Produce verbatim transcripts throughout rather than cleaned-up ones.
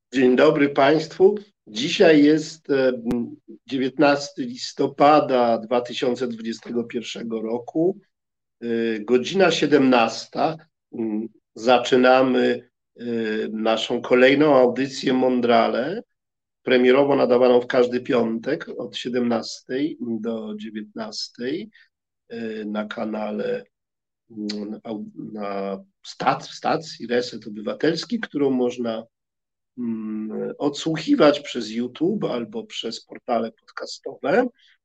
Dzień dobry Państwu. Dzisiaj jest e, dziewiętnastego listopada dwa tysiące dwudziestego pierwszego roku, e, godzina siedemnasta. Mm, Zaczynamy e, naszą kolejną audycję Mondrale, premierowo nadawaną w każdy piątek od siedemnastej do dziewiętnastej e, na kanale mm, au- na stac- stacji Reset Obywatelski, którą można mm, odsłuchiwać przez YouTube albo przez portale podcastowe.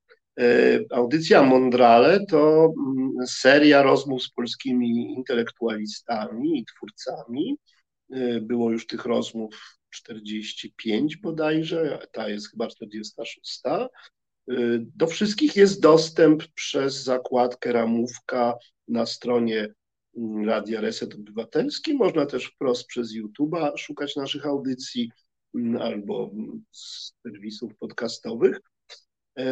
E, Audycja Mondrale to mm, seria rozmów z polskimi intelektualistami i twórcami. E, Było już tych rozmów czterdzieści pięć bodajże, a ta jest chyba czterdziesta szósta. E, Do wszystkich jest dostęp przez zakładkę Ramówka na stronie mm, Radia Reset Obywatelski. Można też wprost przez YouTube'a szukać naszych audycji mm, albo z serwisów podcastowych. E,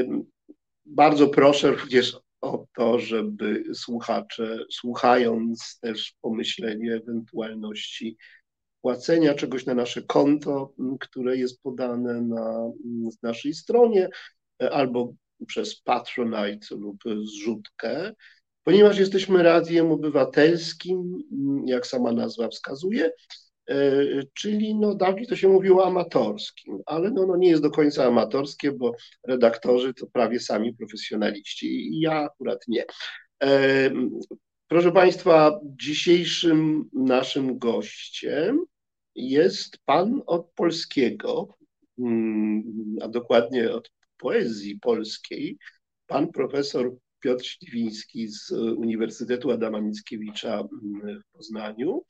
Bardzo proszę również o to, żeby słuchacze, słuchając, też pomyśleli o ewentualności płacenia czegoś na nasze konto, m, które jest podane na m, naszej stronie, e, albo przez Patronite lub zrzutkę. Ponieważ jesteśmy radiem obywatelskim, m, jak sama nazwa wskazuje, e, czyli no dawniej to się mówiło amatorskim, ale no, no nie jest do końca amatorskie, bo redaktorzy to prawie sami profesjonaliści i ja akurat nie. E, Proszę Państwa, dzisiejszym naszym gościem jest pan od polskiego, mm, a dokładnie od poezji polskiej, pan profesor Piotr Śliwiński z Uniwersytetu Adama Mickiewicza mm, w Poznaniu,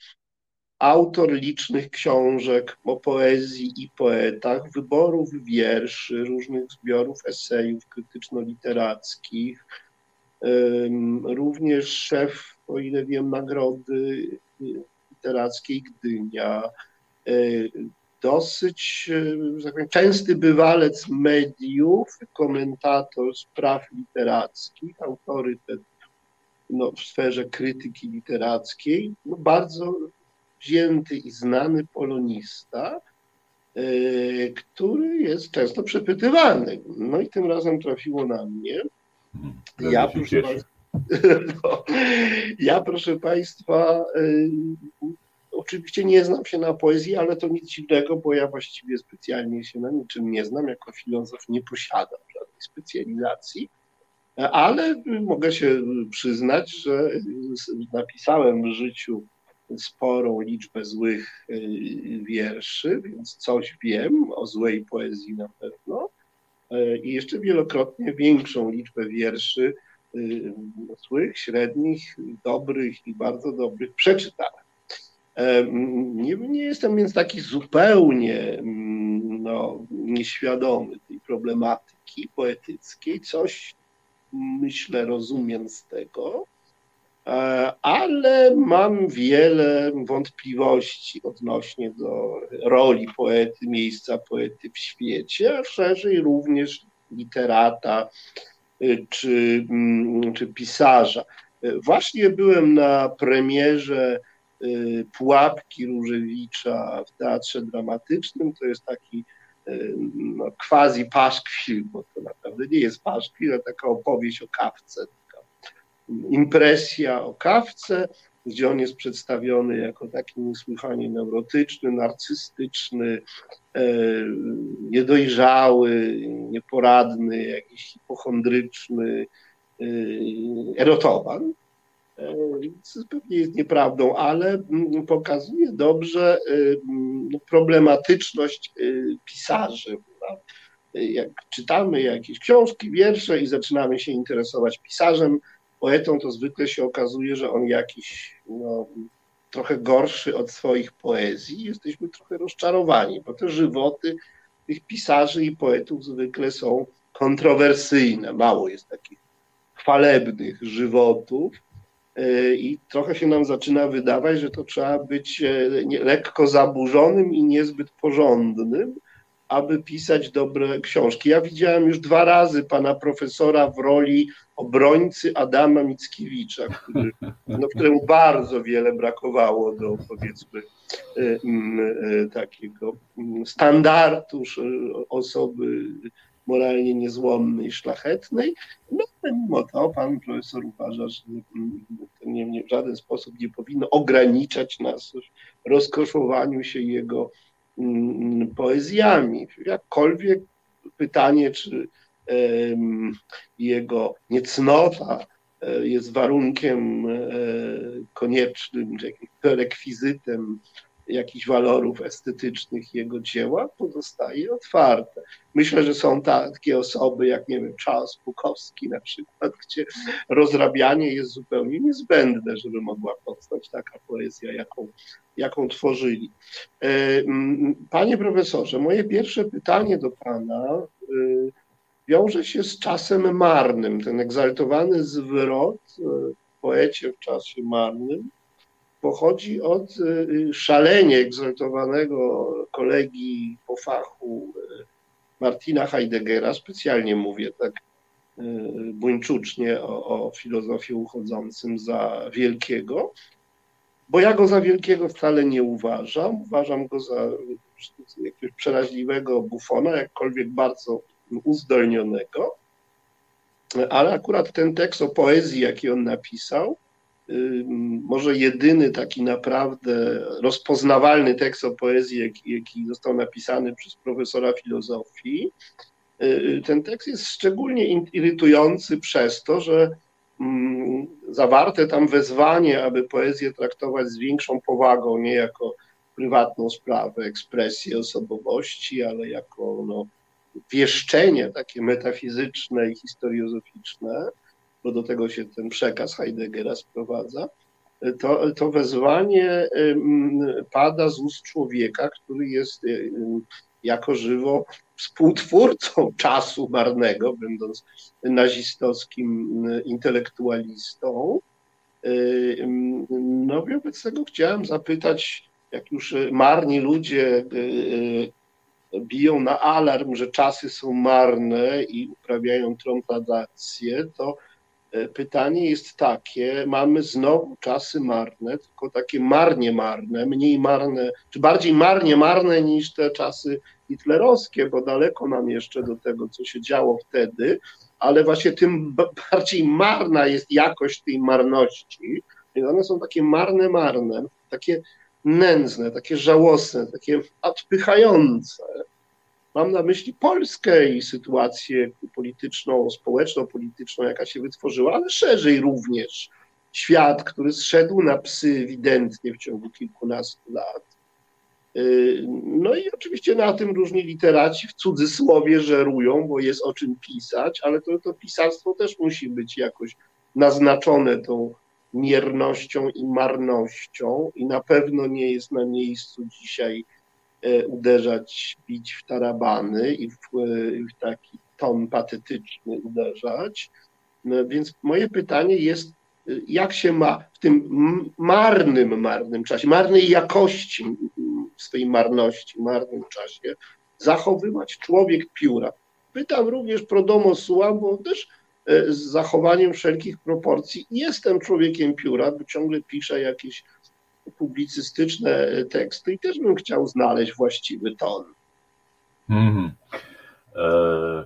autor licznych książek o poezji i poetach, wyborów wierszy, różnych zbiorów esejów krytyczno-literackich, ym, również szef, o ile wiem, Nagrody Literackiej Gdynia, y, dosyć, y, że tak powiem, częsty bywalec mediów, komentator spraw literackich, autorytet no, w sferze krytyki literackiej, no, bardzo wzięty i znany polonista, y, który jest często przepytywany. No i tym razem trafiło na mnie. Bardzo Ja, się proszę cieszę. Państwa, no, ja, proszę Państwa, y, oczywiście nie znam się na poezji, ale to nic dziwnego, bo ja właściwie specjalnie się na niczym nie znam. Jako filozof nie posiadam żadnej specjalizacji, ale mogę się przyznać, że napisałem w życiu sporą liczbę złych y, wierszy, więc coś wiem o złej poezji na pewno. Y, I jeszcze wielokrotnie większą liczbę wierszy y, złych, średnich, dobrych i bardzo dobrych przeczytałem. Nie, nie jestem więc taki zupełnie mm, no, nieświadomy tej problematyki poetyckiej. Coś, myślę, rozumiem z tego, e, ale mam wiele wątpliwości odnośnie do roli poety, miejsca poety w świecie, a szerzej również literata y, czy, mm, czy pisarza. Y, Właśnie byłem na premierze y, Pułapki Różewicza w Teatrze Dramatycznym. To jest taki y, no, quasi paszkwil, bo to naprawdę nie jest paszkwil, ale taka opowieść o Kawce, taka impresja o Kawce, gdzie on jest przedstawiony jako taki niesłychanie neurotyczny, narcystyczny, e, niedojrzały, nieporadny, jakiś hipochondryczny, e, erotowan. E, Co pewnie jest nieprawdą, ale mm, pokazuje dobrze e, mm, problematyczność e, pisarzy. Prawda? Jak czytamy jakieś książki, wiersze i zaczynamy się interesować pisarzem, poetą, to zwykle się okazuje, że on jakiś no, trochę gorszy od swoich poezji. Jesteśmy trochę rozczarowani, bo te żywoty tych pisarzy i poetów zwykle są kontrowersyjne. Mało jest takich chwalebnych żywotów i trochę się nam zaczyna wydawać, że to trzeba być lekko zaburzonym i niezbyt porządnym, aby pisać dobre książki. Ja widziałem już dwa razy pana profesora w roli obrońcy Adama Mickiewicza, który, no, któremu bardzo wiele brakowało do, powiedzmy, takiego standardu osoby moralnie niezłomnej, szlachetnej. No, mimo to pan profesor uważa, że nie, nie, w żaden sposób nie powinno ograniczać nas w rozkoszowaniu się jego mm, poezjami. Jakkolwiek pytanie, czy um, jego niecnota jest warunkiem koniecznym, czy jakimś rekwizytem jakichś walorów estetycznych jego dzieła, pozostaje otwarte. Myślę, że są takie osoby, jak nie wiem, Charles Bukowski na przykład, gdzie rozrabianie jest zupełnie niezbędne, żeby mogła powstać taka poezja, jaką, jaką tworzyli. Panie profesorze, moje pierwsze pytanie do pana wiąże się z czasem marnym. Ten egzaltowany zwrot w poecie w czasie marnym pochodzi od szalenie egzaltowanego kolegi po fachu Martina Heideggera. Specjalnie mówię tak buńczucznie o, o filozofii uchodzącym za wielkiego, bo ja go za wielkiego wcale nie uważam. Uważam go za jakiegoś przeraźliwego bufona, jakkolwiek bardzo uzdolnionego, ale akurat ten tekst o poezji, jaki on napisał, może jedyny taki naprawdę rozpoznawalny tekst o poezji, jaki, jaki został napisany przez profesora filozofii, ten tekst jest szczególnie irytujący przez to, że zawarte tam wezwanie, aby poezję traktować z większą powagą, nie jako prywatną sprawę, ekspresję osobowości, ale jako no, wieszczenie takie metafizyczne i historiozoficzne, bo do tego się ten przekaz Heideggera sprowadza, to, to wezwanie pada z ust człowieka, który jest jako żywo współtwórcą czasu marnego, będąc nazistowskim intelektualistą. No i wobec tego chciałem zapytać, jak już marni ludzie biją na alarm, że czasy są marne i uprawiają tromtadację, to pytanie jest takie, mamy znowu czasy marne, tylko takie marnie marne, mniej marne, czy bardziej marnie marne niż te czasy hitlerowskie, bo daleko nam jeszcze do tego, co się działo wtedy, ale właśnie tym bardziej marna jest jakość tej marności, więc one są takie marne, marne, takie nędzne, takie żałosne, takie odpychające. Mam na myśli Polskę i sytuację polityczną, społeczno-polityczną, jaka się wytworzyła, ale szerzej również świat, który zszedł na psy ewidentnie w ciągu kilkunastu lat. No i oczywiście na tym różni literaci w cudzysłowie żerują, bo jest o czym pisać, ale to, to pisarstwo też musi być jakoś naznaczone tą miernością i marnością i na pewno nie jest na miejscu dzisiaj uderzać, bić w tarabany i w, w taki ton patetyczny uderzać. No więc moje pytanie jest, jak się ma w tym marnym, marnym czasie, marnej jakości swojej marności, marnym czasie zachowywać człowiek pióra. Pytam również pro domo sua, bo też z zachowaniem wszelkich proporcji jestem człowiekiem pióra, bo ciągle piszę jakieś publicystyczne teksty i też bym chciał znaleźć właściwy ton. Mm-hmm. E...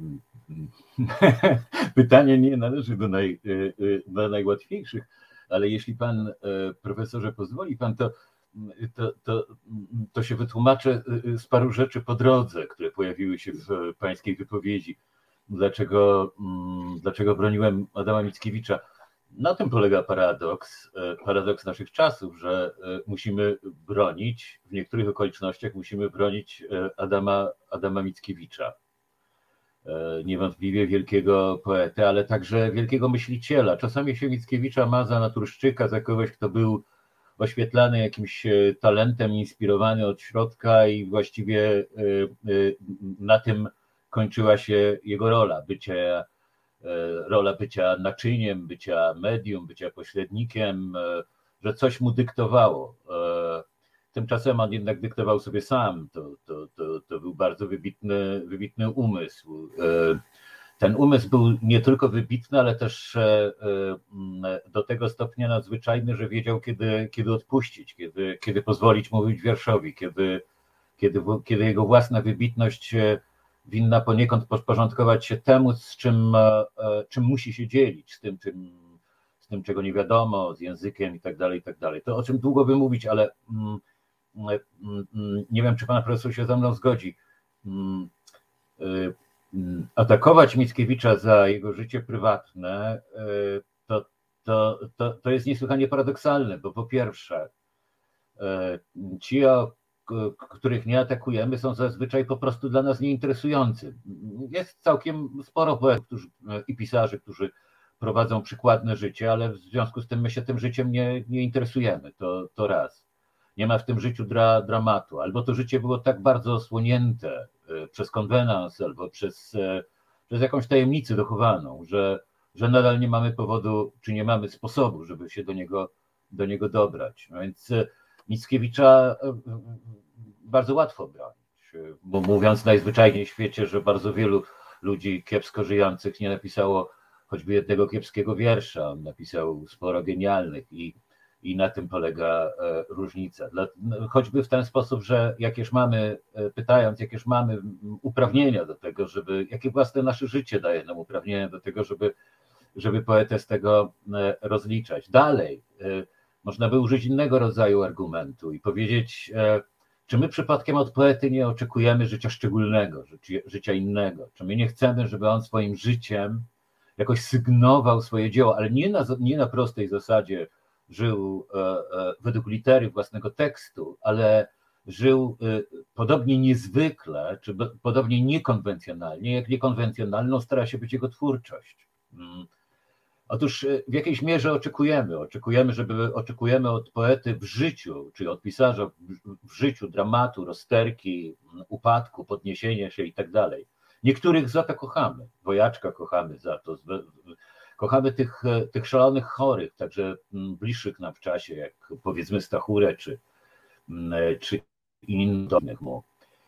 Pytanie nie należy do, naj, do najłatwiejszych, ale jeśli pan, profesorze, pozwoli pan, to, to, to, to się wytłumaczę z paru rzeczy po drodze, które pojawiły się w pańskiej wypowiedzi. Dlaczego, dlaczego broniłem Adama Mickiewicza? Na tym polega paradoks, paradoks naszych czasów, że musimy bronić, w niektórych okolicznościach musimy bronić Adama, Adama Mickiewicza. Niewątpliwie wielkiego poetę, ale także wielkiego myśliciela. Czasami się Mickiewicza ma za naturszczyka, za kogoś, kto był oświetlany jakimś talentem, inspirowany od środka i właściwie na tym kończyła się jego rola, bycia, rola bycia naczyniem, bycia medium, bycia pośrednikiem, że coś mu dyktowało. tymczasem on jednak dyktował sobie sam. To, to, to, to był bardzo wybitny, wybitny umysł. Ten umysł był nie tylko wybitny, ale też do tego stopnia nadzwyczajny, że wiedział, kiedy, kiedy odpuścić, kiedy, kiedy pozwolić mówić wierszowi, kiedy, kiedy, kiedy jego własna wybitność winna poniekąd podporządkować się temu, z czym, czym musi się dzielić, z tym, czym, z tym, czego nie wiadomo, z językiem i tak dalej, i tak dalej. To o czym długo by mówić, ale nie wiem, czy pan profesor się ze mną zgodzi. Atakować Mickiewicza za jego życie prywatne to, to, to, to jest niesłychanie paradoksalne, bo po pierwsze ci, o których nie atakujemy, są zazwyczaj po prostu dla nas nieinteresujący. Jest całkiem sporo poetów którzy, i pisarzy, którzy prowadzą przykładne życie, ale w związku z tym my się tym życiem nie, nie interesujemy, to, to raz. Nie ma w tym życiu dra, dramatu, albo to życie było tak bardzo osłonięte przez konwenans, albo przez, przez jakąś tajemnicę dochowaną, że, że nadal nie mamy powodu, czy nie mamy sposobu, żeby się do niego, do niego dobrać. No więc Mickiewicza bardzo łatwo bronić, bo mówiąc najzwyczajniej w świecie, że bardzo wielu ludzi kiepsko żyjących nie napisało choćby jednego kiepskiego wiersza, on napisał sporo genialnych i, i na tym polega różnica. Dla, choćby w ten sposób, że jakież mamy, pytając, jakież mamy uprawnienia do tego, żeby, jakie własne nasze życie daje nam uprawnienia do tego, żeby, żeby poetę z tego rozliczać. Dalej, można by użyć innego rodzaju argumentu i powiedzieć, czy my przypadkiem od poety nie oczekujemy życia szczególnego, życia, życia innego, czy my nie chcemy, żeby on swoim życiem jakoś sygnował swoje dzieło, ale nie na, nie na prostej zasadzie żył e, e, według litery własnego tekstu, ale żył e, podobnie niezwykle, czy be, podobnie niekonwencjonalnie, jak niekonwencjonalną stara się być jego twórczość. Hmm. Otóż w jakiejś mierze oczekujemy, oczekujemy, żeby oczekujemy od poety w życiu, czyli od pisarza w życiu dramatu, rozterki, upadku, podniesienia się i tak dalej. Niektórych za to kochamy, Wojaczka kochamy za to, kochamy tych, tych szalonych chorych, także bliższych nam w czasie, jak powiedzmy Stachurę czy, czy innych mu.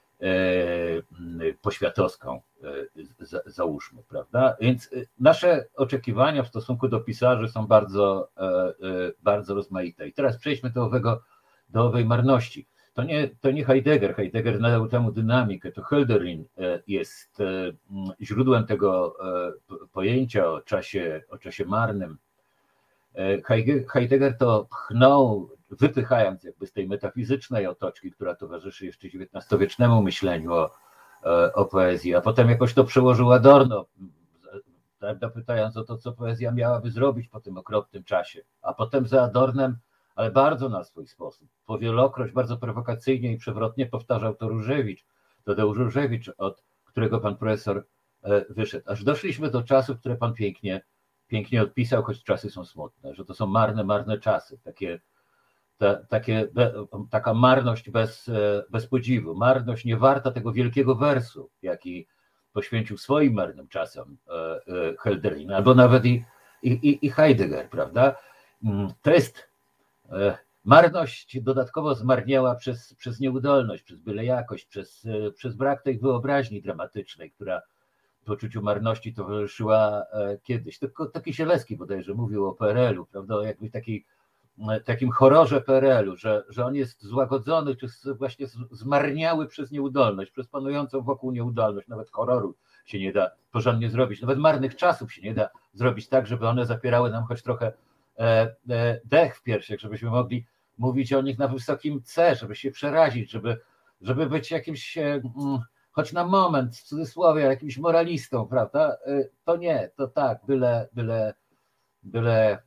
Poświatowską załóżmy, prawda? Więc nasze oczekiwania w stosunku do pisarzy są bardzo, bardzo rozmaite. I teraz przejdźmy do, owego, do owej marności. To nie, to nie Heidegger, Heidegger nadał temu dynamikę, to Hölderlin jest źródłem tego pojęcia o czasie, o czasie marnym. Heidegger to pchnął, wypychając jakby z tej metafizycznej otoczki, która towarzyszy jeszcze dziewiętnastowiecznemu myśleniu o, o poezji, a potem jakoś to przełożył Adorno, pytając o to, co poezja miałaby zrobić po tym okropnym czasie, a potem za Adornem, ale bardzo na swój sposób, powielokroć, bardzo prowokacyjnie i przewrotnie powtarzał to Różewicz, Tadeusz Różewicz, od którego pan profesor wyszedł. Aż doszliśmy do czasów, które pan pięknie, pięknie odpisał, choć czasy są smutne, że to są marne, marne czasy, takie, te, takie, taka marność bez, bez podziwu, marność niewarta tego wielkiego wersu, jaki poświęcił swoim marnym czasom Hölderlin, albo nawet i, i, i Heidegger, prawda? To jest marność dodatkowo zmarniała przez, przez nieudolność, przez byle jakość, przez, przez brak tej wyobraźni dramatycznej, która poczuciu marności towarzyszyła kiedyś. To, to Kisielewski bodajże mówił o P R L u, prawda, o jakby takiej, takim horrorze P R L u, że, że on jest złagodzony, czy właśnie zmarniały przez nieudolność, przez panującą wokół nieudolność. Nawet horroru się nie da porządnie zrobić, nawet marnych czasów się nie da zrobić tak, żeby one zapierały nam choć trochę dech w piersiach, żebyśmy mogli mówić o nich na wysokim C, żeby się przerazić, żeby, żeby być jakimś, choć na moment, w cudzysłowie, jakimś moralistą, prawda? To nie, to tak, byle, byle, byle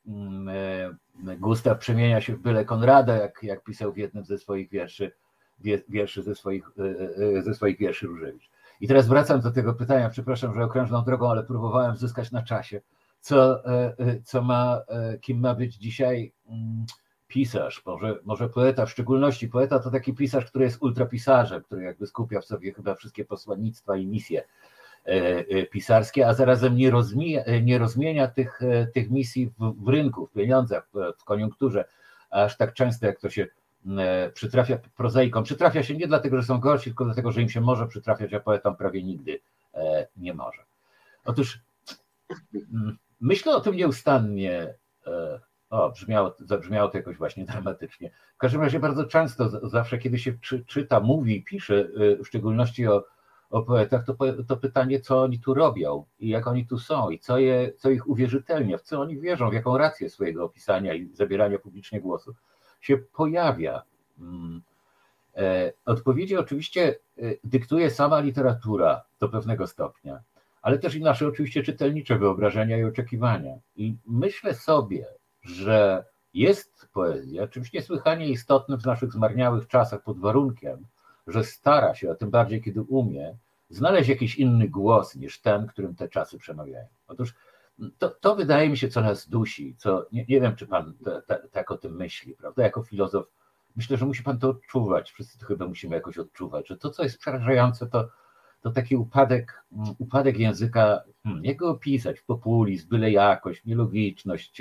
Gustaw przemienia się w byle Konrada, jak, jak pisał w jednym ze swoich wierszy, wierszy ze swoich, ze swoich wierszy Różewicz. I teraz wracam do tego pytania, przepraszam, że okrężną drogą, ale próbowałem zyskać na czasie. Co, co ma, kim ma być dzisiaj pisarz, może, może poeta, w szczególności poeta to taki pisarz, który jest ultrapisarzem, który jakby skupia w sobie chyba wszystkie posłannictwa i misje pisarskie, a zarazem nie rozmienia, nie rozmienia tych, tych misji w, w rynku, w pieniądzach, w, w koniunkturze, aż tak często jak to się przytrafia prozaikom. Przytrafia się nie dlatego, że są gorsi, tylko dlatego, że im się może przytrafiać, a poetom prawie nigdy nie może. Otóż myślę o tym nieustannie. O, brzmiało, zabrzmiało to jakoś właśnie dramatycznie. W każdym razie bardzo często, zawsze kiedy się czy, czyta, mówi, pisze, w szczególności o, o poetach, to, to pytanie, co oni tu robią i jak oni tu są i co, je, co ich uwierzytelnia, w co oni wierzą, w jaką rację swojego opisania i zabierania publicznie głosu się pojawia. Odpowiedzi oczywiście dyktuje sama literatura do pewnego stopnia, ale też i nasze oczywiście czytelnicze wyobrażenia i oczekiwania. I myślę sobie, że jest poezja czymś niesłychanie istotnym w naszych zmarniałych czasach pod warunkiem, że stara się, a tym bardziej kiedy umie, znaleźć jakiś inny głos niż ten, którym te czasy przemawiają. Otóż to, to wydaje mi się, co nas dusi, co nie, nie wiem, czy pan tak o tym myśli, prawda? Jako filozof myślę, że musi pan to odczuwać, wszyscy to chyba musimy jakoś odczuwać, że to, co jest przerażające, to, to taki upadek, upadek języka, hmm, jak go opisać, populizm, byle jakość, nielogiczność,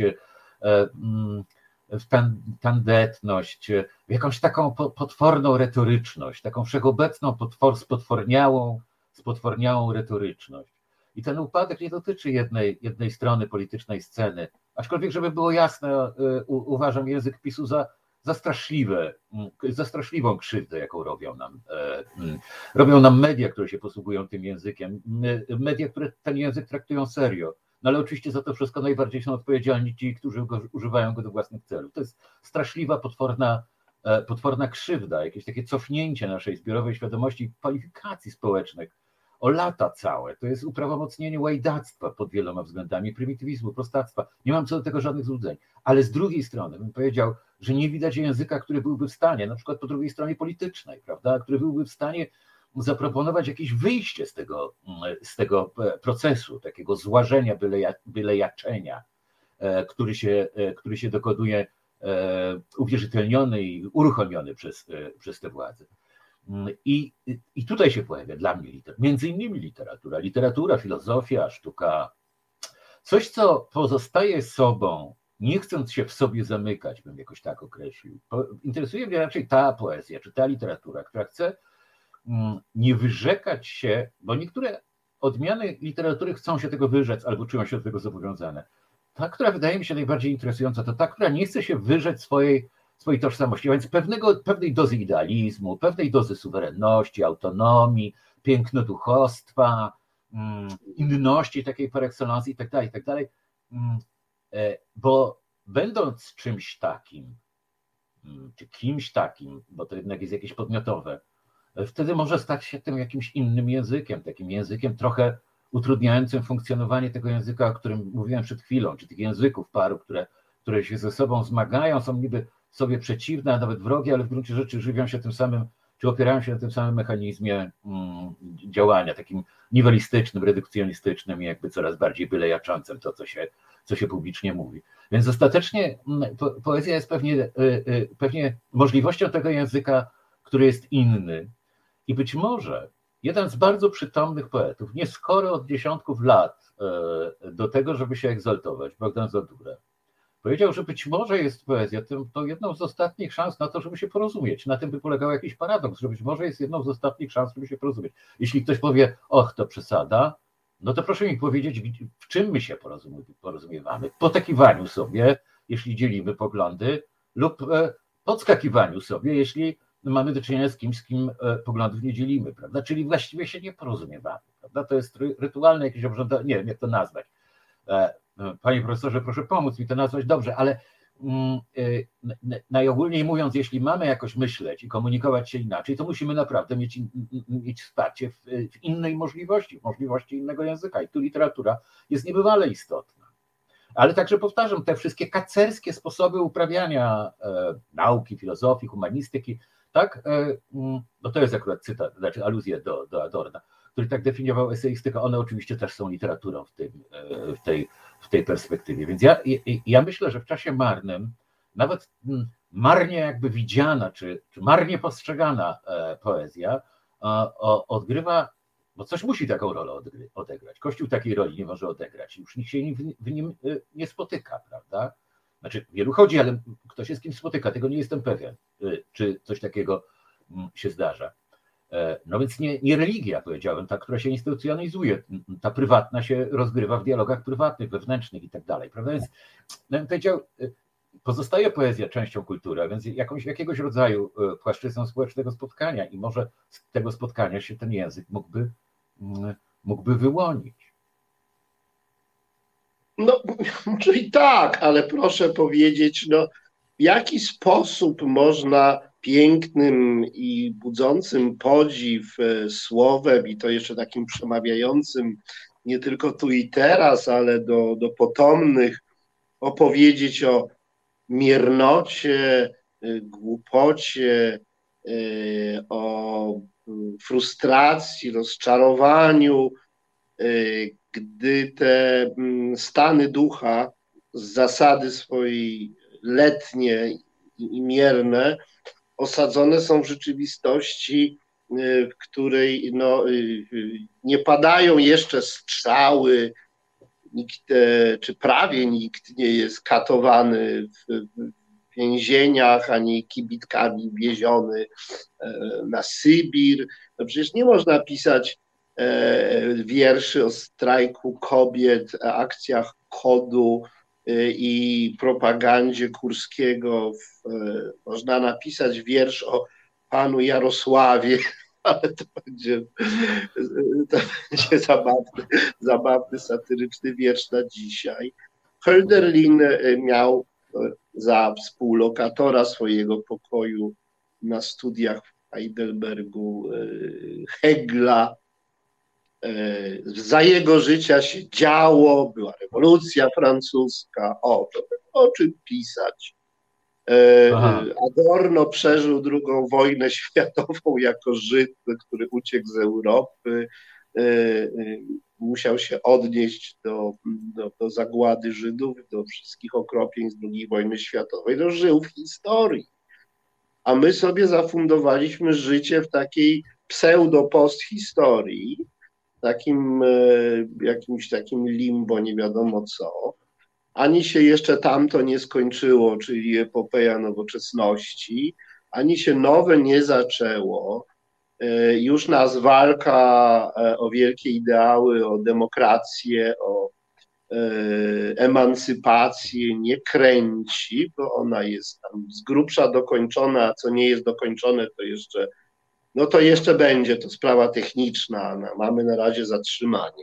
w tandetność, w jakąś taką potworną retoryczność, taką wszechobecną, potwor, spotworniałą, spotworniałą retoryczność. I ten upadek nie dotyczy jednej, jednej strony politycznej sceny, aczkolwiek, żeby było jasne, uważam język PiSu za, za straszliwe, za straszliwą krzywdę, jaką robią nam. Robią nam media, które się posługują tym językiem, media, które ten język traktują serio. No ale oczywiście za to wszystko najbardziej są odpowiedzialni ci, którzy go, używają go do własnych celów. To jest straszliwa, potworna, potworna krzywda, jakieś takie cofnięcie naszej zbiorowej świadomości i kwalifikacji społecznych o lata całe. To jest uprawomocnienie łajdactwa pod wieloma względami, prymitywizmu, prostactwa. Nie mam co do tego żadnych złudzeń. Ale z drugiej strony bym powiedział, że nie widać języka, który byłby w stanie, na przykład po drugiej stronie politycznej, prawda, który byłby w stanie zaproponować jakieś wyjście z tego, z tego procesu, takiego złażenia, byle, bylejaczenia, który się, który się dokonuje uwierzytelniony i uruchomiony przez, przez te władze. I, I tutaj się pojawia dla mnie literatura, między innymi literatura, literatura, filozofia, sztuka, coś, co pozostaje sobą, nie chcąc się w sobie zamykać, bym jakoś tak określił. Interesuje mnie raczej ta poezja, czy ta literatura, która chce nie wyrzekać się, bo niektóre odmiany literatury chcą się tego wyrzec albo czują się do tego zobowiązane. Ta, która wydaje mi się najbardziej interesująca, to ta, która nie chce się wyrzec swojej, swojej tożsamości, a więc pewnego, pewnej dozy idealizmu, pewnej dozy suwerenności, autonomii, pięknoduchostwa, inności takiej par excellence i tak dalej, i tak dalej. Bo będąc czymś takim, czy kimś takim, bo to jednak jest jakieś podmiotowe, wtedy może stać się tym jakimś innym językiem, takim językiem trochę utrudniającym funkcjonowanie tego języka, o którym mówiłem przed chwilą, czy tych języków paru, które, które się ze sobą zmagają, są niby sobie przeciwne, a nawet wrogie, ale w gruncie rzeczy żywią się tym samym, czy opierają się na tym samym mechanizmie mm, działania, takim niwelistycznym, redukcjonistycznym i jakby coraz bardziej bylejaczącym to, co się, co się publicznie mówi. Więc ostatecznie po, poezja jest pewnie, pewnie możliwością tego języka, który jest inny. I być może jeden z bardzo przytomnych poetów, nie skory od dziesiątków lat do tego, żeby się egzaltować, Bogdan Zadura, powiedział, że być może jest poezja to jedną z ostatnich szans na to, żeby się porozumieć. Na tym by polegał jakiś paradoks, że być może jest jedną z ostatnich szans, żeby się porozumieć. Jeśli ktoś powie, och, to przesada, no to proszę mi powiedzieć, w czym my się porozumiewamy. W potakiwaniu sobie, jeśli dzielimy poglądy, lub podskakiwaniu sobie, jeśli mamy do czynienia z kimś, z kim poglądów nie dzielimy, prawda? Czyli właściwie się nie porozumiewamy, prawda? To jest rytualne jakieś obrządanie, nie wiem jak to nazwać. Panie profesorze, proszę pomóc mi to nazwać dobrze, ale najogólniej mówiąc, jeśli mamy jakoś myśleć i komunikować się inaczej, to musimy naprawdę mieć, mieć wsparcie w, w innej możliwości, w możliwości innego języka i tu literatura jest niebywale istotna. Ale także powtarzam, te wszystkie kacerskie sposoby uprawiania e, nauki, filozofii, humanistyki, tak, e, no to jest akurat cytat, znaczy aluzja do, do Adorna, który tak definiował eseistykę, one oczywiście też są literaturą w, tym, w, tej, w tej perspektywie. Więc ja, ja myślę, że w czasie marnym, nawet marnie jakby widziana, czy, czy marnie postrzegana poezja odgrywa, bo coś musi taką rolę odegrać. Kościół takiej roli nie może odegrać. Już nikt się w nim nie spotyka, prawda? Znaczy, wielu chodzi, ale kto się z kim spotyka, tego nie jestem pewien, czy coś takiego się zdarza. No więc nie, nie religia, powiedziałem, ta, która się instytucjonalizuje, ta prywatna się rozgrywa w dialogach prywatnych, wewnętrznych i tak dalej, prawda? Więc no bym powiedział, pozostaje poezja częścią kultury, a więc jakąś, jakiegoś rodzaju płaszczyzną społecznego spotkania i może z tego spotkania się ten język mógłby, mógłby wyłonić. No, może i tak, ale proszę powiedzieć, no, w jaki sposób można pięknym i budzącym podziw słowem, i to jeszcze takim przemawiającym nie tylko tu i teraz, ale do, do potomnych, opowiedzieć o miernocie, głupocie, o frustracji, rozczarowaniu, gdy te stany ducha z zasady swojej letnie i mierne osadzone są w rzeczywistości, w której no, nie padają jeszcze strzały, nikt, czy prawie nikt nie jest katowany w więzieniach, ani kibitkami wieziony na Sybir. No przecież nie można pisać wierszy o strajku kobiet, akcjach kodu i propagandzie Kurskiego. Można napisać wiersz o panu Jarosławie, ale to będzie, to będzie zabawny, zabawny, satyryczny wiersz na dzisiaj. Hölderlin miał za współlokatora swojego pokoju na studiach w Heidelbergu Hegla. Za jego życia się działo, była rewolucja francuska, o, to o czym pisać. Aha. Adorno przeżył drugą wojnę światową jako Żyd, który uciekł z Europy, musiał się odnieść do, do, do zagłady Żydów, do wszystkich okropieństw z drugiej wojny światowej, no, żył w historii. A my sobie zafundowaliśmy życie w takiej pseudo-posthistorii, takim jakimś takim limbo, nie wiadomo co. Ani się jeszcze tamto nie skończyło, czyli epopeja nowoczesności, ani się nowe nie zaczęło. Już nas walka o wielkie ideały, o demokrację, o emancypację nie kręci, bo ona jest tam z grubsza dokończona, a co nie jest dokończone, to jeszcze, no to jeszcze będzie, to sprawa techniczna, no, mamy na razie zatrzymanie.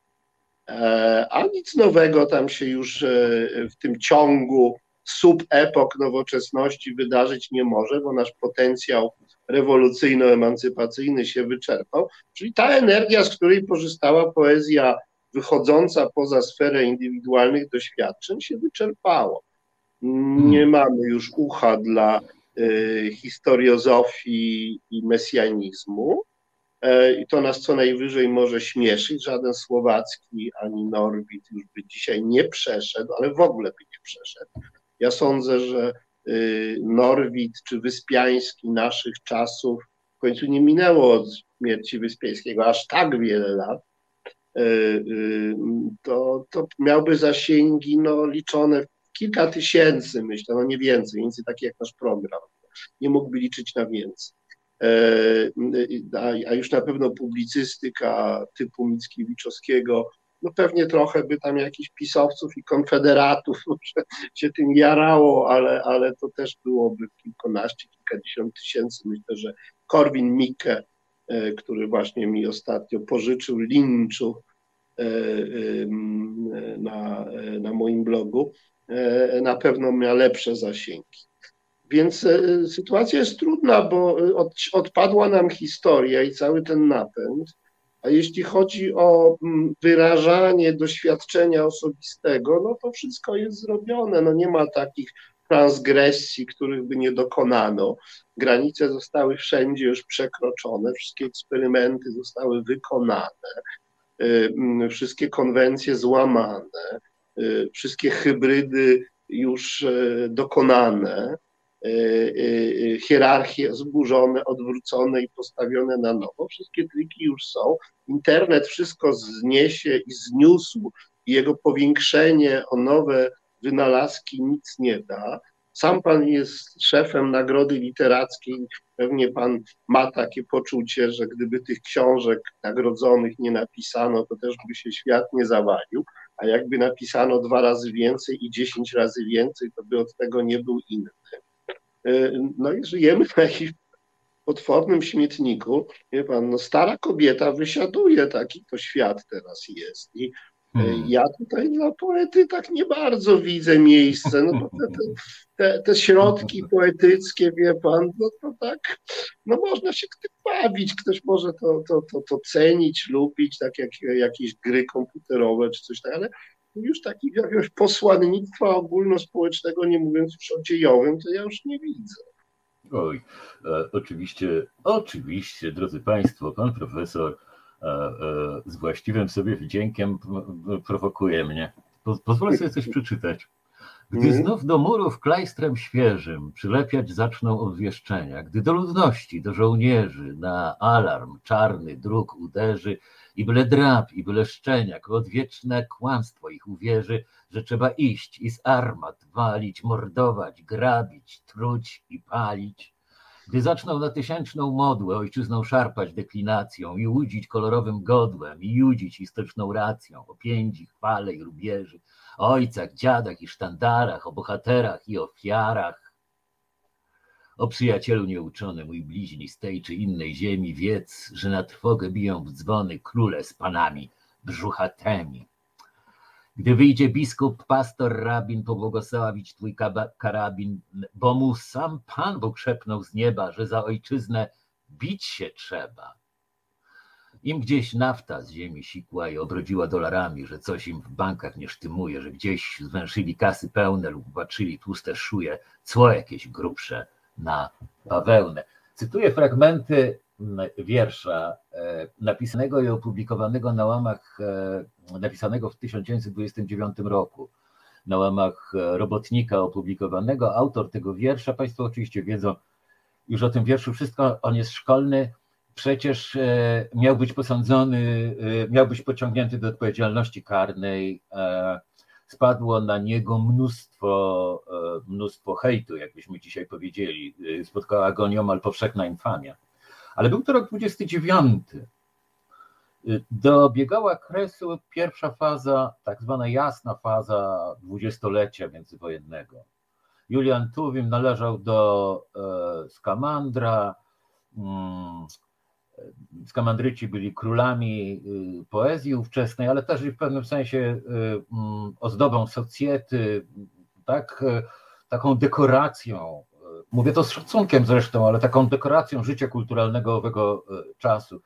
A nic nowego tam się już w tym ciągu subepok nowoczesności wydarzyć nie może, bo nasz potencjał rewolucyjno-emancypacyjny się wyczerpał. Czyli ta energia, z której korzystała poezja wychodząca poza sferę indywidualnych doświadczeń, się wyczerpała. Nie mamy już ucha dla y, historiozofii i mesjanizmu. I to nas co najwyżej może śmieszyć. Żaden Słowacki ani Norwid już by dzisiaj nie przeszedł, ale w ogóle by nie przeszedł. Ja sądzę, że Norwid czy Wyspiański naszych czasów w końcu nie minęło od śmierci Wyspiańskiego aż tak wiele lat, to, to miałby zasięgi no, liczone w kilka tysięcy, myślę, no nie więcej, więcej takie jak nasz program. Nie mógłby liczyć na więcej. A już na pewno publicystyka typu Mickiewiczowskiego, no pewnie trochę by tam jakichś pisowców i konfederatów się tym jarało, ale, ale to też byłoby kilkanaście, kilkadziesiąt tysięcy. Myślę, że Korwin-Mikke, który właśnie mi ostatnio pożyczył linczu na, na moim blogu, na pewno miał lepsze zasięgi. Więc sytuacja jest trudna, bo od, odpadła nam historia i cały ten napęd, a jeśli chodzi o wyrażanie doświadczenia osobistego, no to wszystko jest zrobione, no nie ma takich transgresji, których by nie dokonano. Granice zostały wszędzie już przekroczone, wszystkie eksperymenty zostały wykonane, wszystkie konwencje złamane, wszystkie hybrydy już dokonane, hierarchie zburzone, odwrócone i postawione na nowo. Wszystkie triki już są. Internet wszystko zniesie i zniósł. I jego powiększenie o nowe wynalazki nic nie da. Sam pan jest szefem Nagrody Literackiej, pewnie pan ma takie poczucie, że gdyby tych książek nagrodzonych nie napisano, to też by się świat nie zawalił, a jakby napisano dwa razy więcej i dziesięć razy więcej, to by od tego nie był inny. No i żyjemy w jakimś potwornym śmietniku. Wie pan, no stara kobieta wysiaduje, taki to świat teraz jest. I hmm. ja tutaj dla poety tak nie bardzo widzę miejsce. No bo te, te, te środki poetyckie, wie pan, no to tak, no można się tym bawić. Ktoś może to, to, to, to cenić, lubić, tak jak jakieś gry komputerowe czy coś tak, ale już takiego jakiegoś posłannictwa ogólnospołecznego, nie mówiąc już o dziejowym, to ja już nie widzę. Oj, e, oczywiście, oczywiście, drodzy Państwo, pan profesor e, e, z właściwym sobie wdziękiem prowokuje mnie. Po, pozwolę sobie coś przeczytać. Gdy znów do murów klajstrem świeżym przylepiać zaczną obwieszczenia, gdy do ludności, do żołnierzy na alarm czarny dróg uderzy i byle drap, i byle szczeniak, odwieczne kłamstwo ich uwierzy, że trzeba iść i z armat walić, mordować, grabić, truć i palić. Gdy zaczną na tysięczną modłę ojczyzną szarpać deklinacją i łudzić kolorowym godłem i judzić istotyczną racją o piędzi, chwale i rubieży, o ojcach, dziadach i sztandarach, o bohaterach i ofiarach. O przyjacielu nieuczony, mój bliźni z tej czy innej ziemi, wiedz, że na trwogę biją w dzwony króle z panami brzuchatymi. Gdy wyjdzie biskup, pastor, rabin, pobłogosławić twój karabin, bo mu sam Pan Bóg szepnął z nieba, że za ojczyznę bić się trzeba. Im gdzieś nafta z ziemi sikła i obrodziła dolarami, że coś im w bankach nie sztymuje, że gdzieś zwęszyli kasy pełne lub baczyli tłuste szuje, cło jakieś grubsze na bawełnę. Cytuję fragmenty wiersza napisanego i opublikowanego na łamach, napisanego w tysiąc dziewięćset dwudziestym dziewiątym roku, na łamach Robotnika opublikowanego. Autor tego wiersza, Państwo oczywiście wiedzą już o tym wierszu wszystko, on jest szkolny, przecież miał być posądzony, miał być pociągnięty do odpowiedzialności karnej. Spadło na niego mnóstwo, mnóstwo hejtu, jakbyśmy dzisiaj powiedzieli. Spotkała go nieomal powszechna infamia. Ale był to rok dwudziesty dziewiąty. Dobiegała kresu pierwsza faza, tak zwana jasna faza dwudziestolecia międzywojennego. Julian Tuwim należał do Skamandra. Skamandryci byli królami poezji ówczesnej, ale też i w pewnym sensie ozdobą socjety, tak, taką dekoracją, mówię to z szacunkiem zresztą, ale taką dekoracją życia kulturalnego owego czasu.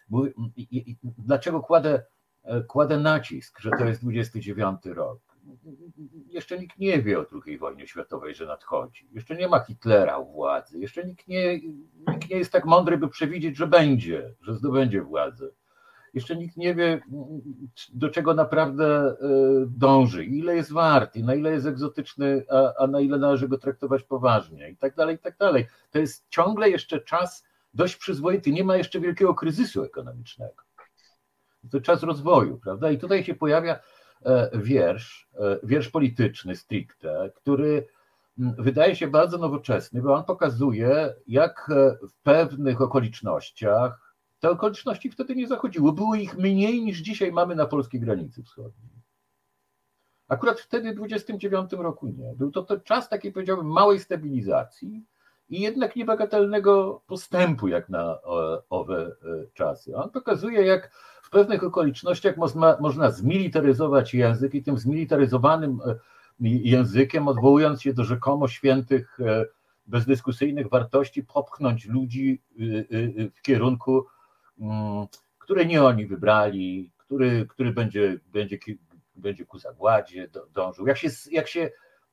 Dlaczego kładę, kładę nacisk, że to jest dwudziesty dziewiąty rok? Jeszcze nikt nie wie o drugiej wojnie światowej, że nadchodzi. Jeszcze nie ma Hitlera u władzy. Jeszcze nikt nie, nikt nie jest tak mądry, by przewidzieć, że będzie, że zdobędzie władzę. Jeszcze nikt nie wie, do czego naprawdę dąży, ile jest wart, i na ile jest egzotyczny, a, a na ile należy go traktować poważnie i tak dalej, i tak dalej. To jest ciągle jeszcze czas dość przyzwoity, nie ma jeszcze wielkiego kryzysu ekonomicznego. To czas rozwoju, prawda? I tutaj się pojawia wiersz, wiersz polityczny stricte, który wydaje się bardzo nowoczesny, bo on pokazuje, jak w pewnych okolicznościach, te okoliczności wtedy nie zachodziły, było ich mniej niż dzisiaj mamy na polskiej granicy wschodniej. Akurat wtedy w dwudziestym dziewiątym roku nie. Był to, to czas takiej, powiedziałbym, małej stabilizacji i jednak niebagatelnego postępu jak na owe czasy. On pokazuje, jak w pewnych okolicznościach można, można zmilitaryzować język i tym zmilitaryzowanym językiem, odwołując się do rzekomo świętych, bezdyskusyjnych wartości, popchnąć ludzi w kierunku, który nie oni wybrali, który, który będzie, będzie, będzie ku zagładzie dążył. Jak się, jak się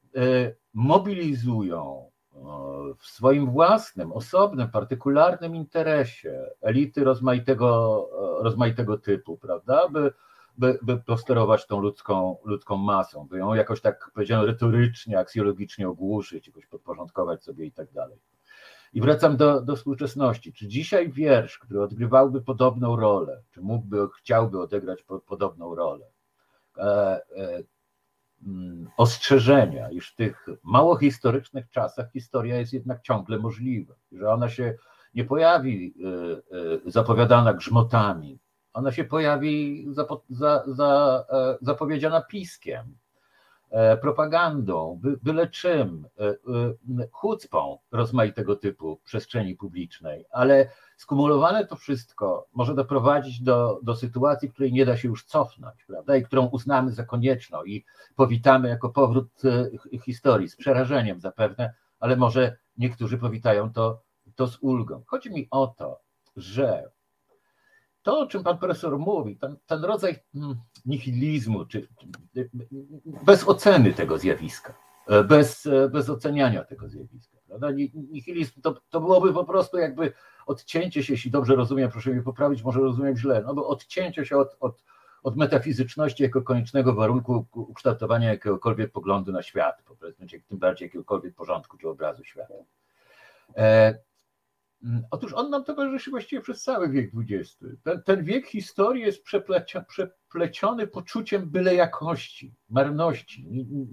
mobilizują w swoim własnym, osobnym, partykularnym interesie elity rozmaitego, rozmaitego typu, prawda, by, by, by posterować tą ludzką, ludzką masą, by ją jakoś tak, powiedziałem, retorycznie, aksjologicznie ogłuszyć, jakoś podporządkować sobie i tak dalej. I wracam do, do współczesności. Czy dzisiaj wiersz, który odgrywałby podobną rolę, czy mógłby, chciałby odegrać po, podobną rolę, e, e, ostrzeżenia, iż w tych mało historycznych czasach historia jest jednak ciągle możliwa, że ona się nie pojawi zapowiadana grzmotami, ona się pojawi zapo, za, za, zapowiedziana piskiem, propagandą, by, byle czym, chucpą rozmaitego typu przestrzeni publicznej, ale skumulowane to wszystko może doprowadzić do, do sytuacji, której nie da się już cofnąć, prawda? I którą uznamy za konieczną i powitamy jako powrót historii z przerażeniem zapewne, ale może niektórzy powitają to, to z ulgą. Chodzi mi o to, że to, o czym pan profesor mówi, ten, ten rodzaj nihilizmu, czy, czy bez oceny tego zjawiska, bez, bez oceniania tego zjawiska. Prawda? Nihilizm to, to byłoby po prostu jakby odcięcie się, jeśli dobrze rozumiem, proszę mnie poprawić, może rozumiem źle, no bo odcięcie się od, od, od metafizyczności jako koniecznego warunku ukształtowania jakiegokolwiek poglądu na świat, powiedzmy, tym bardziej jakiegokolwiek porządku czy obrazu świata. E, Otóż on nam towarzyszy właściwie przez cały wiek dwudziesty. Ten, ten wiek historii jest przeplecio, przepleciony poczuciem byle jakości, marności,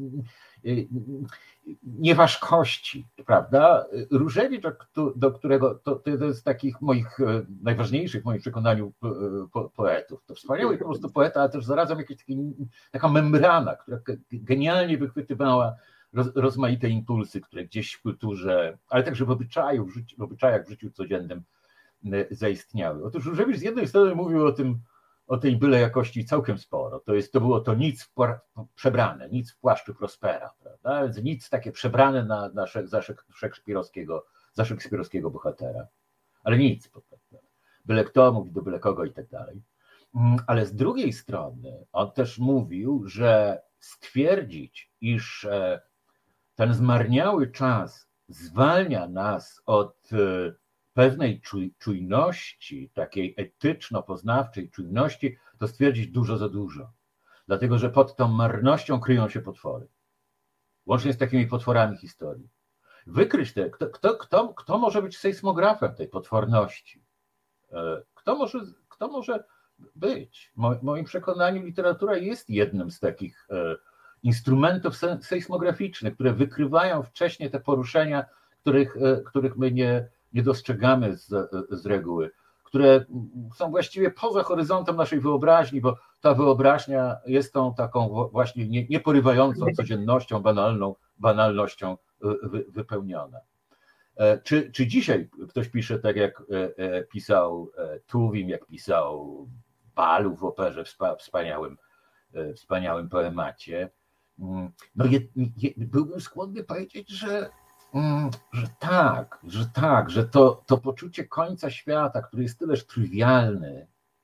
nieważkości, prawda? Różewicz, do, do którego to, to jest takich moich najważniejszych w moim przekonaniu po, poetów. To wspaniały po prostu poeta, ale też zarazem jakaś taki, taka membrana, która genialnie wychwytywała Roz, rozmaite impulsy, które gdzieś w kulturze, ale także w obyczaju, w, życiu, w obyczajach, w życiu codziennym zaistniały. Otóż Różewicz z jednej strony mówił o tym, o tej byle jakości całkiem sporo. To jest, to było to nic w, przebrane, nic w płaszczu Prospera, prawda? Więc nic takie przebrane na, na za, szekspirowskiego, za szekspirowskiego bohatera. Ale nic. Byle kto mówi do byle kogo i tak dalej. Ale z drugiej strony on też mówił, że stwierdzić, iż ten zmarniały czas zwalnia nas od pewnej czujności, takiej etyczno-poznawczej czujności, to stwierdzić dużo za dużo. Dlatego, że pod tą marnością kryją się potwory. Łącznie z takimi potworami historii. Wykryć te, kto, kto, kto, kto może być sejsmografem tej potworności? Kto może, kto może być? W moim przekonaniu literatura jest jednym z takich instrumentów sejsmograficznych, które wykrywają wcześniej te poruszenia, których, których my nie, nie dostrzegamy z, z reguły, które są właściwie poza horyzontem naszej wyobraźni, bo ta wyobraźnia jest tą taką właśnie nie, nieporywającą codziennością, banalną, banalnością wy, wypełniona. Czy, czy dzisiaj ktoś pisze tak, jak pisał Tuwim, jak pisał Balu w operze, wspaniałym, wspaniałym poemacie? No, je, je, byłbym skłonny powiedzieć, że, że tak, że tak, że to, to poczucie końca świata, który jest tyleż trywialny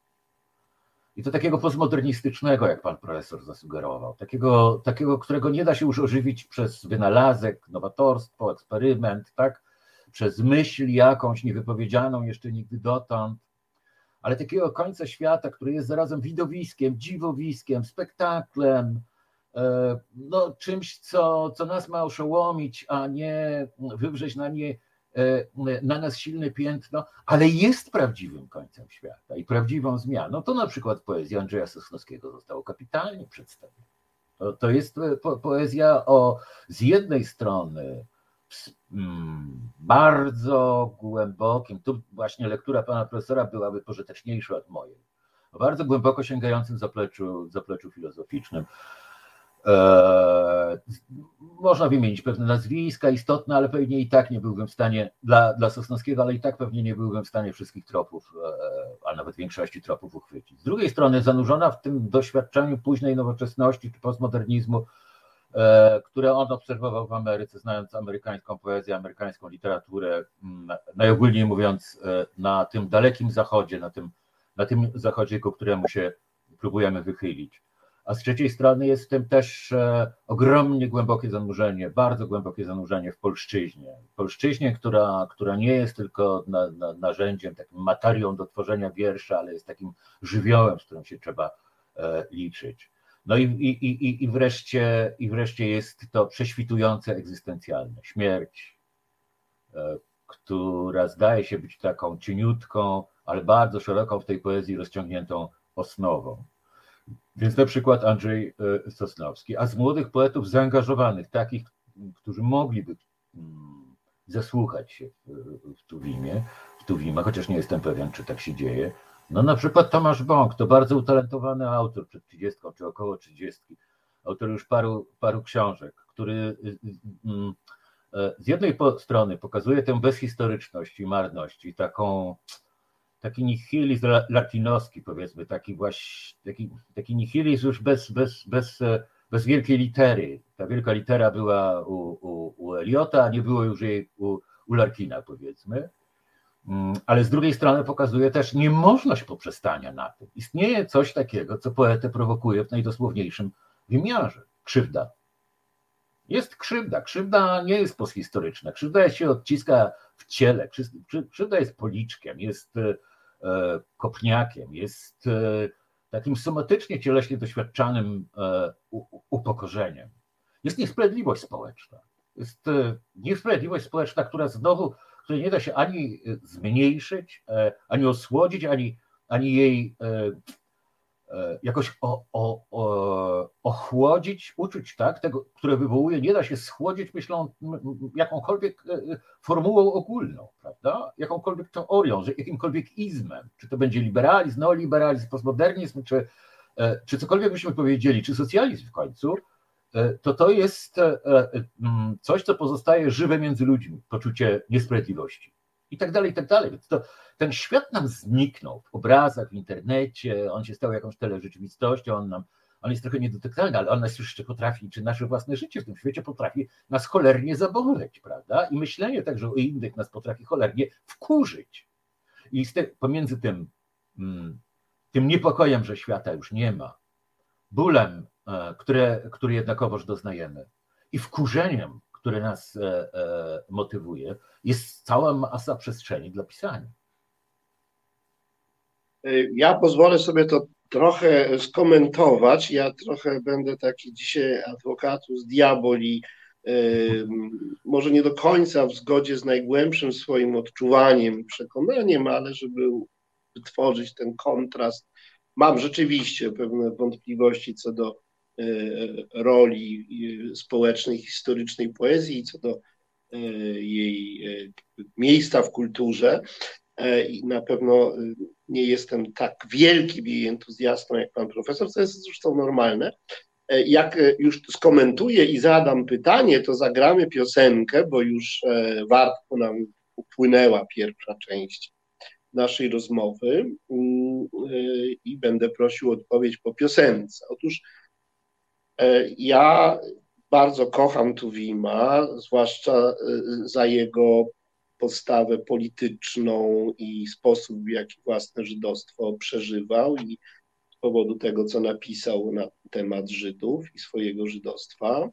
i to takiego postmodernistycznego, jak pan profesor zasugerował, takiego, takiego, którego nie da się już ożywić przez wynalazek, nowatorstwo, eksperyment, tak, przez myśl jakąś niewypowiedzianą jeszcze nigdy dotąd, ale takiego końca świata, który jest zarazem widowiskiem, dziwowiskiem, spektaklem, no, czymś, co, co nas ma oszołomić, a nie wywrzeć na, nie, na nas silne piętno, ale jest prawdziwym końcem świata i prawdziwą zmianą. To na przykład poezja Andrzeja Sosnowskiego została kapitalnie przedstawiona. To, to jest po, poezja o z jednej strony mm, bardzo głębokim, tu właśnie lektura pana profesora byłaby pożyteczniejsza od mojej, o bardzo głęboko sięgającym zapleczu, zapleczu filozoficznym. Eee, można wymienić pewne nazwiska istotne, ale pewnie i tak nie byłbym w stanie, dla, dla Sosnowskiego, ale i tak pewnie nie byłbym w stanie wszystkich tropów, e, a nawet większości tropów uchwycić. Z drugiej strony zanurzona w tym doświadczeniu późnej nowoczesności czy postmodernizmu, e, które on obserwował w Ameryce, znając amerykańską poezję, amerykańską literaturę, najogólniej mówiąc e, na tym dalekim zachodzie, na tym, na tym zachodzie, ku któremu się próbujemy wychylić. A z trzeciej strony jest w tym też e, ogromnie głębokie zanurzenie, bardzo głębokie zanurzenie w polszczyźnie. Polszczyźnie, która, która nie jest tylko na, na, narzędziem, takim materią do tworzenia wiersza, ale jest takim żywiołem, z którym się trzeba e, liczyć. No i, i, i, i, wreszcie, i wreszcie jest to prześwitujące egzystencjalne, śmierć, e, która zdaje się być taką cieniutką, ale bardzo szeroką w tej poezji rozciągniętą osnową. Więc na przykład Andrzej Sosnowski, a z młodych poetów zaangażowanych, takich, którzy mogliby zasłuchać się w Tuwimie, w Tuwima, chociaż nie jestem pewien, czy tak się dzieje. No na przykład Tomasz Bąk, to bardzo utalentowany autor przed trzydziestką, czy około trzydziestki, autor już paru, paru książek, który z jednej strony pokazuje tę bezhistoryczność i marność i taką, taki nihilizm latinowski, powiedzmy, taki właśnie, taki, taki nihilizm już bez, bez, bez, bez wielkiej litery. Ta wielka litera była u, u, u Eliota, a nie było już jej u, u Larkina, powiedzmy. Ale z drugiej strony pokazuje też niemożność poprzestania na tym. Istnieje coś takiego, co poetę prowokuje w najdosłowniejszym wymiarze. Krzywda. Jest krzywda. Krzywda nie jest posthistoryczna. Krzywda się odciska w ciele. Krzywda jest policzkiem, jest kopniakiem, jest takim somatycznie, cieleśnie doświadczanym upokorzeniem. Jest niesprawiedliwość społeczna. Jest niesprawiedliwość społeczna, która znowu, której nie da się ani zmniejszyć, ani osłodzić, ani, ani jej jakoś o, o, o, ochłodzić, uczuć, tak, tego, które wywołuje, nie da się schłodzić myślą jakąkolwiek formułą ogólną, prawda? Jakąkolwiek teorią, że jakimkolwiek izmem, czy to będzie liberalizm, neoliberalizm, postmodernizm, czy, czy cokolwiek byśmy powiedzieli, czy socjalizm w końcu, to to jest coś, co pozostaje żywe między ludźmi, poczucie niesprawiedliwości i tak dalej, i tak dalej. Więc to, ten świat nam zniknął w obrazach, w internecie, on się stał jakąś telerzeczywistością, on, nam, on jest trochę niedotykalny, ale on nas jeszcze potrafi, czy nasze własne życie w tym świecie potrafi nas cholernie zaboleć, prawda? I myślenie także o innych nas potrafi cholernie wkurzyć. I te, pomiędzy tym, tym niepokojem, że świata już nie ma, bólem, które, który jednakowoż doznajemy i wkurzeniem, które nas motywuje, jest cała masa przestrzeni dla pisania. Ja pozwolę sobie to trochę skomentować. Ja trochę będę taki dzisiaj advocatus diaboli, może nie do końca w zgodzie z najgłębszym swoim odczuwaniem i przekonaniem, ale żeby wytworzyć ten kontrast. Mam rzeczywiście pewne wątpliwości co do roli społecznej, historycznej poezji, co do jej miejsca w kulturze. I na pewno nie jestem tak wielkim jej entuzjastą jak pan profesor, co jest zresztą normalne. Jak już skomentuję i zadam pytanie, to zagramy piosenkę, bo już wartko nam upłynęła pierwsza część naszej rozmowy i będę prosił o odpowiedź po piosence. Otóż ja bardzo kocham Tuwima, zwłaszcza za jego postawę polityczną i sposób, w jaki własne żydostwo przeżywał i z powodu tego, co napisał na temat Żydów i swojego żydostwa.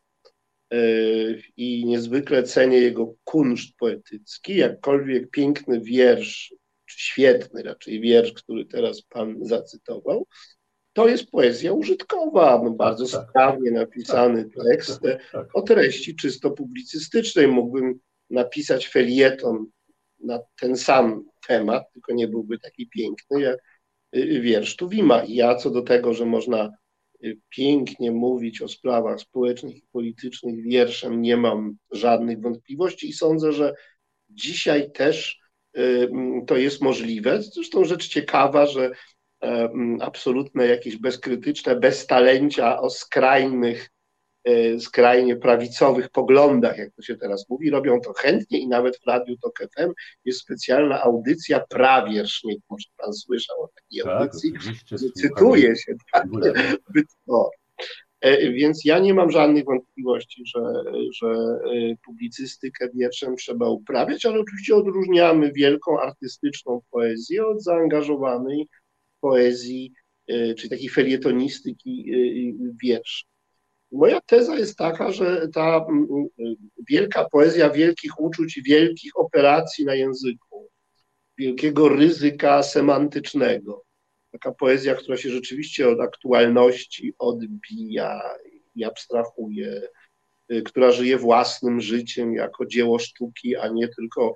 I niezwykle cenię jego kunszt poetycki, jakkolwiek piękny wiersz, czy świetny raczej wiersz, który teraz pan zacytował, to jest poezja użytkowa, no bardzo tak, sprawnie napisany tak, tekst tak, tak, tak. o treści czysto publicystycznej. Mógłbym napisać felieton na ten sam temat, tylko nie byłby taki piękny jak wiersz Tuwima. I ja co do tego, że można pięknie mówić o sprawach społecznych i politycznych wierszem, nie mam żadnych wątpliwości i sądzę, że dzisiaj też to jest możliwe. Zresztą rzecz ciekawa, że absolutne jakieś bezkrytyczne beztalencia o skrajnych, skrajnie prawicowych poglądach, jak to się teraz mówi, robią to chętnie i nawet w Radiu Tok F M jest specjalna audycja Prawiersznik. Może pan słyszał o takiej tak, audycji, cytuje się takie wytwory. Więc ja nie mam żadnych wątpliwości, że, że publicystykę wierszem trzeba uprawiać, ale oczywiście odróżniamy wielką artystyczną poezję od zaangażowanej poezji, czyli takiej felietonistyki wierszy. Moja teza jest taka, że ta wielka poezja wielkich uczuć i wielkich operacji na języku, wielkiego ryzyka semantycznego, taka poezja, która się rzeczywiście od aktualności odbija i abstrahuje, która żyje własnym życiem jako dzieło sztuki, a nie tylko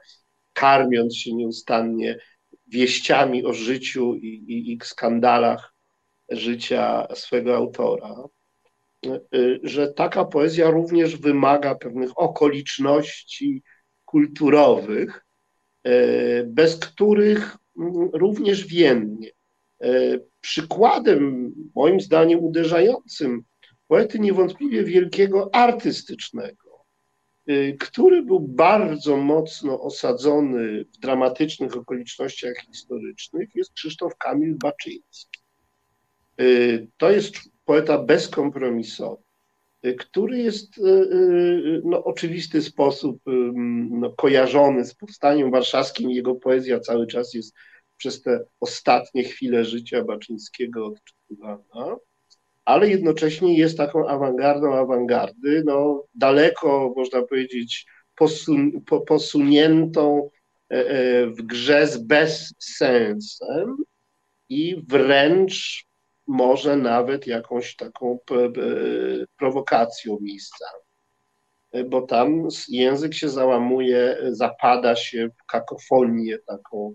karmiąc się nieustannie wieściami o życiu i, i, i skandalach życia swego autora, że taka poezja również wymaga pewnych okoliczności kulturowych, bez których również więdnie. Przykładem, moim zdaniem uderzającym, poety niewątpliwie wielkiego artystycznego, który był bardzo mocno osadzony w dramatycznych okolicznościach historycznych, jest Krzysztof Kamil Baczyński. To jest poeta bezkompromisowy, który jest no, w oczywisty sposób no, kojarzony z powstaniem warszawskim. Jego poezja cały czas jest przez te ostatnie chwile życia Baczyńskiego odczytywana, ale jednocześnie jest taką awangardą awangardy, no, daleko, można powiedzieć, posun po, posuniętą w grze z bezsensem i wręcz może nawet jakąś taką prowokacją miejscami, bo tam język się załamuje, zapada się w kakofonię taką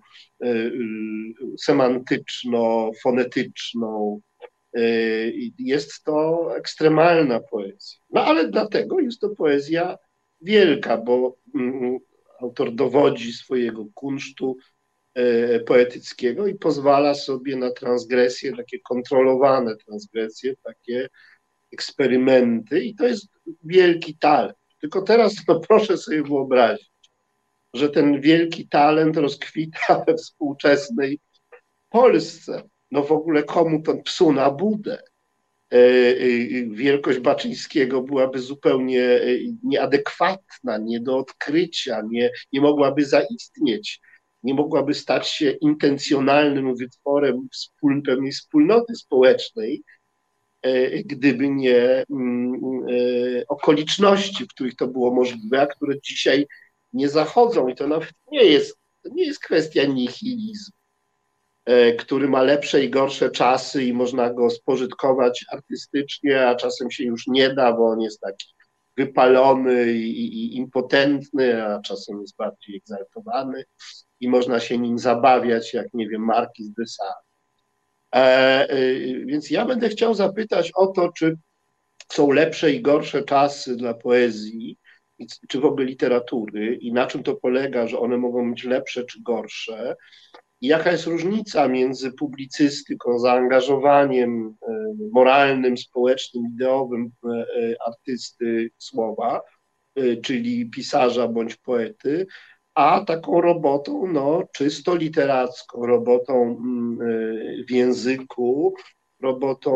semantyczno-fonetyczną. Jest to ekstremalna poezja. No ale dlatego jest to poezja wielka, bo autor dowodzi swojego kunsztu poetyckiego i pozwala sobie na transgresje, takie kontrolowane transgresje, takie eksperymenty i to jest wielki talent. Tylko teraz no, proszę sobie wyobrazić, że ten wielki talent rozkwita we współczesnej Polsce. No w ogóle komu to psu na budę? Wielkość Baczyńskiego byłaby zupełnie nieadekwatna, nie do odkrycia, nie, nie mogłaby zaistnieć. Nie mogłaby stać się intencjonalnym wytworem wspól, pewnej wspólnoty społecznej, gdyby nie okoliczności, w których to było możliwe, a które dzisiaj nie zachodzą. I to nawet nie jest, to nie jest kwestia nihilizmu, który ma lepsze i gorsze czasy i można go spożytkować artystycznie, a czasem się już nie da, bo on jest taki wypalony i, i impotentny, a czasem jest bardziej egzaltowany i można się nim zabawiać, jak, nie wiem, Marquis de Sade. E, więc ja będę chciał zapytać o to, czy są lepsze i gorsze czasy dla poezji, czy w ogóle literatury i na czym to polega, że one mogą być lepsze czy gorsze i jaka jest różnica między publicystyką, zaangażowaniem moralnym, społecznym, ideowym artysty słowa, czyli pisarza bądź poety, a taką robotą no, czysto literacką, robotą w języku, robotą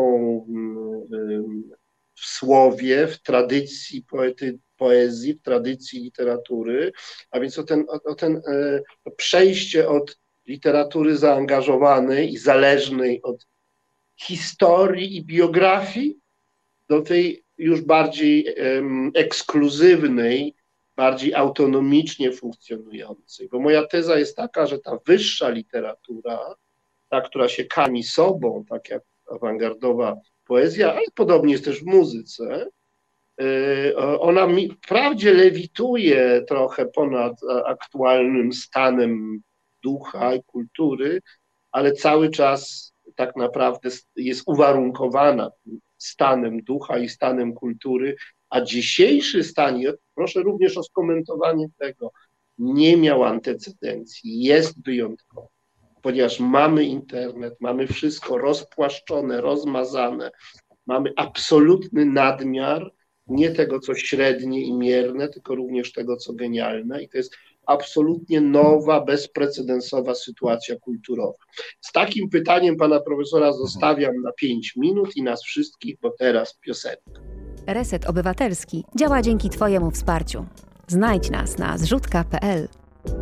w słowie, w tradycji poety, poezji, w tradycji literatury, a więc o ten, o, o ten o przejście od literatury zaangażowanej i zależnej od historii i biografii do tej już bardziej um, ekskluzywnej, bardziej autonomicznie funkcjonującej. Bo moja teza jest taka, że ta wyższa literatura, ta, która się karmi sobą, tak jak awangardowa poezja, ale podobnie jest też w muzyce, ona mi wprawdzie lewituje trochę ponad aktualnym stanem ducha i kultury, ale cały czas tak naprawdę jest uwarunkowana stanem ducha i stanem kultury, a dzisiejszy stan, proszę również o skomentowanie tego, nie miał antecedencji, jest wyjątkowy, ponieważ mamy internet, mamy wszystko rozpłaszczone, rozmazane, mamy absolutny nadmiar nie tego, co średnie i mierne, tylko również tego, co genialne i to jest absolutnie nowa, bezprecedensowa sytuacja kulturowa. Z takim pytaniem pana profesora zostawiam na pięć minut i nas wszystkich, bo teraz piosenka. Reset Obywatelski działa dzięki twojemu wsparciu. Znajdź nas na zrzutka kropka pe el.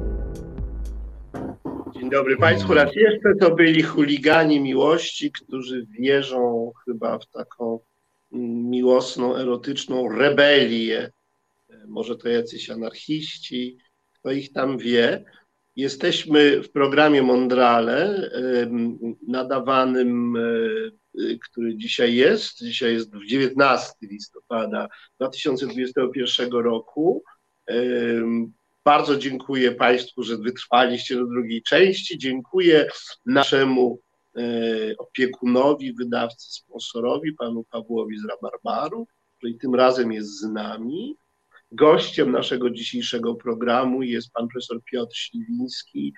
Dzień dobry Państwu. Raz jeszcze to byli chuligani miłości, którzy wierzą chyba w taką miłosną, erotyczną rebelię. Może to jacyś anarchiści, kto ich tam wie. Jesteśmy w programie Mondrale, nadawanym, który dzisiaj jest. Dzisiaj jest dziewiętnastego listopada dwa tysiące dwudziestego pierwszego roku. Bardzo dziękuję Państwu, że wytrwaliście do drugiej części. Dziękuję naszemu opiekunowi, wydawcy, sponsorowi, panu Pawłowi z Rabarbaru, który tym razem jest z nami. Gościem naszego dzisiejszego programu jest pan profesor Piotr Śliwiński,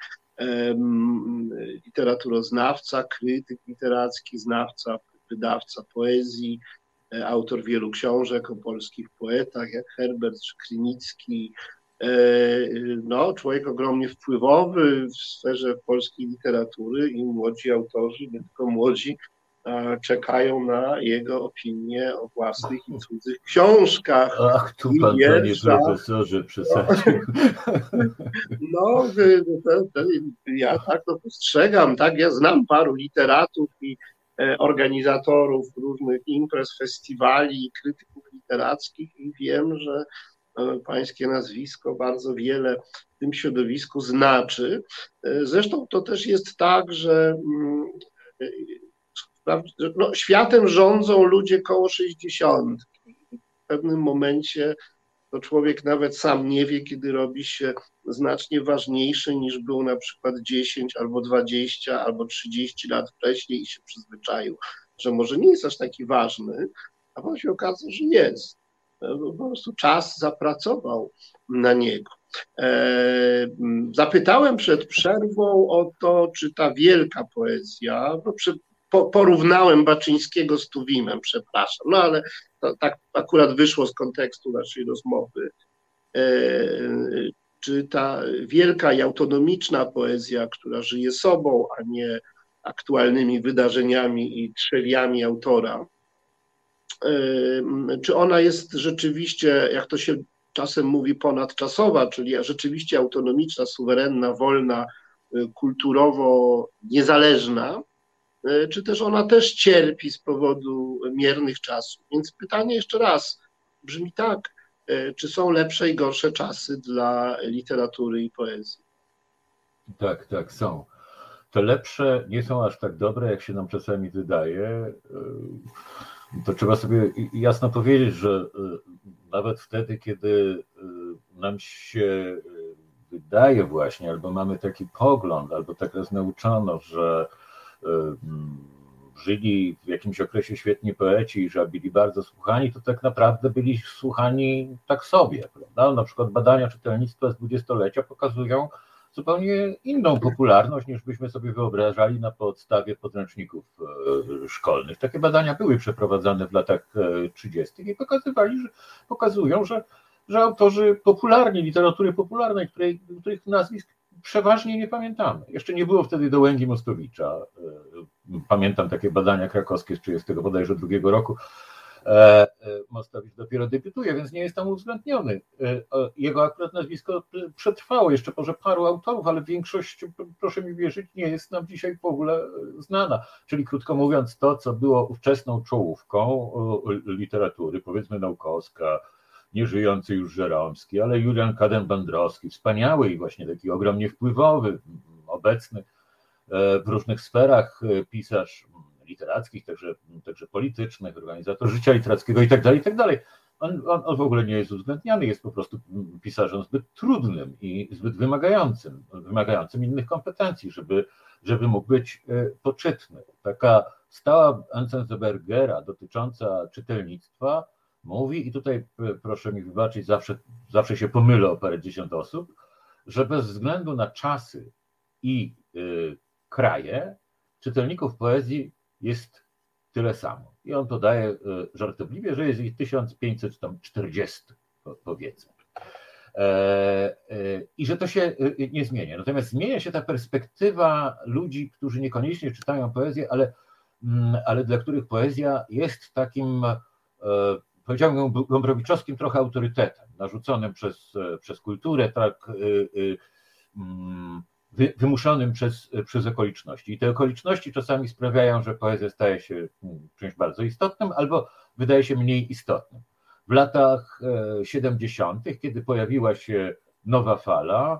literaturoznawca, krytyk literacki, znawca, wydawca poezji, autor wielu książek o polskich poetach, jak Herbert czy Krynicki. No, człowiek ogromnie wpływowy w sferze polskiej literatury i młodzi autorzy, nie tylko młodzi, czekają na jego opinie o własnych i cudzych książkach. Ach, tu pan, panie profesorze, przesadził. No, ja tak to postrzegam, tak, ja znam paru literatów i organizatorów różnych imprez, festiwali, krytyków literackich i wiem, że pańskie nazwisko bardzo wiele w tym środowisku znaczy. Zresztą to też jest tak, że no, światem rządzą ludzie koło sześćdziesiątki. W pewnym momencie to człowiek nawet sam nie wie, kiedy robi się znacznie ważniejszy niż był na przykład dziesięć albo dwadzieścia albo trzydzieści lat wcześniej i się przyzwyczaił, że może nie jest aż taki ważny, a potem się okaże, że jest. Po prostu czas zapracował na niego. Zapytałem przed przerwą o to, czy ta wielka poezja, no przed, po, porównałem Baczyńskiego z Tuwimem, przepraszam, no ale to, tak akurat wyszło z kontekstu naszej rozmowy. Czy ta wielka i autonomiczna poezja, która żyje sobą, a nie aktualnymi wydarzeniami i trzewiami autora, czy ona jest rzeczywiście, jak to się czasem mówi, ponadczasowa, czyli rzeczywiście autonomiczna, suwerenna, wolna, kulturowo niezależna, czy też ona też cierpi z powodu miernych czasów. Więc pytanie jeszcze raz brzmi tak, czy są lepsze i gorsze czasy dla literatury i poezji? Tak, tak, są. Te lepsze nie są aż tak dobre, jak się nam czasami wydaje. To trzeba sobie jasno powiedzieć, że nawet wtedy, kiedy nam się wydaje właśnie, albo mamy taki pogląd, albo tak nas nauczono, że żyli w jakimś okresie świetni poeci i że byli bardzo słuchani, to tak naprawdę byli słuchani tak sobie, prawda? Na przykład badania czytelnictwa z dwudziestolecia pokazują zupełnie inną popularność, niż byśmy sobie wyobrażali na podstawie podręczników szkolnych. Takie badania były przeprowadzane w latach trzydziestych i pokazywali, że, pokazują, że, że autorzy popularni, literatury popularnej, której, których nazwisk przeważnie nie pamiętamy. Jeszcze nie było wtedy Dołęgi Mostowicza. Pamiętam takie badania krakowskie z trzydziestego bodajże drugiego roku. Mostowicz dopiero debiutuje, więc nie jest tam uwzględniony. Jego akurat nazwisko przetrwało jeszcze może paru autorów, ale większość, proszę mi wierzyć, nie jest nam dzisiaj w ogóle znana. Czyli krótko mówiąc, to, co było ówczesną czołówką literatury, powiedzmy Naukowska, nieżyjący już Żeromski, ale Julian Kaden-Bandrowski, wspaniały i właśnie taki ogromnie wpływowy, obecny w różnych sferach pisarz literackich, także, także politycznych, organizator życia literackiego i tak dalej, i tak dalej. On, on, on w ogóle nie jest uwzględniany, jest po prostu pisarzem zbyt trudnym i zbyt wymagającym, wymagającym innych kompetencji, żeby, żeby mógł być poczytny. Taka stała Enzensbergera dotycząca czytelnictwa mówi, i tutaj proszę mi wybaczyć, zawsze, zawsze się pomylę o parędziesiąt osób, że bez względu na czasy i y, kraje, czytelników poezji jest tyle samo. I on podaje y, żartobliwie, że jest ich tysiąc pięćset czterdzieści, powiedzmy. E, e, I że to się y, nie zmienia. Natomiast zmienia się ta perspektywa ludzi, którzy niekoniecznie czytają poezję, ale, mm, ale dla których poezja jest takim e, powiedziałbym gombrowiczowskim trochę autorytetem, narzuconym przez, przez kulturę, tak wy, wymuszonym przez, przez okoliczności. I te okoliczności czasami sprawiają, że poezja staje się czymś bardzo istotnym albo wydaje się mniej istotnym. W latach siedemdziesiątych, kiedy pojawiła się nowa fala,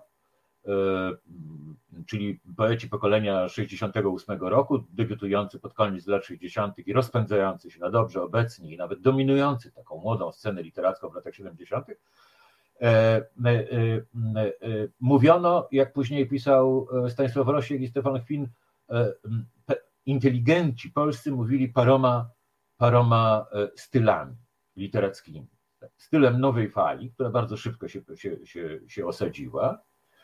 czyli poeci pokolenia sześćdziesiątego ósmego roku, debiutujący pod koniec lat sześćdziesiątych i rozpędzający się na dobrze obecni i nawet dominujący taką młodą scenę literacką w latach siedemdziesiątych, e, e, e, mówiono, jak później pisał Stanisław Rosiek i Stefan Chwin, e, pe, inteligenci polscy mówili paroma, paroma stylami literackimi. Stylem nowej fali, która bardzo szybko się, się, się, się osadziła,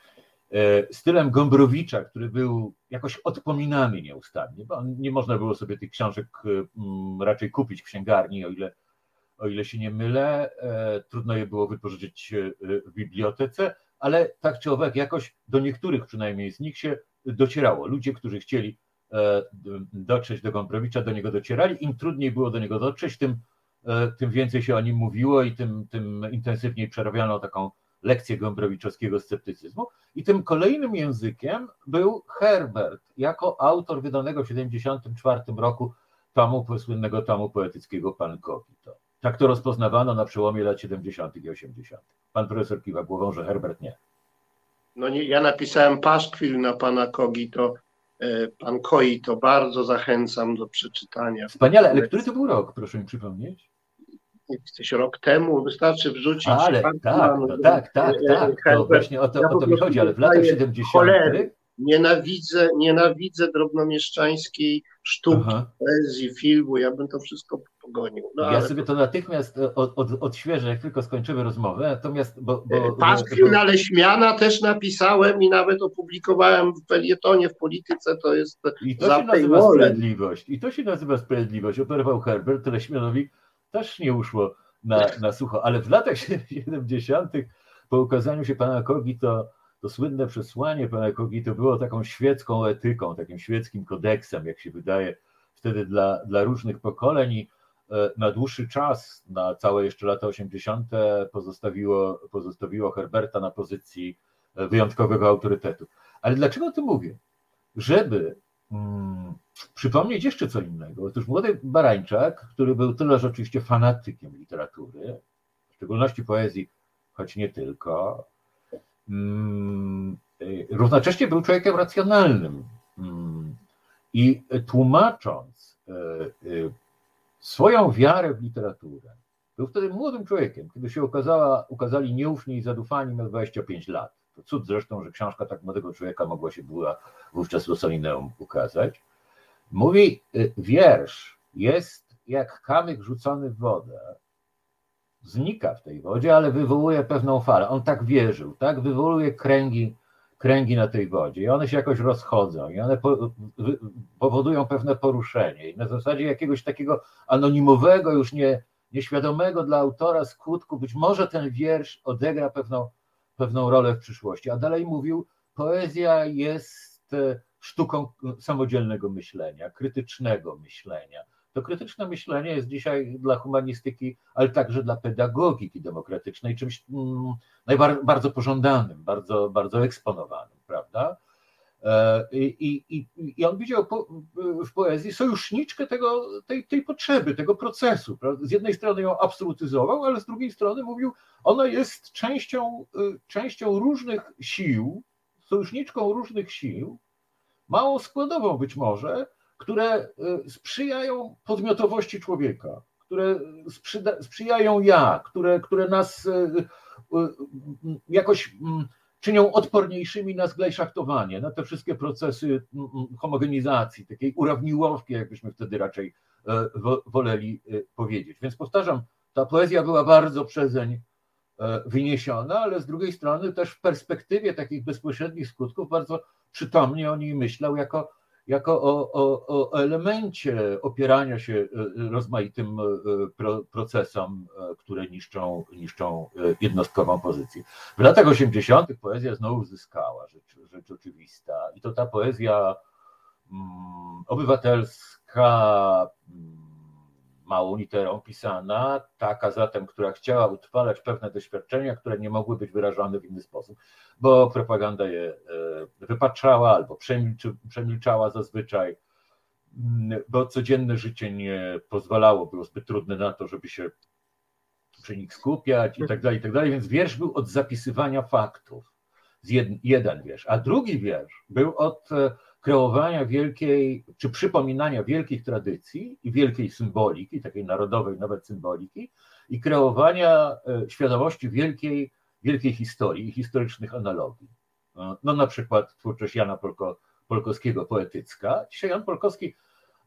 stylem Gombrowicza, który był jakoś odpominany nieustannie, bo nie można było sobie tych książek raczej kupić w księgarni, o ile, o ile się nie mylę, trudno je było wypożyczyć w bibliotece, ale tak czy owak jakoś do niektórych przynajmniej z nich się docierało. Ludzie, którzy chcieli dotrzeć do Gombrowicza, do niego docierali, im trudniej było do niego dotrzeć, tym, tym więcej się o nim mówiło i tym, tym intensywniej przerabiano taką lekcję gombrowiczowskiego sceptycyzmu. I tym kolejnym językiem był Herbert, jako autor wydanego w siedemdziesiątym czwartym roku tomu, słynnego tomu poetyckiego Pan Kogito. Tak to rozpoznawano na przełomie lat siedemdziesiątych i osiemdziesiątych. Pan profesor kiwa głową, że Herbert nie. No nie, ja napisałem paszkwil na pana Kogito, pan Kogito, bardzo zachęcam do przeczytania. Wspaniale, ale który to był rok, proszę mi przypomnieć? Jesteś rok temu, wystarczy wrzucić. Ale tak, no tak, tak, tak, to właśnie o to, ja o to mi chodzi, ale w latach siedemdziesiątych Nienawidzę, nienawidzę drobnomieszczańskiej sztuki, Aha. poezji, filmu, ja bym to wszystko pogonił. No, ja ale sobie to natychmiast od, od, odświeżę, jak tylko skończymy rozmowę, natomiast... Bo, bo, Paszkwil bo... na Leśmiana też napisałem i nawet opublikowałem w felietonie, w Polityce, to jest... I to się nazywa sprawiedliwość, i to się nazywa sprawiedliwość. Operował Herbert, Leśmianowi też nie uszło na, na sucho, ale w latach siedemdziesiątych po ukazaniu się pana Kogito, to słynne przesłanie pana Kogito było taką świecką etyką, takim świeckim kodeksem, jak się wydaje wtedy dla, dla różnych pokoleń i na dłuższy czas, na całe jeszcze lata osiemdziesiąte pozostawiło, pozostawiło Herberta na pozycji wyjątkowego autorytetu. Ale dlaczego o tym mówię? Żeby hmm, przypomnieć jeszcze co innego. Otóż młody Barańczak, który był tyleż oczywiście fanatykiem literatury, w szczególności poezji, choć nie tylko, hmm, równocześnie był człowiekiem racjonalnym hmm, i tłumacząc swoją wiarę w literaturę, był wtedy młodym człowiekiem, kiedy się ukazała, ukazali Nieufni i Zadufani, miał dwadzieścia pięć lat. To cud zresztą, że książka tak młodego człowieka mogła się była wówczas w Ossolineum ukazać. Mówi, wiersz jest jak kamyk rzucony w wodę. Znika w tej wodzie, ale wywołuje pewną falę. On tak wierzył, tak? Wywołuje kręgi, kręgi na tej wodzie i one się jakoś rozchodzą i one po, wy, powodują pewne poruszenie i na zasadzie jakiegoś takiego anonimowego, już nie, nieświadomego dla autora skutku, być może ten wiersz odegra pewną, pewną rolę w przyszłości. A dalej mówił, poezja jest sztuką samodzielnego myślenia, krytycznego myślenia. To krytyczne myślenie jest dzisiaj dla humanistyki, ale także dla pedagogiki demokratycznej czymś mm, najbardziej pożądanym, bardzo, bardzo eksponowanym, prawda? I, i, i on widział po, w poezji sojuszniczkę tego, tej, tej potrzeby, tego procesu. Prawda? Z jednej strony ją absolutyzował, ale z drugiej strony mówił, ona jest częścią, częścią różnych sił, sojuszniczką różnych sił, małą składową być może, które sprzyjają podmiotowości człowieka, które sprzyjają ja, które, które nas jakoś czynią odporniejszymi na zglejszachtowanie, na te wszystkie procesy homogenizacji, takiej urawniłowki, jakbyśmy wtedy raczej woleli powiedzieć. Więc powtarzam, ta poezja była bardzo przezeń wyniesiona, ale z drugiej strony też w perspektywie takich bezpośrednich skutków bardzo przytomnie o niej myślał jako jako o, o, o elemencie opierania się rozmaitym procesom, które niszczą, niszczą jednostkową pozycję. W latach osiemdziesiątych poezja znowu zyskała, rzecz, rzecz oczywista. I to ta poezja mm, obywatelska, małą literą pisana, taka zatem, która chciała utrwalać pewne doświadczenia, które nie mogły być wyrażone w inny sposób, bo propaganda je wypaczała albo przemilczy, przemilczała zazwyczaj, bo codzienne życie nie pozwalało, było zbyt trudne na to, żeby się przy nich skupiać i tak dalej, i tak dalej, więc wiersz był od zapisywania faktów, jeden wiersz, a drugi wiersz był od kreowania wielkiej, czy przypominania wielkich tradycji i wielkiej symboliki, takiej narodowej nawet symboliki i kreowania świadomości wielkiej, wielkiej historii i historycznych analogii. No na przykład twórczość Jana Polko, Polkowskiego poetycka. Dzisiaj Jan Polkowski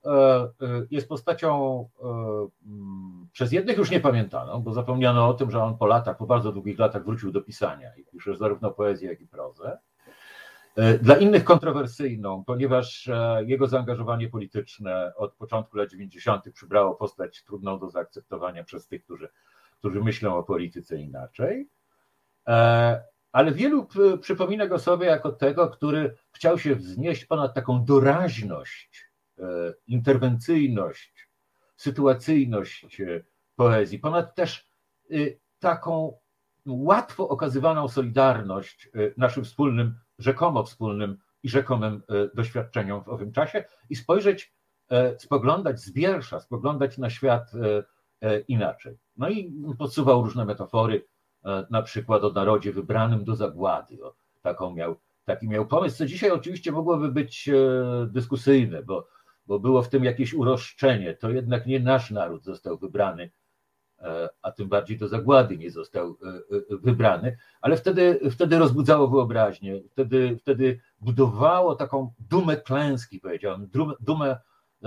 jest postacią przez jednych już niepamiętaną, bo zapomniano o tym, że on po latach, po bardzo długich latach wrócił do pisania i pisze zarówno poezję, jak i prozę. Dla innych kontrowersyjną, ponieważ jego zaangażowanie polityczne od początku lat dziewięćdziesiątych przybrało postać trudną do zaakceptowania przez tych, którzy, którzy myślą o polityce inaczej. Ale wielu przypomina go sobie jako tego, który chciał się wznieść ponad taką doraźność, interwencyjność, sytuacyjność poezji, ponad też taką łatwo okazywaną solidarność naszym wspólnym, rzekomo wspólnym i rzekomym doświadczeniom w owym czasie i spojrzeć, spoglądać z wiersza, spoglądać na świat inaczej. No i podsuwał różne metafory, na przykład o narodzie wybranym do zagłady. O, taką miał, taki miał pomysł, co dzisiaj oczywiście mogłoby być dyskusyjne, bo, bo było w tym jakieś uroszczenie. To jednak nie nasz naród został wybrany, a tym bardziej do zagłady nie został wybrany, ale wtedy, wtedy rozbudzało wyobraźnię, wtedy, wtedy budowało taką dumę klęski, powiedziałem, dumę,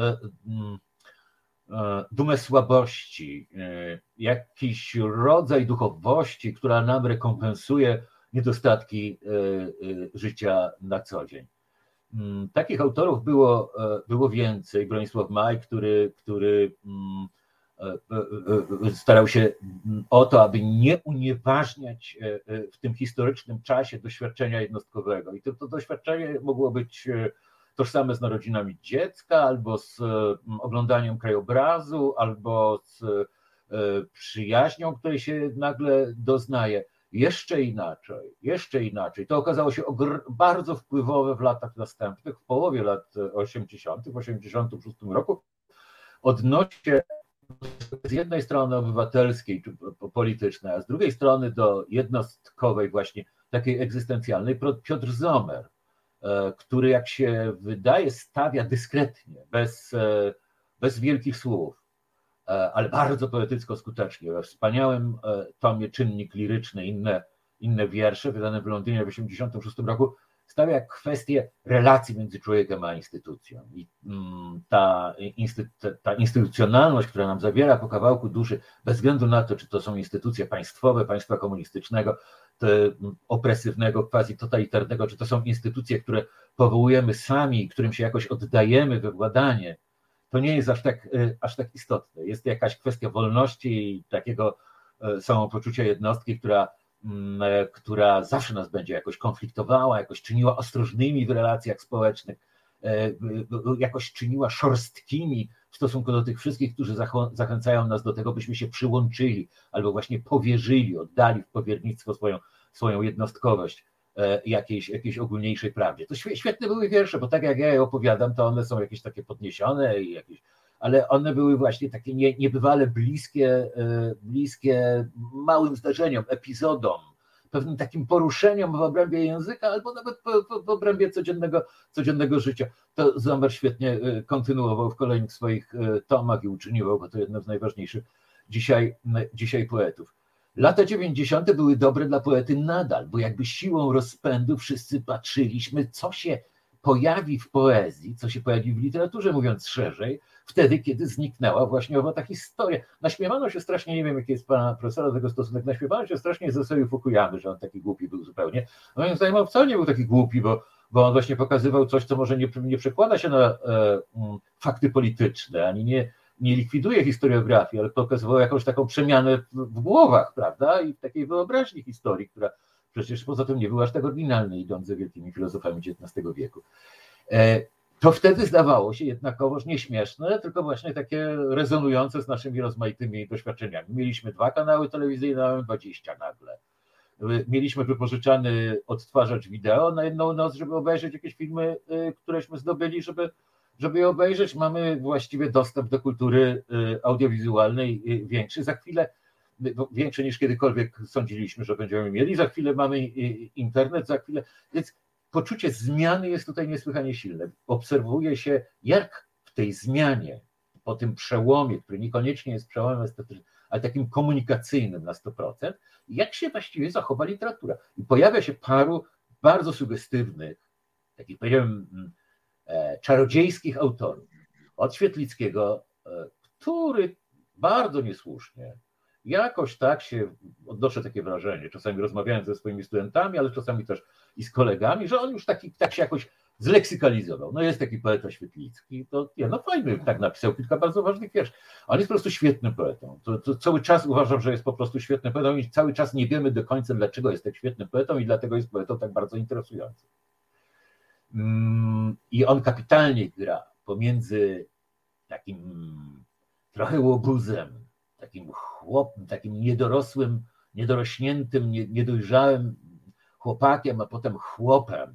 dumę słabości, jakiś rodzaj duchowości, która nam rekompensuje niedostatki życia na co dzień. Takich autorów było, było więcej. Bronisław Maj, który, który starał się o to, aby nie unieważniać w tym historycznym czasie doświadczenia jednostkowego. I to, to doświadczenie mogło być tożsame z narodzinami dziecka, albo z oglądaniem krajobrazu, albo z przyjaźnią, której się nagle doznaje. Jeszcze inaczej, jeszcze inaczej. To okazało się bardzo wpływowe w latach następnych, w połowie lat osiemdziesiątych, w osiemdziesiątym szóstym roku. Odnosi się z jednej strony obywatelskiej czy politycznej, a z drugiej strony do jednostkowej, właśnie takiej egzystencjalnej, Piotr Zomer, który, jak się wydaje, stawia dyskretnie, bez, bez wielkich słów, ale bardzo poetycko skutecznie. We wspaniałym tomie Czynnik liryczny, inne, inne wiersze, wydane w Londynie w osiemdziesiątym szóstym roku, stawia kwestię relacji między człowiekiem a instytucją. I ta, ta instytucjonalność, która nam zawiera po kawałku duszy, bez względu na to, czy to są instytucje państwowe, państwa komunistycznego, opresywnego, quasi totalitarnego, czy to są instytucje, które powołujemy sami i którym się jakoś oddajemy we władanie, to nie jest aż tak, aż tak istotne. Jest jakaś kwestia wolności i takiego samopoczucia jednostki, która, która zawsze nas będzie jakoś konfliktowała, jakoś czyniła ostrożnymi w relacjach społecznych, jakoś czyniła szorstkimi w stosunku do tych wszystkich, którzy zachęcają nas do tego, byśmy się przyłączyli albo właśnie powierzyli, oddali w powiernictwo swoją, swoją jednostkowość jakiejś, jakiejś ogólniejszej prawdzie. To świetne były wiersze, bo tak jak ja je opowiadam, to one są jakieś takie podniesione, i jakieś, ale one były właśnie takie nie, niebywale bliskie, bliskie małym zdarzeniom, epizodom, pewnym takim poruszeniom w obrębie języka albo nawet w obrębie codziennego, codziennego życia. To Zomer świetnie kontynuował w kolejnych swoich tomach i uczynił go to jednym z najważniejszych dzisiaj, dzisiaj poetów. Lata dziewięćdziesiąte były dobre dla poety nadal, bo jakby siłą rozpędu wszyscy patrzyliśmy, co się pojawi w poezji, co się pojawi w literaturze, mówiąc szerzej, wtedy, kiedy zniknęła właśnie owa ta historia. Naśmiewano się strasznie, nie wiem, jaki jest pana profesora tego stosunek, naśmiewano się strasznie ze Isai Fukuyamy, że on taki głupi był zupełnie. Moim zdaniem on wcale nie był taki głupi, bo, bo on właśnie pokazywał coś, co może nie, nie przekłada się na e, m, fakty polityczne, ani nie, nie likwiduje historiografii, ale pokazywał jakąś taką przemianę w, w głowach, prawda, i w takiej wyobraźni historii, która przecież poza tym nie była aż tak oryginalna, idąc za wielkimi filozofami dziewiętnastego wieku. E, To wtedy zdawało się jednakowoż nie śmieszne, tylko właśnie takie rezonujące z naszymi rozmaitymi doświadczeniami. Mieliśmy dwa kanały telewizyjne, mamy dwadzieścia nagle. Mieliśmy wypożyczany odtwarzacz wideo na jedną noc, żeby obejrzeć jakieś filmy, któreśmy zdobyli, żeby, żeby je obejrzeć. Mamy właściwie dostęp do kultury audiowizualnej większy. Za chwilę, większy niż kiedykolwiek sądziliśmy, że będziemy mieli. Za chwilę mamy internet, za chwilę... Więc poczucie zmiany jest tutaj niesłychanie silne. Obserwuje się, jak w tej zmianie, po tym przełomie, który niekoniecznie jest przełomem estetycznym, ale takim komunikacyjnym na sto procent, jak się właściwie zachowa literatura. I pojawia się paru bardzo sugestywnych, takich powiedziałem, czarodziejskich autorów. od Świetlickiego, który bardzo niesłusznie, jakoś tak się, odnoszę takie wrażenie, czasami rozmawiałem ze swoimi studentami, ale czasami też i z kolegami, że on już taki, tak się jakoś zleksykalizował. No jest taki poeta Świetlicki, to nie, no fajny, tak napisał kilka bardzo ważnych wierszy. On jest po prostu świetnym poetą. To, to cały czas uważam, że jest po prostu świetnym poetą i cały czas nie wiemy do końca, dlaczego jest tak świetnym poetą i dlatego jest poetą tak bardzo interesującym. I on kapitalnie gra pomiędzy takim trochę łobuzem, takim chłopem, takim niedorosłym, niedorośniętym, niedojrzałym chłopakiem, a potem chłopem,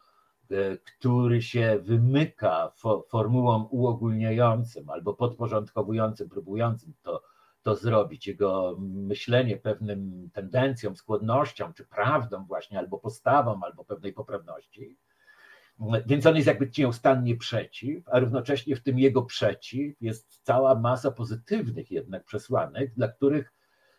który się wymyka formułom uogólniającym albo podporządkowującym, próbującym to, to zrobić. Jego myślenie pewnym tendencjom, skłonnościom, czy prawdą właśnie, albo postawą, albo pewnej poprawności. Więc on jest jakby nieustannie przeciw, a równocześnie w tym jego przeciw jest cała masa pozytywnych jednak przesłanek, dla których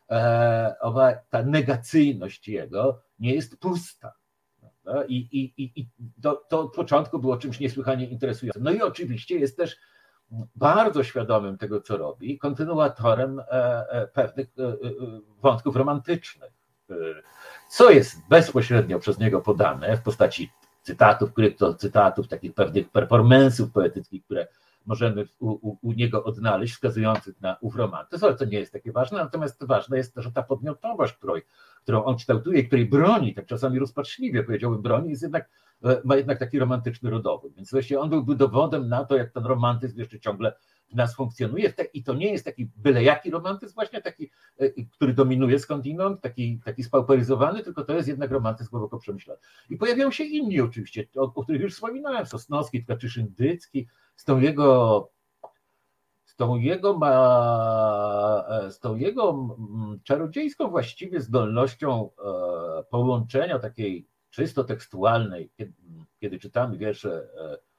e, owa, ta negacyjność jego nie jest pusta. I, i, i, i to, to od początku było czymś niesłychanie interesującym. No i oczywiście jest też bardzo świadomym tego, co robi, kontynuatorem e, e, pewnych e, wątków romantycznych, e, co jest bezpośrednio przez niego podane w postaci cytatów, kryptocytatów, takich pewnych performance'ów poetyckich, które możemy u, u, u niego odnaleźć, wskazujących na ów romantyzm, ale to nie jest takie ważne, natomiast ważne jest też ta podmiotowość, którą, którą on kształtuje, której broni, tak czasami rozpaczliwie powiedziałbym broni, jest jednak, ma jednak taki romantyczny rodowód. Więc właśnie on byłby dowodem na to, jak ten romantyzm jeszcze ciągle w nas funkcjonuje i to nie jest taki byle jaki romantyzm, właśnie taki, który dominuje skądinąd, taki, taki spauperyzowany, tylko to jest jednak romantyzm głęboko przemyślany. I pojawiają się inni oczywiście, o, o których już wspominałem, Sosnowski, Tkaczyszyn-Dycki, z tą jego z tą jego ma, z tą jego czarodziejską właściwie zdolnością połączenia takiej czysto tekstualnej, kiedy, kiedy czytamy wiersze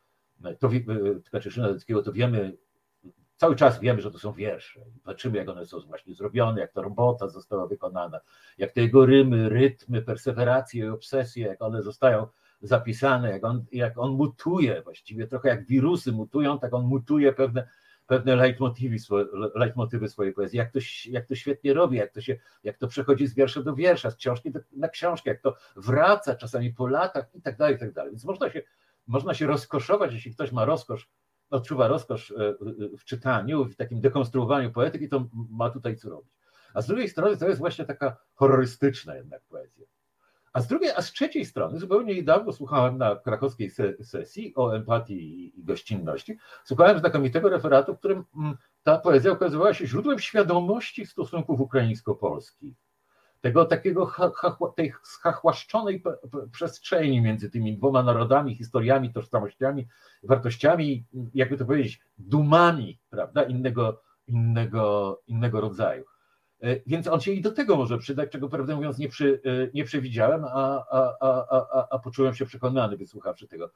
to Tkaczyszyna-Dyckiego, to wiemy, cały czas wiemy, że to są wiersze. Patrzymy, jak one są właśnie zrobione, jak ta robota została wykonana, jak te jego rymy, rytmy, perseweracje i obsesje, jak one zostają zapisane, jak on, jak on mutuje, właściwie trochę jak wirusy mutują, tak on mutuje pewne, pewne leitmotywy, swoje, leitmotywy swojej poezji. Jak to, jak to świetnie robi, jak to, się, jak to przechodzi z wiersza do wiersza, z książki do, na książkę, jak to wraca czasami po latach i tak dalej, i tak dalej. Więc można się, można się rozkoszować, jeśli ktoś ma rozkosz, odczuwa rozkosz w czytaniu, w takim dekonstruowaniu poetyki, to ma tutaj co robić. A z drugiej strony to jest właśnie taka horrorystyczna jednak poezja. A z drugiej, a z trzeciej strony, zupełnie niedawno słuchałem na krakowskiej sesji o empatii i gościnności, słuchałem znakomitego referatu, w którym ta poezja okazywała się źródłem świadomości stosunków ukraińsko-polskich. Tego takiego, ha, ha, tej schachłaszczonej przestrzeni między tymi dwoma narodami, historiami, tożsamościami, wartościami, jakby to powiedzieć, dumami, prawda, innego, innego, innego rodzaju. Więc on się i do tego może przydać, czego prawdę mówiąc nie, przy, nie przewidziałem, a, a, a, a, a poczułem się przekonany, wysłuchawszy tego,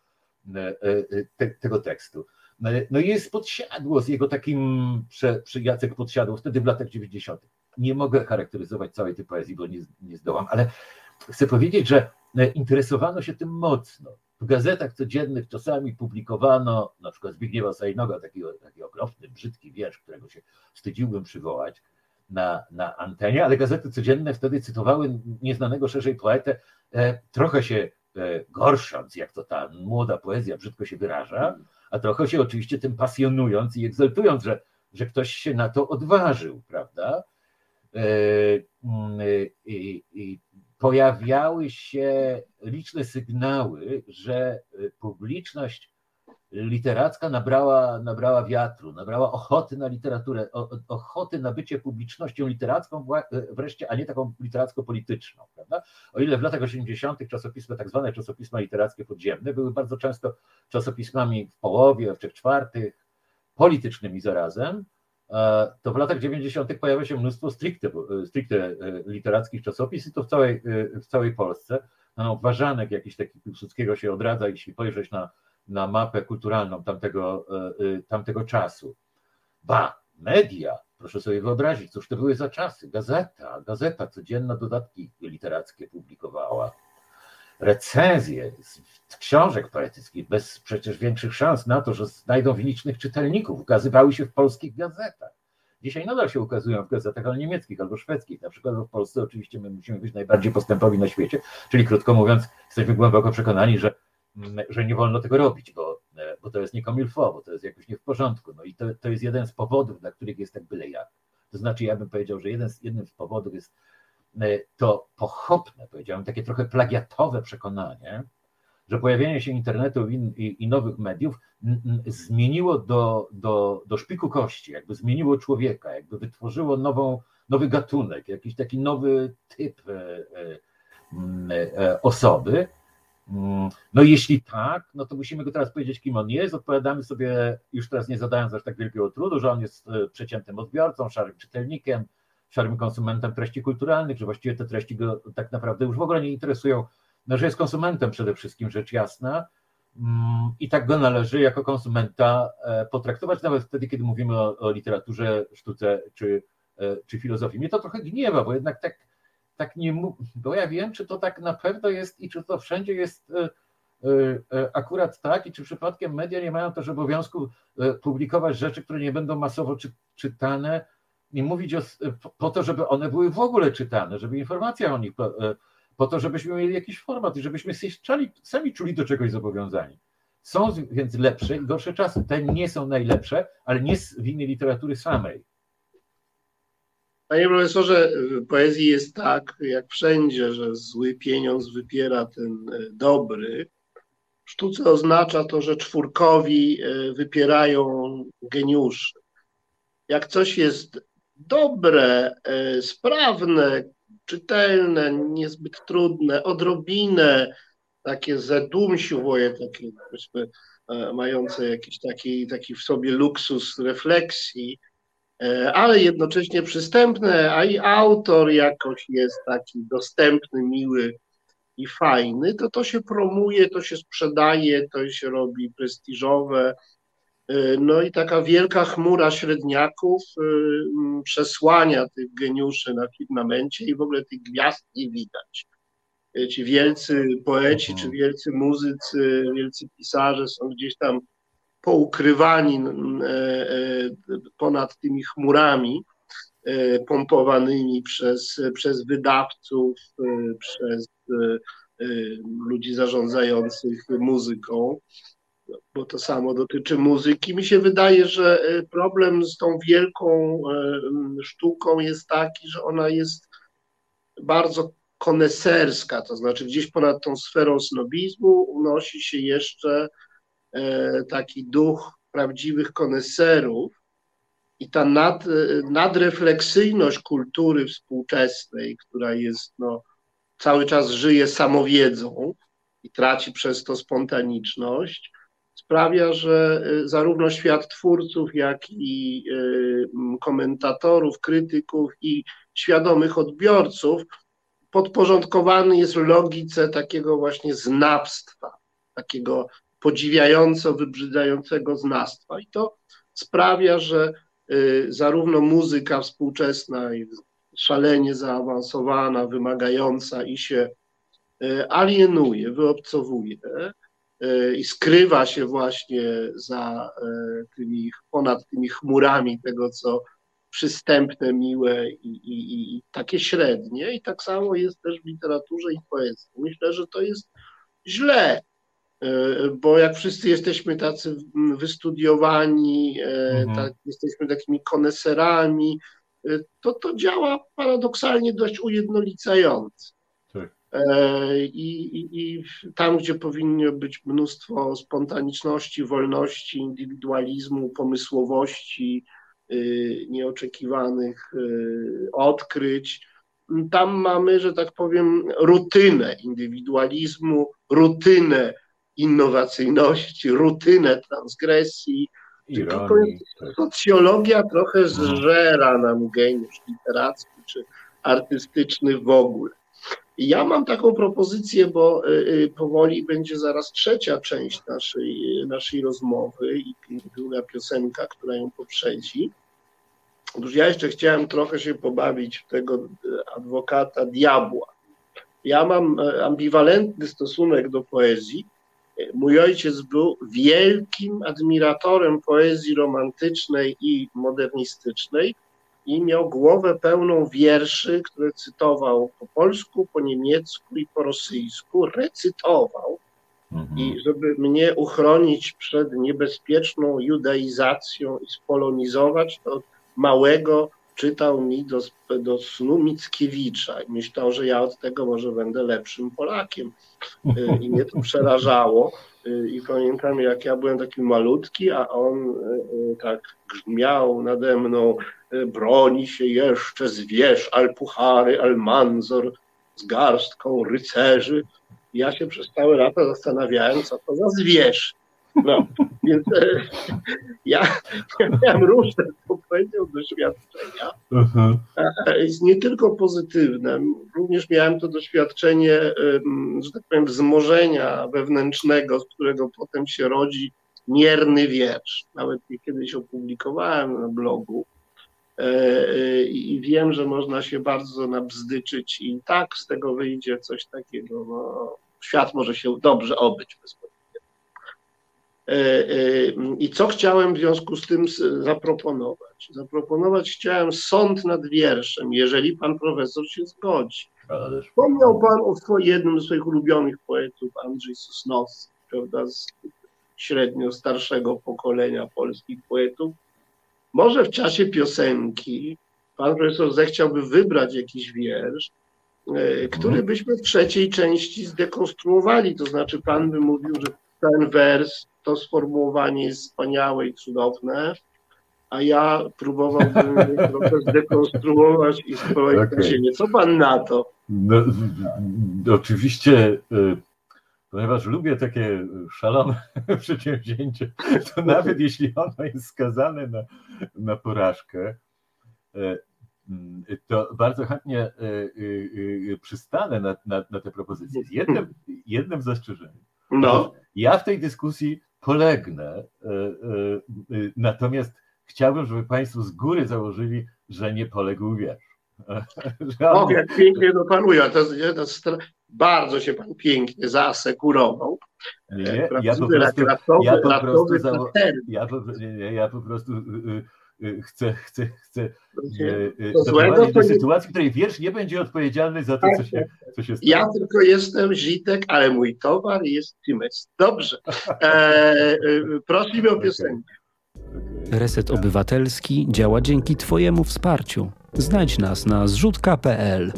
te, tego tekstu. No i jest Podsiadło z jego takim, prze, przy Jacek Podsiadło, wtedy w latach dziewięćdziesiątych. Nie mogę charakteryzować całej tej poezji, bo nie, nie zdołam, ale chcę powiedzieć, że interesowano się tym mocno. W gazetach codziennych czasami publikowano na przykład Zbigniewa Sajnoga, taki, taki okropny, brzydki wiersz, którego się wstydziłbym przywołać na, na antenie, ale gazety codzienne wtedy cytowały nieznanego szerzej poetę, e, trochę się e, gorsząc, jak to ta młoda poezja brzydko się wyraża, a trochę się oczywiście tym pasjonując i egzaltując, że, że ktoś się na to odważył, prawda? I, i pojawiały się liczne sygnały, że publiczność literacka nabrała, nabrała wiatru, nabrała ochoty na literaturę, ochoty na bycie publicznością literacką wreszcie, a nie taką literacko-polityczną, prawda? O ile w latach osiemdziesiątych czasopisma, tak zwane czasopisma literackie podziemne, były bardzo często czasopismami w połowie, w trzech czwartych, politycznymi zarazem, to w latach dziewięćdziesiątych pojawia się mnóstwo stricte, stricte literackich czasopism i to w całej, w całej Polsce. No, ważanek jakiś taki Piłsudskiego się odradza, jeśli spojrzeć na, na mapę kulturalną tamtego, tamtego czasu. Ba, media, proszę sobie wyobrazić, cóż to były za czasy. Gazeta, gazeta codzienna dodatki literackie publikowała. recenzje z książek poetyckich, bez przecież większych szans na to, że znajdą licznych czytelników, ukazywały się w polskich gazetach. Dzisiaj nadal się ukazują w gazetach, ale niemieckich albo szwedzkich. Na przykład w Polsce oczywiście my musimy być najbardziej postępowi na świecie, czyli krótko mówiąc, jesteśmy głęboko przekonani, że, że nie wolno tego robić, bo, bo to jest nie comme il faut, bo to jest jakoś nie w porządku. No i to, to jest jeden z powodów, dla których jest tak byle jak. To znaczy, ja bym powiedział, że jeden z, jednym z powodów jest to pochopne, powiedziałem, takie trochę plagiatowe przekonanie, że pojawienie się internetu i, i, i nowych mediów zmieniło do, do, do szpiku kości, jakby zmieniło człowieka, jakby wytworzyło nową, nowy gatunek, jakiś taki nowy typ e, e, osoby. No i jeśli tak, no to musimy go teraz powiedzieć, kim on jest. Odpowiadamy sobie, już teraz nie zadając aż tak wielkiego trudu, że on jest przeciętnym odbiorcą, szarym czytelnikiem, szarym konsumentem treści kulturalnych, że właściwie te treści go tak naprawdę już w ogóle nie interesują, no, że jest konsumentem przede wszystkim, rzecz jasna, i tak go należy jako konsumenta potraktować, nawet wtedy, kiedy mówimy o, o literaturze, sztuce czy, czy filozofii. Mnie to trochę gniewa, bo jednak tak, tak nie mów, bo ja wiem, czy to tak na pewno jest i czy to wszędzie jest akurat tak i czy przypadkiem media nie mają też obowiązku publikować rzeczy, które nie będą masowo czy, czytane i mówić o, po to, żeby one były w ogóle czytane, żeby informacja o nich, po, po to, żebyśmy mieli jakiś format i żebyśmy się czali, sami czuli do czegoś zobowiązani. Są więc lepsze i gorsze czasy. Te nie są najlepsze, ale nie z winy literatury samej. Panie profesorze, w poezji jest tak, jak wszędzie, że zły pieniądz wypiera ten dobry. W sztuce oznacza to, że czwórkowi wypierają geniuszy. Jak coś jest dobre, sprawne, czytelne, niezbyt trudne, odrobinę takie zadumsiuwoje, takie powiedzmy, mające jakiś taki, taki w sobie luksus refleksji, ale jednocześnie przystępne, a i autor jakoś jest taki dostępny, miły i fajny, to to się promuje, to się sprzedaje, to się robi prestiżowe. No i taka wielka chmura średniaków przesłania tych geniuszy na firmamencie i w ogóle tych gwiazd nie widać. Ci wielcy poeci, czy wielcy muzycy, wielcy pisarze są gdzieś tam poukrywani ponad tymi chmurami pompowanymi przez, przez wydawców, przez ludzi zarządzających muzyką, bo to samo dotyczy muzyki. Mi się wydaje, że problem z tą wielką sztuką jest taki, że ona jest bardzo koneserska, to znaczy gdzieś ponad tą sferą snobizmu unosi się jeszcze taki duch prawdziwych koneserów i ta nad, nadrefleksyjność kultury współczesnej, która jest, no, cały czas żyje samowiedzą i traci przez to spontaniczność, sprawia, że zarówno świat twórców, jak i komentatorów, krytyków i świadomych odbiorców podporządkowany jest logice takiego właśnie znawstwa, takiego podziwiająco wybrzydzającego znawstwa. I to sprawia, że zarówno muzyka współczesna jest szalenie zaawansowana, wymagająca i się alienuje, wyobcowuje i skrywa się właśnie za tymi, ponad tymi chmurami tego, co przystępne, miłe i, i, i takie średnie. I tak samo jest też w literaturze i poezji. Myślę, że to jest źle, bo jak wszyscy jesteśmy tacy wystudiowani, mhm. tak, jesteśmy takimi koneserami, to to działa paradoksalnie dość ujednolicająco. Tak. I, i, I tam, gdzie powinno być mnóstwo spontaniczności, wolności, indywidualizmu, pomysłowości, nieoczekiwanych odkryć, tam mamy, że tak powiem, rutynę indywidualizmu, rutynę innowacyjności, rutynę transgresji. Ironii, socjologia trochę zżera nam geniusz literacki czy artystyczny w ogóle. I ja mam taką propozycję, bo powoli będzie zaraz trzecia część naszej, naszej rozmowy i druga piosenka, która ją poprzedzi. Otóż ja jeszcze chciałem trochę się pobawić w tego adwokata diabła. Ja mam ambiwalentny stosunek do poezji. Mój ojciec był wielkim admiratorem poezji romantycznej i modernistycznej i miał głowę pełną wierszy, które cytował po polsku, po niemiecku i po rosyjsku, recytował. Mhm. I żeby mnie uchronić przed niebezpieczną judaizacją i spolonizować, to od małego czytał mi do, do snu Mickiewicza i myślał, że ja od tego może będę lepszym Polakiem. I mnie to przerażało. I pamiętam, jak ja byłem taki malutki, a on tak grzmiał nade mną: broni się jeszcze zwierz Alpuchary, Almanzor z garstką rycerzy. Ja się przez całe lata zastanawiałem, co to za zwierz. No, więc e, ja, ja miałem różne, co powiedział, doświadczenia. Uh-huh. E, nie tylko pozytywne, również miałem to doświadczenie, e, że tak powiem, wzmożenia wewnętrznego, z którego potem się rodzi mierny wiersz. Nawet je kiedyś opublikowałem na blogu e, e, i wiem, że można się bardzo nabzdyczyć i tak z tego wyjdzie coś takiego. No, świat może się dobrze obyć bez powodu. I co chciałem w związku z tym zaproponować? Zaproponować chciałem sąd nad wierszem, jeżeli pan profesor się zgodzi. Wspomniał pan o swoim, jednym z swoich ulubionych poetów, Andrzej Sosnowski, prawda, z średnio starszego pokolenia polskich poetów. Może w czasie piosenki pan profesor zechciałby wybrać jakiś wiersz, który byśmy w trzeciej części zdekonstruowali, to znaczy pan by mówił, że ten wers, to sformułowanie jest wspaniałe i cudowne, a ja próbowałbym trochę zdekonstruować i spróbować na ziemię. Co pan na to? No, oczywiście, ponieważ lubię takie szalone przedsięwzięcie, to nawet jeśli ono jest skazane na, na porażkę, to bardzo chętnie przystanę na, na, na te propozycje. Z jednym, jednym zastrzeżeniem. No. Ja w tej dyskusji polegnę, natomiast chciałbym, żeby państwo z góry założyli, że nie poległ wiersz. O, jak pięknie to panuje. To, to, to, bardzo się pan pięknie zaasekurował. Nie, nie, ja po prostu, ja po prostu, zało, ja po, nie, nie, ja po prostu chcę, chcę, chcę doprowadzić do sytuacji, w której wiersz nie będzie odpowiedzialny za to, co się, co się stało. Ja tylko jestem Zitek, ale mój towar jest Times. Dobrze. E, prosimy o piosenkę. Reset Obywatelski działa dzięki twojemu wsparciu. Znajdź nas na zrzutka kropka pe el.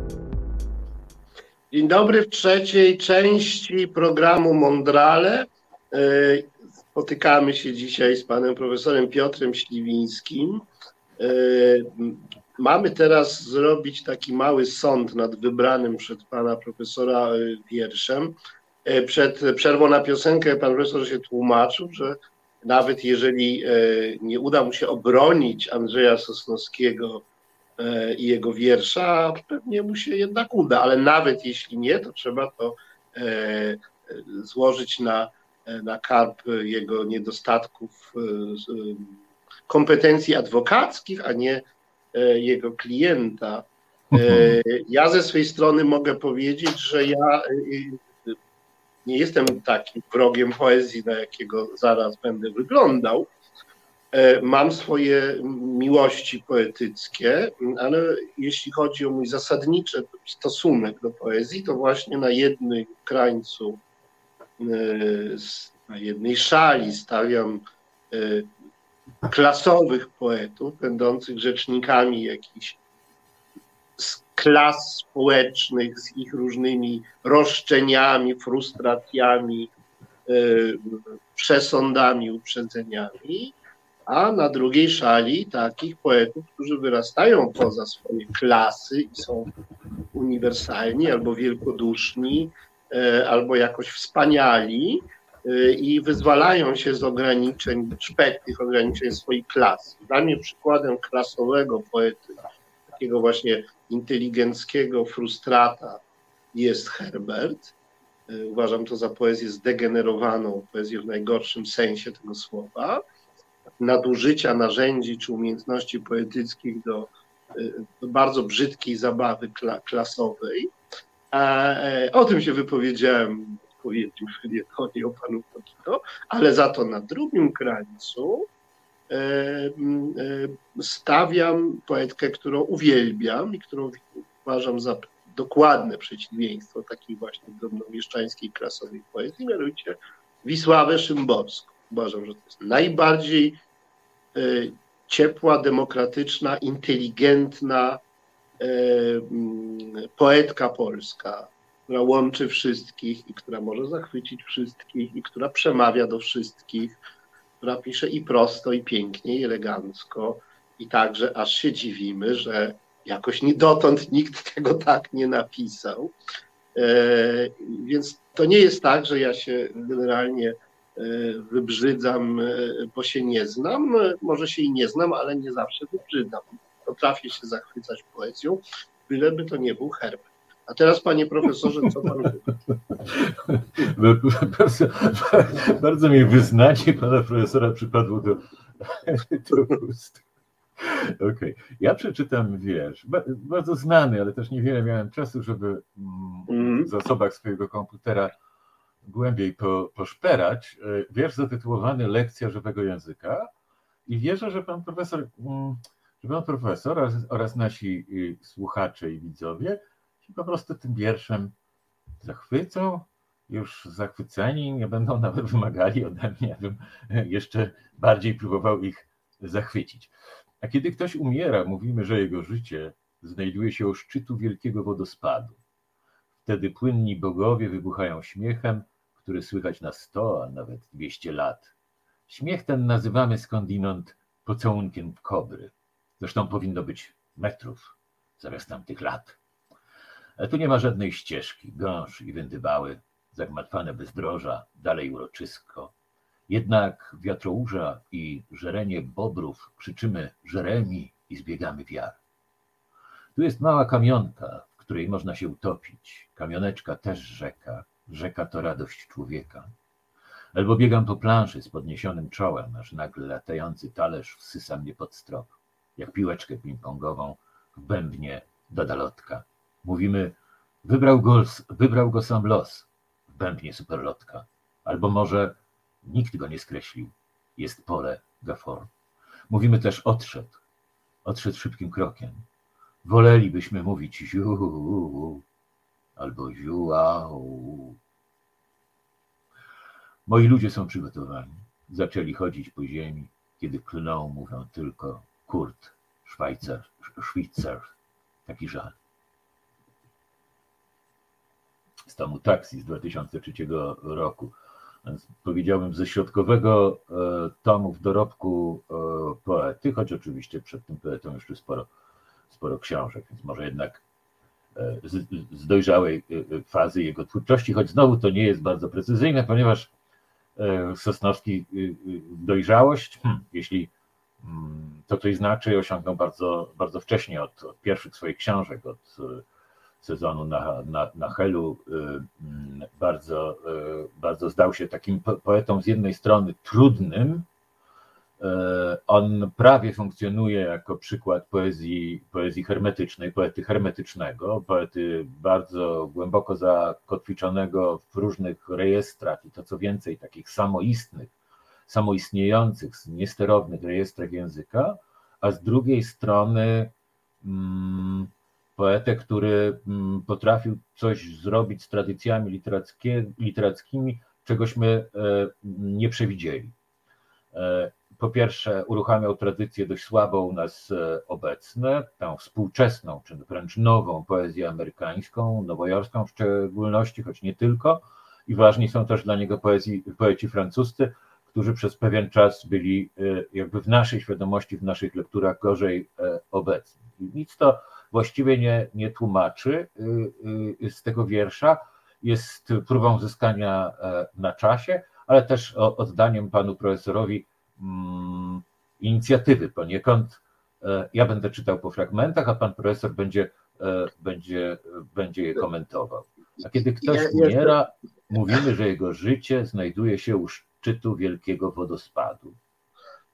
Dzień dobry, w trzeciej części programu Mondrale. Spotykamy się dzisiaj z panem profesorem Piotrem Śliwińskim. Mamy teraz zrobić taki mały sąd nad wybranym przed pana profesora wierszem. Przed przerwą na piosenkę pan profesor się tłumaczył, że nawet jeżeli nie uda mu się obronić Andrzeja Sosnowskiego i jego wiersza, pewnie mu się jednak uda, ale nawet jeśli nie, to trzeba to złożyć na, na karb jego niedostatków kompetencji adwokackich, a nie jego klienta. Ja ze swojej strony mogę powiedzieć, że ja nie jestem takim wrogiem poezji, na jakiego zaraz będę wyglądał. Mam swoje miłości poetyckie, ale jeśli chodzi o mój zasadniczy stosunek do poezji, to właśnie na jednym krańcu, na jednej szali stawiam klasowych poetów, będących rzecznikami jakichś klas społecznych z ich różnymi roszczeniami, frustracjami, przesądami, uprzedzeniami, a na drugiej szali takich poetów, którzy wyrastają poza swoje klasy i są uniwersalni albo wielkoduszni, albo jakoś wspaniali i wyzwalają się z ograniczeń, szpetnych ograniczeń swojej klasy. Dla mnie przykładem klasowego poety, takiego właśnie inteligenckiego frustrata jest Herbert. Uważam to za poezję zdegenerowaną, poezję w najgorszym sensie tego słowa. Nadużycia narzędzi czy umiejętności poetyckich do, do bardzo brzydkiej zabawy kla, klasowej. A, o tym się wypowiedziałem w odpowiednim felietonie o panu Tokito, ale za to na drugim krańcu e, e, stawiam poetkę, którą uwielbiam i którą uważam za dokładne przeciwieństwo takiej właśnie drobnomieszczańskiej, klasowej poezji, mianowicie Wisławę Szymborską. Uważam, że to jest najbardziej e, ciepła, demokratyczna, inteligentna e, poetka polska, która łączy wszystkich i która może zachwycić wszystkich i która przemawia do wszystkich, która pisze i prosto, i pięknie, i elegancko, i także aż się dziwimy, że jakoś nie, dotąd nikt tego tak nie napisał. E, więc to nie jest tak, że ja się generalnie e, wybrzydzam, e, bo się nie znam. Może się i nie znam, ale nie zawsze wybrzydzam. Potrafię się zachwycać poezją, byleby to nie był Herbert. A teraz, panie profesorze, co pan mówi? Bardzo, bardzo mi wyznanie pana profesora przypadło do, do ust. Okej, okay. Ja przeczytam wiersz, bardzo znany, ale też niewiele miałem czasu, żeby w zasobach swojego komputera głębiej po, poszperać. Wiersz zatytułowany Lekcja żywego języka i wierzę, że pan profesor, że pan profesor oraz, oraz nasi słuchacze i widzowie się po prostu tym wierszem zachwycą, już zachwyceni, nie będą nawet wymagali ode mnie, abym jeszcze bardziej próbował ich zachwycić. A kiedy ktoś umiera, mówimy, że jego życie znajduje się u szczytu wielkiego wodospadu. Wtedy płynni bogowie wybuchają śmiechem, który słychać na sto, a nawet dwieście lat. Śmiech ten nazywamy skądinąd pocałunkiem kobry. Zresztą powinno być metrów zamiast tamtych lat. Ale tu nie ma żadnej ścieżki, gąsz i wędywały, zagmatwane bezdroża, dalej uroczysko. Jednak wiatrołóża i żerenie bobrów krzyczymy żeremi i zbiegamy wiar. Tu jest mała kamionka, w której można się utopić. Kamioneczka też rzeka. Rzeka to radość człowieka. Albo biegam po planszy z podniesionym czołem, aż nagle latający talerz wsysa mnie pod strop, jak piłeczkę ping-pongową w bębnie dodalotka. Mówimy, wybrał go, wybrał go sam los w bębnie superlotka. Albo może nikt go nie skreślił. Jest pole gafor. Mówimy też odszedł. Odszedł szybkim krokiem. Wolelibyśmy mówić ziu albo ziuau. Moi ludzie są przygotowani. Zaczęli chodzić po ziemi, kiedy klną, mówią tylko Kurt, Szwajcar, Szwajcar. Taki żal. Z tomu Taksi z dwa tysiące trzeciego roku. Więc powiedziałbym ze środkowego e, tomu w dorobku e, poety, choć oczywiście przed tym poetą jeszcze sporo, sporo książek, więc może jednak e, z, z dojrzałej e, fazy jego twórczości, choć znowu to nie jest bardzo precyzyjne, ponieważ e, Sosnowski e, dojrzałość, hmm, jeśli hmm, to coś znaczy, osiągnął bardzo, bardzo wcześnie od, od pierwszych swoich książek, od sezonu na, na, na Helu, bardzo, bardzo zdał się takim poetą z jednej strony trudnym. On prawie funkcjonuje jako przykład poezji, poezji hermetycznej, poety hermetycznego, poety bardzo głęboko zakotwiczonego w różnych rejestrach i to co więcej takich samoistnych, samoistniejących, niesterownych rejestrach języka, a z drugiej strony hmm, poetę, który potrafił coś zrobić z tradycjami literackimi, czegośmy nie przewidzieli. Po pierwsze, uruchamiał tradycję dość słabą u nas obecne, tą współczesną, czy wręcz nową poezję amerykańską, nowojorską w szczególności, choć nie tylko. I ważni są też dla niego poezji, poeci francuscy, którzy przez pewien czas byli jakby w naszej świadomości, w naszych lekturach gorzej obecni. I nic to właściwie nie, nie tłumaczy z tego wiersza, jest próbą zyskania na czasie, ale też oddaniem panu profesorowi mm, inicjatywy poniekąd. Ja będę czytał po fragmentach, a pan profesor będzie, będzie, będzie je komentował. A kiedy ktoś umiera, mówimy, że jego życie znajduje się u szczytu wielkiego wodospadu.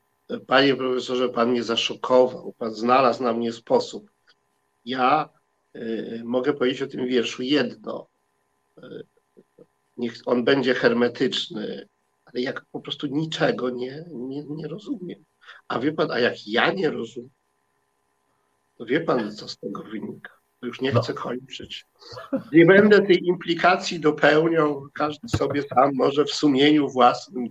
Panie profesorze, pan mnie zaszokował, pan znalazł na mnie sposób. Ja mogę powiedzieć o tym wierszu jedno. Niech on będzie hermetyczny, ale jak po prostu niczego nie, nie, nie rozumiem. A wie pan, a jak ja nie rozumiem, to wie pan, co z tego wynika. To już nie chcę no. kończyć. Nie będę tej implikacji dopełniał, każdy sobie sam może w sumieniu własnym.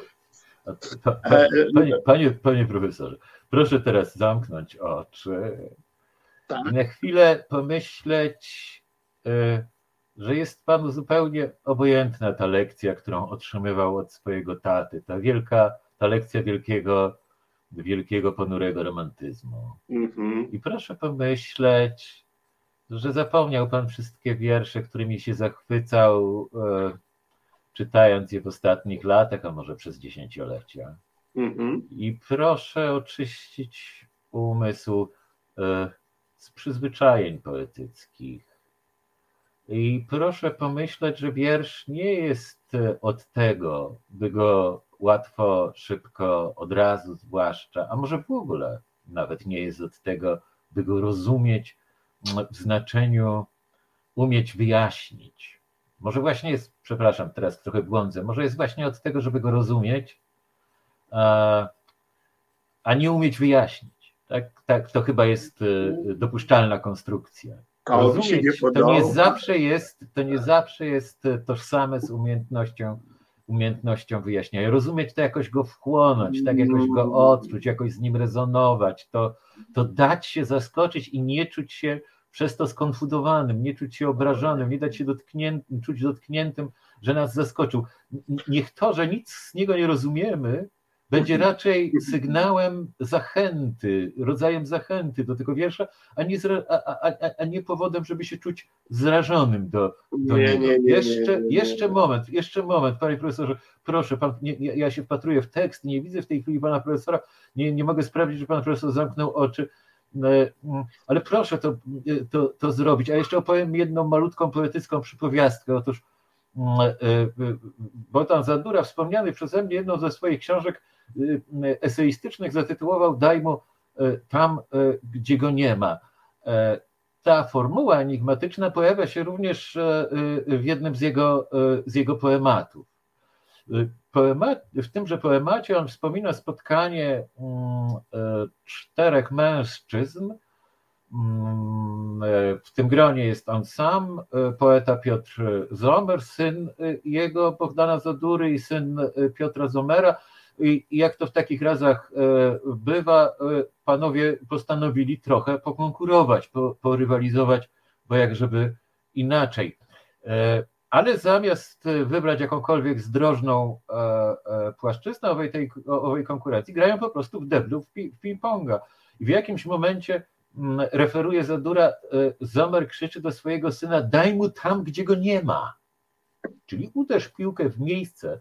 Panie, panie, panie profesorze, proszę teraz zamknąć oczy tak. i na chwilę pomyśleć, że jest panu zupełnie obojętna ta lekcja, którą otrzymywał od swojego taty. Ta wielka, ta lekcja wielkiego, wielkiego ponurego romantyzmu. Mm-hmm. I proszę pomyśleć, że zapomniał pan wszystkie wiersze, którymi się zachwycał, e, czytając je w ostatnich latach, a może przez dziesięciolecia. Mm-hmm. I proszę oczyścić umysł e, z przyzwyczajeń poetyckich. I proszę pomyśleć, że wiersz nie jest od tego, by go łatwo, szybko, od razu zwłaszcza, a może w ogóle nawet nie jest od tego, by go rozumieć w znaczeniu umieć wyjaśnić. Może właśnie jest, przepraszam, teraz trochę błądzę, może jest właśnie od tego, żeby go rozumieć, a, a nie umieć wyjaśnić. Tak, tak, to chyba jest dopuszczalna konstrukcja. Rozumieć, to nie zawsze jest, to nie zawsze jest tożsame z umiejętnością, umiejętnością wyjaśniania. Rozumieć to jakoś go wchłonąć, tak jakoś go odczuć, jakoś z nim rezonować, to, to dać się zaskoczyć i nie czuć się przez to skonfudowanym, nie czuć się obrażonym, nie dać się dotkniętym, czuć dotkniętym, że nas zaskoczył. Niech to, że nic z niego nie rozumiemy, będzie raczej sygnałem zachęty, rodzajem zachęty do tego wiersza, a nie, zra, a, a, a nie powodem, żeby się czuć zrażonym do, do nie, niego. Nie, nie, jeszcze, nie, nie, nie. jeszcze moment, jeszcze moment, panie profesorze, proszę, pan, nie, ja się wpatruję w tekst, nie widzę w tej chwili pana profesora, nie, nie mogę sprawdzić, że pan profesor zamknął oczy, ale proszę to, to, to zrobić. A jeszcze opowiem jedną malutką poetycką przypowiastkę. Otóż Bogdan Zadura, wspomniany przeze mnie jedną ze swoich książek eseistycznych, zatytułował Daj mu tam, gdzie go nie ma. Ta formuła enigmatyczna pojawia się również w jednym z jego, z jego poematów. Poemat, w tymże poemacie on wspomina spotkanie czterech mężczyzn. W tym gronie jest on sam, poeta Piotr Zomer, syn jego Bogdana Zadury i syn Piotra Zomera. I jak to w takich razach bywa, panowie postanowili trochę pokonkurować, porywalizować, bo jak żeby inaczej. Ale zamiast wybrać jakąkolwiek zdrożną płaszczyznę owej, tej, owej konkurencji, grają po prostu w deblu, w ping-ponga. I w jakimś momencie referuje Zadura, Zomer krzyczy do swojego syna: daj mu tam, gdzie go nie ma. Czyli uderz piłkę w miejsce,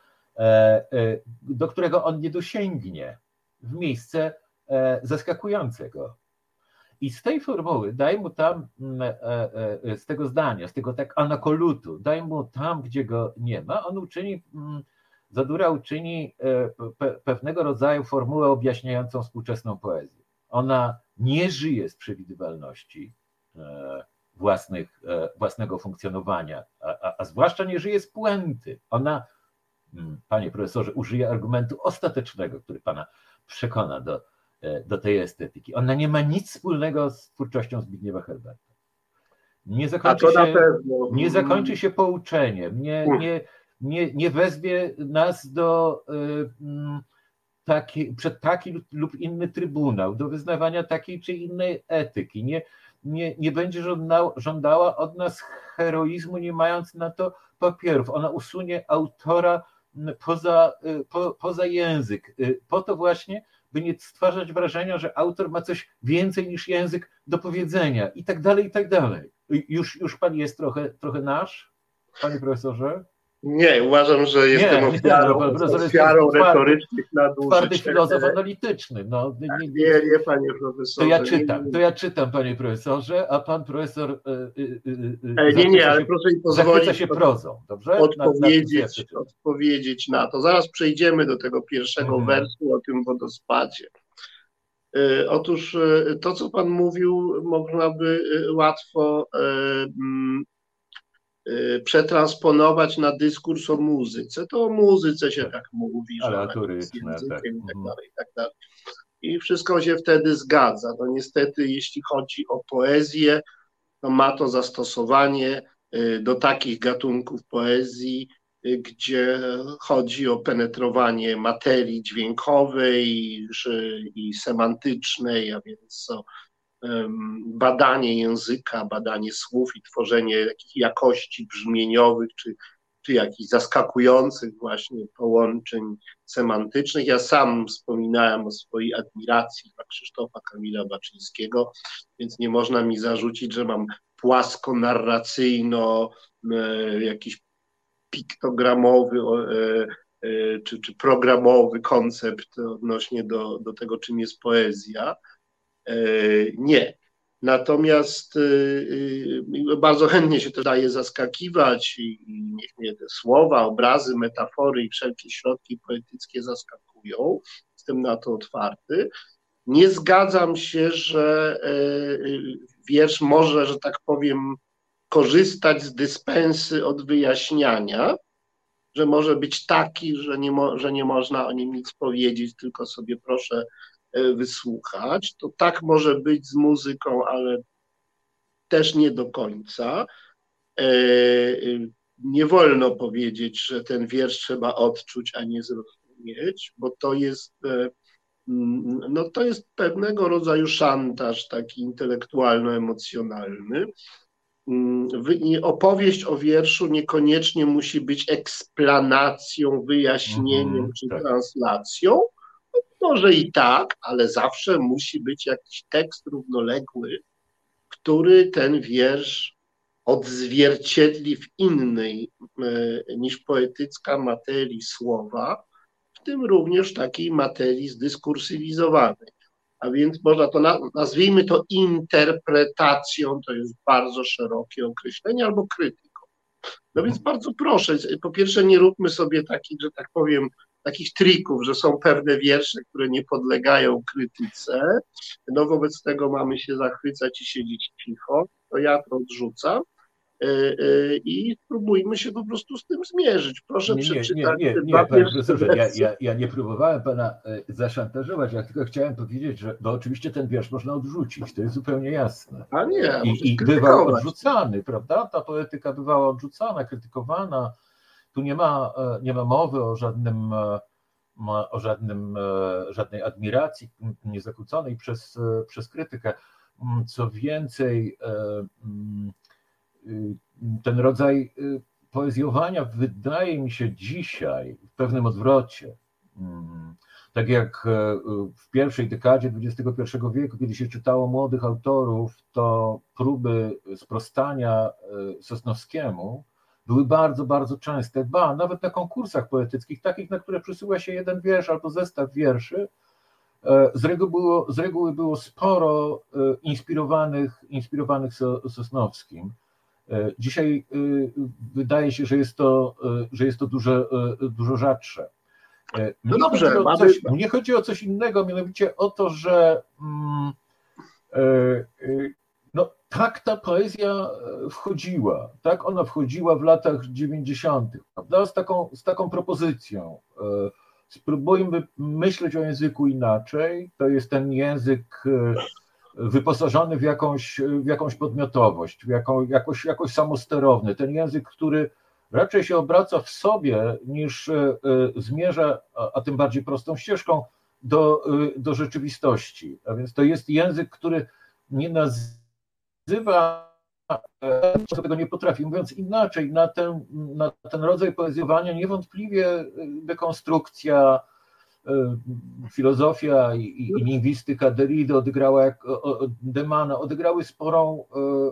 do którego on nie dosięgnie, w miejsce zaskakującego. I z tej formuły, daj mu tam, z tego zdania, z tego tak anakolutu, daj mu tam, gdzie go nie ma, on uczyni, Zadura uczyni pewnego rodzaju formułę objaśniającą współczesną poezję. Ona nie żyje z przewidywalności własnych, własnego funkcjonowania, a, a, a zwłaszcza nie żyje z puenty. Ona, panie profesorze, użyje argumentu ostatecznego, który pana przekona do, do tej estetyki. Ona nie ma nic wspólnego z twórczością Zbigniewa Herberta. Nie zakończy, się, nie zakończy się pouczeniem, nie, nie, nie, nie wezwie nas do taki, przed taki lub inny trybunał, do wyznawania takiej czy innej etyki. Nie, nie, nie będzie żądała, żądała od nas heroizmu, nie mając na to papierów. Ona usunie autora poza, po, poza język, po to właśnie, by nie stwarzać wrażenia, że autor ma coś więcej niż język do powiedzenia i tak dalej, i tak dalej. Już, już pan jest trochę, trochę nasz, panie profesorze? Nie, uważam, że jestem nie, ofiarą, nie, no, ofiarą retorycznych nadużyć. Twardy filozof analityczny. No, nie, nie, nie, nie, panie profesorze. To ja czytam, to ja czytam, panie profesorze, a pan profesor y, y, y, nie, nie, ale się, proszę mi pozwolić się prozą, dobrze? Odpowiedzieć, na, na odpowiedzieć na to. Zaraz przejdziemy do tego pierwszego hmm. wersu o tym wodospadzie. Otóż to, co pan mówił, można by łatwo przetransponować na dyskurs o muzyce. To o muzyce się tak mówi, że ona jest językiem i tak dalej, i tak dalej. I wszystko się wtedy zgadza. No niestety, jeśli chodzi o poezję, to ma to zastosowanie do takich gatunków poezji, gdzie chodzi o penetrowanie materii dźwiękowej i semantycznej, a więc o badanie języka, badanie słów i tworzenie jakichś jakości brzmieniowych, czy, czy jakichś zaskakujących właśnie połączeń semantycznych. Ja sam wspominałem o swojej admiracji dla Krzysztofa Kamila Baczyńskiego, więc nie można mi zarzucić, że mam płasko-narracyjno, jakiś piktogramowy czy, czy programowy koncept odnośnie do, do tego, czym jest poezja. Nie. Natomiast bardzo chętnie się to daje zaskakiwać i niech mnie te słowa, obrazy, metafory i wszelkie środki poetyckie zaskakują. Jestem na to otwarty. Nie zgadzam się, że wiersz może, że tak powiem, korzystać z dyspensy od wyjaśniania, że może być taki, że nie, mo- że nie można o nim nic powiedzieć, tylko sobie proszę wysłuchać. To tak może być z muzyką, ale też nie do końca. Nie wolno powiedzieć, że ten wiersz trzeba odczuć, a nie zrozumieć, bo to jest, no to jest pewnego rodzaju szantaż taki intelektualno-emocjonalny. Opowieść o wierszu niekoniecznie musi być eksplanacją, wyjaśnieniem mm-hmm, czy tak. translacją. Może i tak, ale zawsze musi być jakiś tekst równoległy, który ten wiersz odzwierciedli w innej niż poetycka materii słowa, w tym również takiej materii zdyskursywizowanej. A więc można to, nazwijmy to interpretacją, to jest bardzo szerokie określenie, albo krytyką. No więc bardzo proszę, po pierwsze nie róbmy sobie takich, że tak powiem, takich trików, że są pewne wiersze, które nie podlegają krytyce, no wobec tego mamy się zachwycać i siedzieć cicho, to ja to odrzucam i spróbujmy się po prostu z tym zmierzyć. Proszę nie, nie, przeczytać. Nie, nie, nie, nie panie profesorze, ja, ja, ja nie próbowałem pana zaszantażować, ja tylko chciałem powiedzieć, że no oczywiście ten wiersz można odrzucić, to jest zupełnie jasne. A nie, I, i bywał odrzucany, prawda? Ta poetyka bywała odrzucana, krytykowana. Tu nie ma, nie ma mowy o żadnym o żadnym, żadnej admiracji niezakłóconej przez, przez krytykę. Co więcej, ten rodzaj poezjowania wydaje mi się dzisiaj w pewnym odwrocie. Tak jak w pierwszej dekadzie dwudziestego pierwszego wieku, kiedy się czytało młodych autorów, to próby sprostania Sosnowskiemu były bardzo, bardzo częste, ba, nawet na konkursach poetyckich, takich, na które przysyła się jeden wiersz albo zestaw wierszy, z reguły było, z reguły było sporo inspirowanych, inspirowanych Sosnowskim. Dzisiaj wydaje się, że jest to, że jest to dużo, dużo rzadsze. Mnie, no dobrze, chodzi mamy... coś, mnie chodzi o coś innego, mianowicie o to, że mm, y, y, no, tak ta poezja wchodziła, tak ona wchodziła w latach dziewięćdziesiątych, prawda? Z taką, z taką propozycją. Spróbujmy myśleć o języku inaczej. To jest ten język wyposażony w jakąś, w jakąś podmiotowość, w jaką, jakoś, jakoś samosterowny. Ten język, który raczej się obraca w sobie, niż zmierza, a tym bardziej prostą ścieżką, do, do rzeczywistości. A więc to jest język, który nie nazywa, tego nie potrafi. Mówiąc inaczej, na ten, na ten rodzaj poezjowania niewątpliwie dekonstrukcja, filozofia i, i lingwistyka Derrida odegrała, jak Demana, odegrały sporą,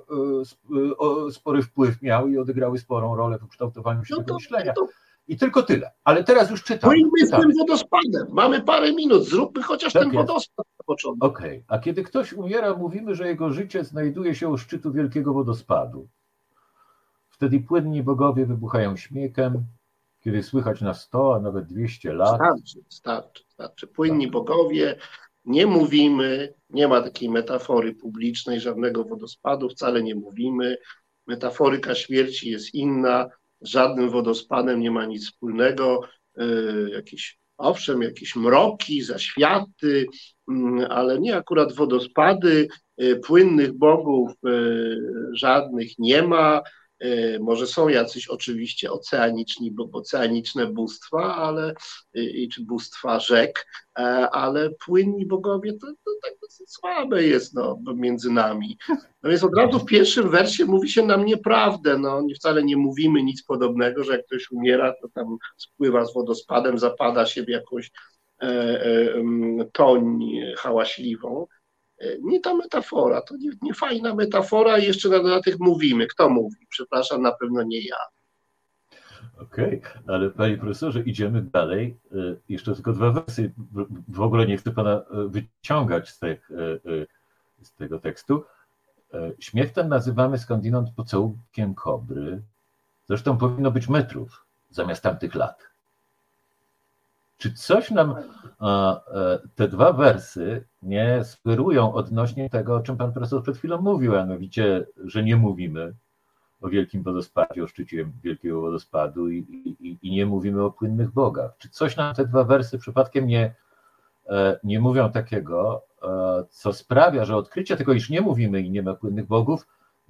spory wpływ miały i odegrały sporą rolę w ukształtowaniu się no to, tego myślenia. To... I tylko tyle. Ale teraz już czytam. Pójdźmy z tym wodospadem. Mamy parę minut. Zróbmy chociaż tak ten jest. wodospad na początku. Okej. Okay. A kiedy ktoś umiera, mówimy, że jego życie znajduje się u szczytu wielkiego wodospadu. Wtedy płynni bogowie wybuchają śmiechem, kiedy słychać na sto, a nawet dwieście lat. Starczy, starczy, starczy. Płynni tak. bogowie, nie mówimy, nie ma takiej metafory publicznej, żadnego wodospadu, wcale nie mówimy. Metaforyka śmierci jest inna, z żadnym wodospadem nie ma nic wspólnego. Jakieś, owszem, jakieś mroki, zaświaty, ale nie akurat wodospady. Płynnych bogów żadnych nie ma. Może są jacyś oczywiście oceaniczni, bo oceaniczne bóstwa, ale, czy bóstwa rzek, ale płynni bogowie to, to tak dosyć słabe jest no, między nami. No więc od razu w pierwszym wersie mówi się nam nieprawdę. No, wcale nie mówimy nic podobnego, że jak ktoś umiera, to tam spływa z wodospadem, zapada się w jakąś e, e, toń hałaśliwą. Nie ta metafora, to nie, nie fajna metafora i jeszcze na dodatek mówimy. Kto mówi? Przepraszam, na pewno nie ja. Okej, okay, ale panie profesorze, idziemy dalej. Jeszcze tylko dwa wersy. W ogóle nie chcę pana wyciągać z, tych, z tego tekstu. Śmiech ten nazywamy skądinąd pocałunkiem kobry. Zresztą powinno być metrów zamiast tamtych lat. Czy coś nam te dwa wersy nie sugerują odnośnie tego, o czym pan profesor przed chwilą mówił, a mianowicie, że nie mówimy o wielkim wodospadzie, o szczycie wielkiego wodospadu i, i, i nie mówimy o płynnych bogach. Czy coś nam te dwa wersy przypadkiem nie, nie mówią takiego, co sprawia, że odkrycie tego, iż nie mówimy i nie ma płynnych bogów,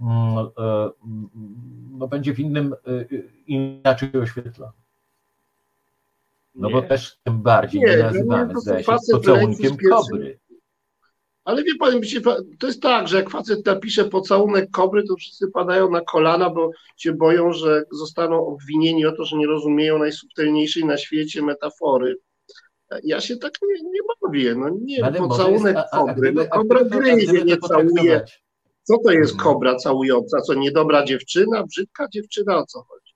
no, będzie w innym, inaczej oświetlone? No nie. Bo też tym bardziej nie, nie nazywamy, zdaje się, pocałunkiem kobry. Ale wie pan, to jest tak, że jak facet napisze pocałunek kobry, to wszyscy padają na kolana, bo się boją, że zostaną obwinieni o to, że nie rozumieją najsubtelniejszej na świecie metafory. Ja się tak nie, nie bawię, no nie, ale pocałunek jest, a, a, kobry, gdyby, no kobra gryzie, nie całuje. Co to jest kobra całująca? Co, niedobra dziewczyna, brzydka dziewczyna, o co chodzi?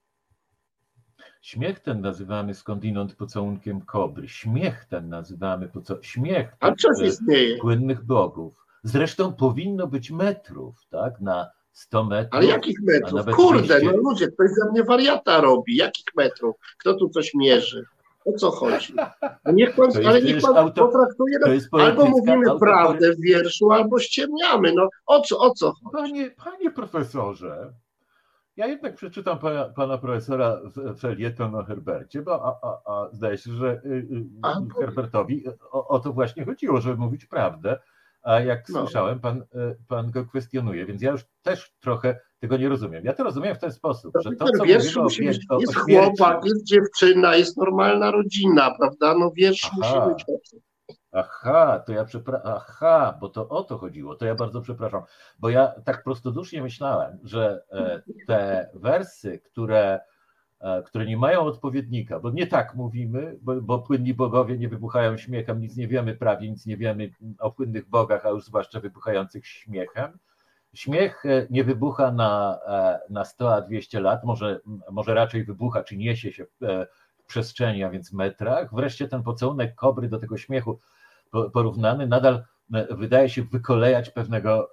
Śmiech ten nazywamy skądinąd pocałunkiem kobry. Śmiech ten nazywamy poca... śmiech A czas istnieje? Płynnych bogów. Zresztą powinno być metrów, tak? Na sto metrów. Ale jakich metrów? Kurde, dwieście. No ludzie, ktoś za mnie wariata robi. Jakich metrów? Kto tu coś mierzy? O co chodzi? No niech pan, ale niech pan auto, potraktuje, no, albo mówimy auto, prawdę w wierszu, albo ściemniamy. No o co, o co chodzi? Panie, panie profesorze, ja jednak przeczytam pana, pana profesora felieton o Herbercie, bo a, a, a zdaje się, że a, Herbertowi o, o to właśnie chodziło, żeby mówić prawdę, a jak no. słyszałem, pan, pan go kwestionuje, więc ja już też trochę tego nie rozumiem. Ja to rozumiem w ten sposób, to że to, co mówimy o, być, o, jest o śmierci... chłopak, jest dziewczyna, jest normalna rodzina, prawda? No wiersz Aha. musi być o tym. Aha, to ja przepraszam, aha, bo to o to chodziło, to ja bardzo przepraszam, bo ja tak prostodusznie myślałem, że te wersy, które, które nie mają odpowiednika, bo nie tak mówimy, bo, bo płynni bogowie nie wybuchają śmiechem, nic nie wiemy prawie, nic nie wiemy o płynnych bogach, a już zwłaszcza wybuchających śmiechem. Śmiech nie wybucha na, na sto a dwieście lat, może, może raczej wybucha, czy niesie się w przestrzeni, a więc metrach. Wreszcie ten pocałunek kobry do tego śmiechu porównany nadal wydaje się wykolejać pewnego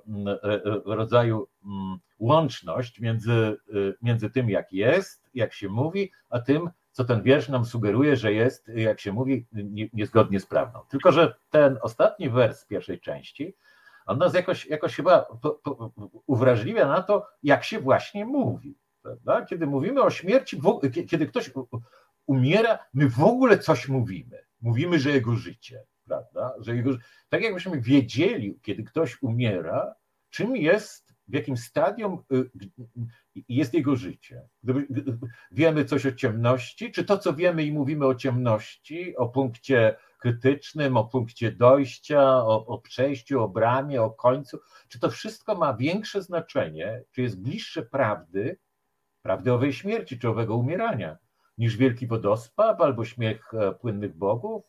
rodzaju łączność między, między tym, jak jest, jak się mówi, a tym, co ten wiersz nam sugeruje, że jest, jak się mówi, niezgodnie z prawdą. Tylko że ten ostatni wers pierwszej części, on nas jakoś, jakoś chyba po, po, uwrażliwia na to, jak się właśnie mówi. Prawda? Kiedy mówimy o śmierci, kiedy ktoś umiera, my w ogóle coś mówimy. Mówimy, że jego życie, prawda? Że jego, tak jakbyśmy wiedzieli, kiedy ktoś umiera, czym jest, w jakim stadium jest jego życie. Gdyby wiemy coś o ciemności, czy to, co wiemy i mówimy o ciemności, o punkcie krytycznym, o punkcie dojścia, o, o przejściu, o bramie, o końcu, czy to wszystko ma większe znaczenie, czy jest bliższe prawdy, prawdy owej śmierci, czy owego umierania, niż wielki wodospad, albo śmiech płynnych bogów,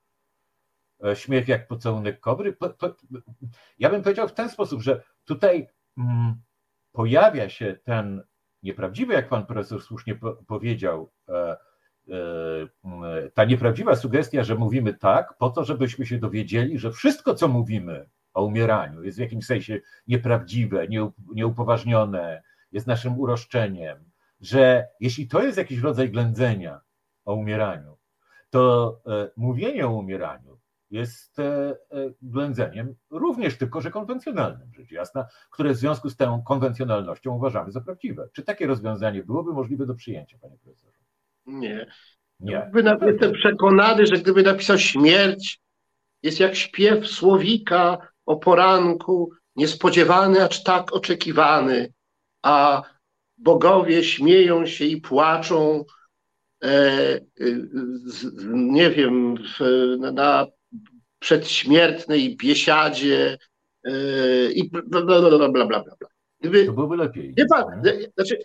śmiech jak pocałunek kobry. Po, po, ja bym powiedział w ten sposób, że tutaj mm, pojawia się ten nieprawdziwy, jak pan profesor słusznie po, powiedział, e, e, ta nieprawdziwa sugestia, że mówimy tak, po to, żebyśmy się dowiedzieli, że wszystko, co mówimy o umieraniu, jest w jakimś sensie nieprawdziwe, nieupoważnione, jest naszym uroszczeniem, że jeśli to jest jakiś rodzaj ględzenia o umieraniu, to e, mówienie o umieraniu jest ględzeniem również tylko, że konwencjonalnym, rzecz jasna, które w związku z tą konwencjonalnością uważamy za prawdziwe. Czy takie rozwiązanie byłoby możliwe do przyjęcia, panie profesorze? Nie. Nie. Jestem przekonany, że gdyby napisał śmierć jest jak śpiew słowika o poranku, niespodziewany, acz tak oczekiwany, a bogowie śmieją się i płaczą, e, z, nie wiem, w, na przedśmiertnej biesiadzie e, i bla, bla, bla, bla, bla, bla. Gdyby, to byłoby lepiej. Nie pan, znaczy,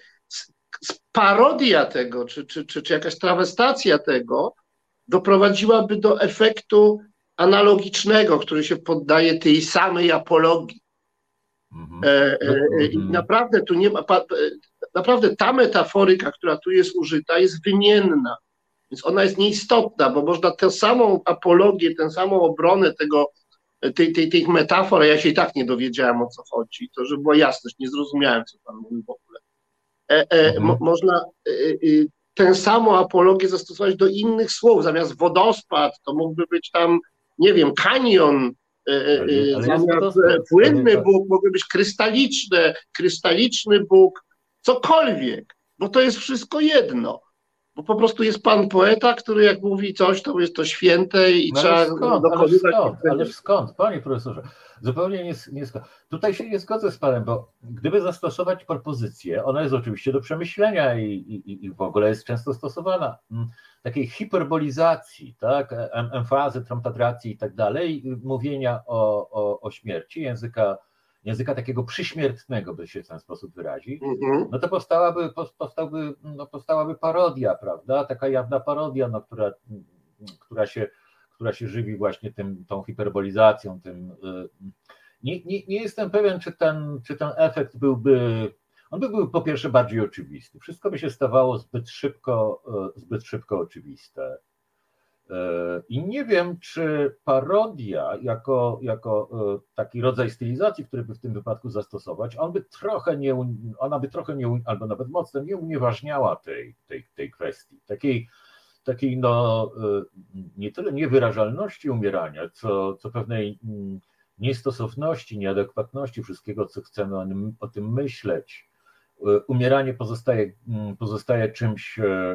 parodia tego, czy, czy, czy, czy jakaś trawestacja tego doprowadziłaby do efektu analogicznego, który się poddaje tej samej apologii. Mm-hmm. E, e, I naprawdę tu nie ma, pa, naprawdę ta metaforyka, która tu jest użyta, jest wymienna, więc ona jest nieistotna, bo można tę samą apologię, tę samą obronę tego, tej, tej, tych metafor, ja się i tak nie dowiedziałem, o co chodzi, to żeby była jasność, nie zrozumiałem, co pan mówił w ogóle. E, e, mm-hmm. mo, można e, e, tę samą apologię zastosować do innych słów, zamiast wodospad, to mógłby być tam, nie wiem, kanion, ale, ale zamiast płynny Bóg, mógłby być krystaliczny, krystaliczny Bóg, cokolwiek, bo to jest wszystko jedno. Bo po prostu jest pan poeta, który jak mówi coś, to jest to święte i no trzeba skąd, dokonywać. Ależ skąd, ależ skąd, panie profesorze, zupełnie nie, nie skąd. Tutaj się nie zgodzę z panem, bo gdyby zastosować propozycję, ona jest oczywiście do przemyślenia i, i, i w ogóle jest często stosowana, takiej hiperbolizacji, tak, em, emfazy, trompatracji i tak dalej, mówienia o, o, o śmierci, języka, języka takiego przyśmiertnego, by się w ten sposób wyrazić, mm-hmm. no to powstałaby, powstałaby, no powstałaby parodia, prawda, taka jawna parodia, no, która, która, się, która się żywi właśnie tym, tą hiperbolizacją, tym... Nie, nie, nie jestem pewien, czy ten, czy ten efekt byłby... On by był po pierwsze bardziej oczywisty. Wszystko by się stawało zbyt szybko, zbyt szybko oczywiste. I nie wiem, czy parodia jako, jako taki rodzaj stylizacji, który by w tym wypadku zastosować, on by trochę nie, ona by trochę nie, albo nawet mocno nie unieważniała tej, tej, tej kwestii. Takiej, takiej no, nie tyle niewyrażalności umierania, co, co pewnej niestosowności, nieadekwatności wszystkiego, co chcemy o, nim, o tym myśleć. Umieranie pozostaje, pozostaje czymś,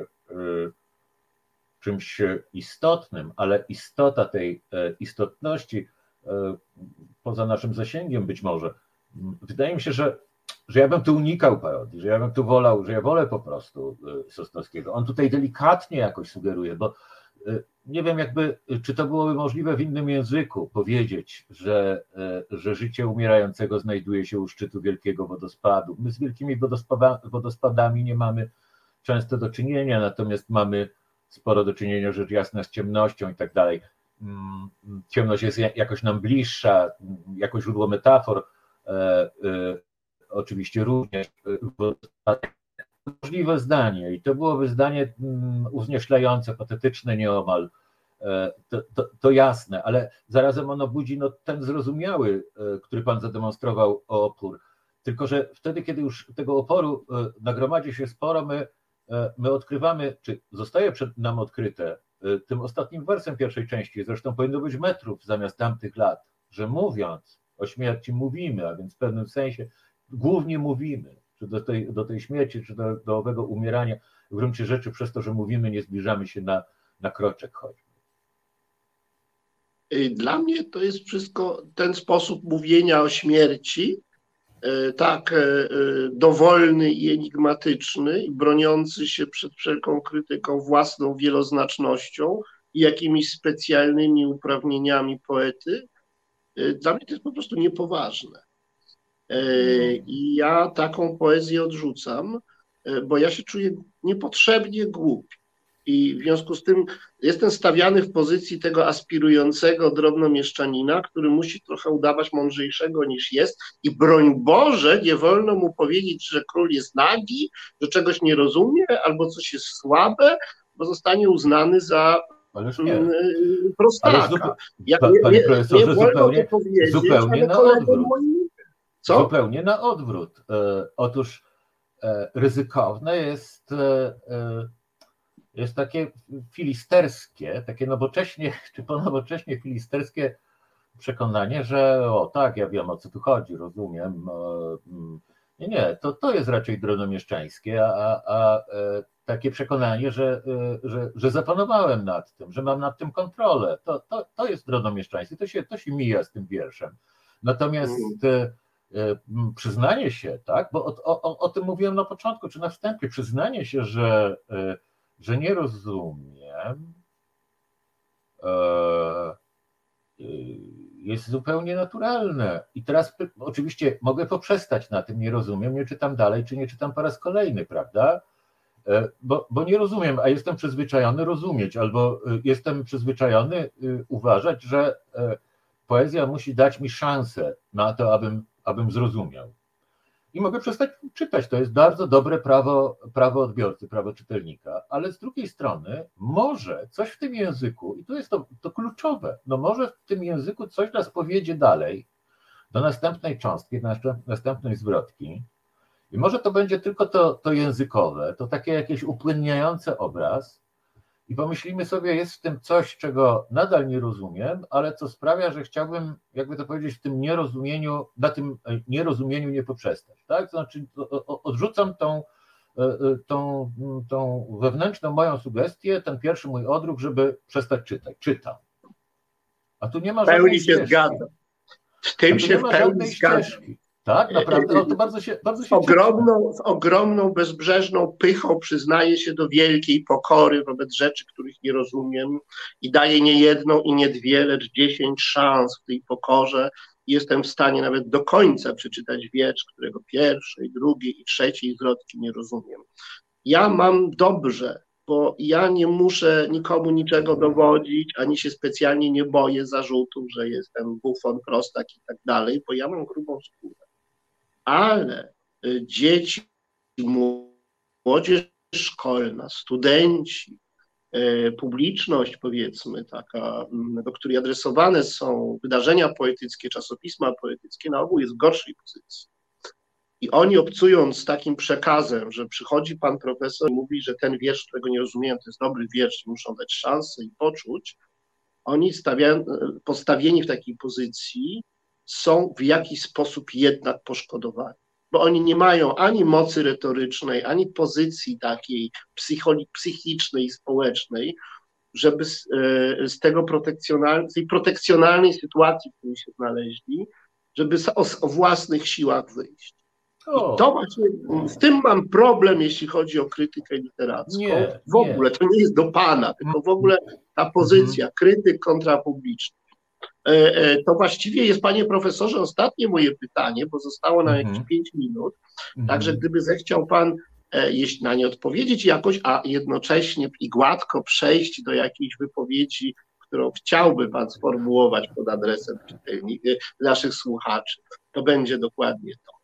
czymś istotnym, ale istota tej istotności poza naszym zasięgiem być może. Wydaje mi się, że, że ja bym tu unikał parodii, że ja bym tu wolał, że ja wolę po prostu Sosnowskiego. On tutaj delikatnie jakoś sugeruje, bo nie wiem jakby, czy to byłoby możliwe w innym języku powiedzieć, że, że życie umierającego znajduje się u szczytu wielkiego wodospadu. My z wielkimi wodospada, wodospadami nie mamy często do czynienia, natomiast mamy sporo do czynienia, rzecz jasna, z ciemnością i tak dalej. Ciemność jest jakoś nam bliższa, jako źródło metafor, e, e, oczywiście również możliwe zdanie i to byłoby zdanie uznieślające, patetyczne nieomal, to, to, to jasne, ale zarazem ono budzi no, ten zrozumiały, który pan zademonstrował opór, tylko że wtedy, kiedy już tego oporu nagromadzi się sporo, my, my odkrywamy, czy zostaje przed nam odkryte tym ostatnim wersem pierwszej części, zresztą powinno być metrów zamiast tamtych lat, że mówiąc o śmierci mówimy, a więc w pewnym sensie głównie mówimy, czy do tej, do tej śmierci, czy do, do owego umierania, w gruncie rzeczy przez to, że mówimy, nie zbliżamy się na, na kroczek choćby. Dla mnie to jest wszystko ten sposób mówienia o śmierci, tak dowolny i enigmatyczny, i broniący się przed wszelką krytyką własną wieloznacznością i jakimiś specjalnymi uprawnieniami poety. Dla mnie to jest po prostu niepoważne. I ja taką poezję odrzucam, bo ja się czuję niepotrzebnie głupi. I w związku z tym jestem stawiany w pozycji tego aspirującego drobnomieszczanina, który musi trochę udawać mądrzejszego niż jest i broń Boże, nie wolno mu powiedzieć, że król jest nagi, że czegoś nie rozumie albo coś jest słabe, bo zostanie uznany za Ależ nie. prostaka. Ależ zupe... Jak pa, nie, panie nie, profesorze, nie wolno zupełnie, to powiedzieć, zupełnie na kolegom odwrót. moim... Co? Zupełnie na odwrót. E, otóż e, ryzykowne jest e, jest takie filisterskie, takie nowocześnie, czy ponowocześnie filisterskie przekonanie, że o tak, ja wiem, o co tu chodzi, rozumiem. Nie, nie, to, to jest raczej dronomieszczańskie, a, a takie przekonanie, że, że, że zapanowałem nad tym, że mam nad tym kontrolę, to, to, to jest dronomieszczańskie, to się, to się mija z tym wierszem. Natomiast przyznanie się, tak, bo o, o, o tym mówiłem na początku, czy na wstępie, przyznanie się, że, że nie rozumiem, jest zupełnie naturalne. I teraz oczywiście mogę poprzestać na tym, nie rozumiem, nie czytam dalej, czy nie czytam po raz kolejny, prawda? Bo, bo nie rozumiem, a jestem przyzwyczajony rozumieć, albo jestem przyzwyczajony uważać, że poezja musi dać mi szansę na to, abym, abym zrozumiał. I mogę przestać czytać. To jest bardzo dobre prawo, prawo odbiorcy, prawo czytelnika, ale z drugiej strony może coś w tym języku, i tu jest to, to kluczowe, no może w tym języku coś nas powiedzie dalej do następnej cząstki, do następnej zwrotki. I może to będzie tylko to, to językowe, to takie jakieś upłynniający obraz, i pomyślimy sobie, jest w tym coś, czego nadal nie rozumiem, ale co sprawia, że chciałbym, jakby to powiedzieć, w tym nierozumieniu, na tym nierozumieniu nie poprzestać. Tak? To znaczy odrzucam tą, tą, tą wewnętrzną moją sugestię, ten pierwszy mój odruch, żeby przestać czytać. Czytam. A tu nie ma żadnej pełni się ścieżki. zgadzam. Z tym się w pełni zgadzam. Tak, naprawdę, o, to bardzo się, bardzo się z, ogromną, z ogromną, bezbrzeżną pychą przyznaję się do wielkiej pokory wobec rzeczy, których nie rozumiem, i daję nie jedną i nie dwie, lecz dziesięć szans w tej pokorze. Jestem w stanie nawet do końca przeczytać wiersz, którego pierwszej, drugiej i trzeciej zwrotki nie rozumiem. Ja mam dobrze, bo ja nie muszę nikomu niczego dowodzić, ani się specjalnie nie boję zarzutów, że jestem bufon, prostak i tak dalej, bo ja mam grubą skórę. Ale dzieci, młodzież szkolna, studenci, publiczność, powiedzmy, taka, do której adresowane są wydarzenia poetyckie, czasopisma poetyckie, na ogół jest w gorszej pozycji. I oni, obcując z takim przekazem, że przychodzi pan profesor i mówi, że ten wiersz, którego nie rozumieją, to jest dobry wiersz i muszą dać szansę i poczuć, oni stawiają, postawieni w takiej pozycji są w jakiś sposób jednak poszkodowani, bo oni nie mają ani mocy retorycznej, ani pozycji takiej psychicznej i społecznej, żeby z, z tego protekcjonal, z tej protekcjonalnej sytuacji, w której się znaleźli, żeby o, o własnych siłach wyjść. I to właśnie, z tym mam problem, jeśli chodzi o krytykę literacką. Nie, w ogóle, nie. To nie jest do pana, tylko w ogóle ta pozycja, krytyk kontra publiczny. To właściwie jest, panie profesorze, ostatnie moje pytanie, bo zostało nam jakieś pięć minut. Także gdyby zechciał pan jeśli na nie odpowiedzieć jakoś, a jednocześnie i gładko przejść do jakiejś wypowiedzi, którą chciałby pan sformułować pod adresem naszych słuchaczy, to będzie dokładnie to.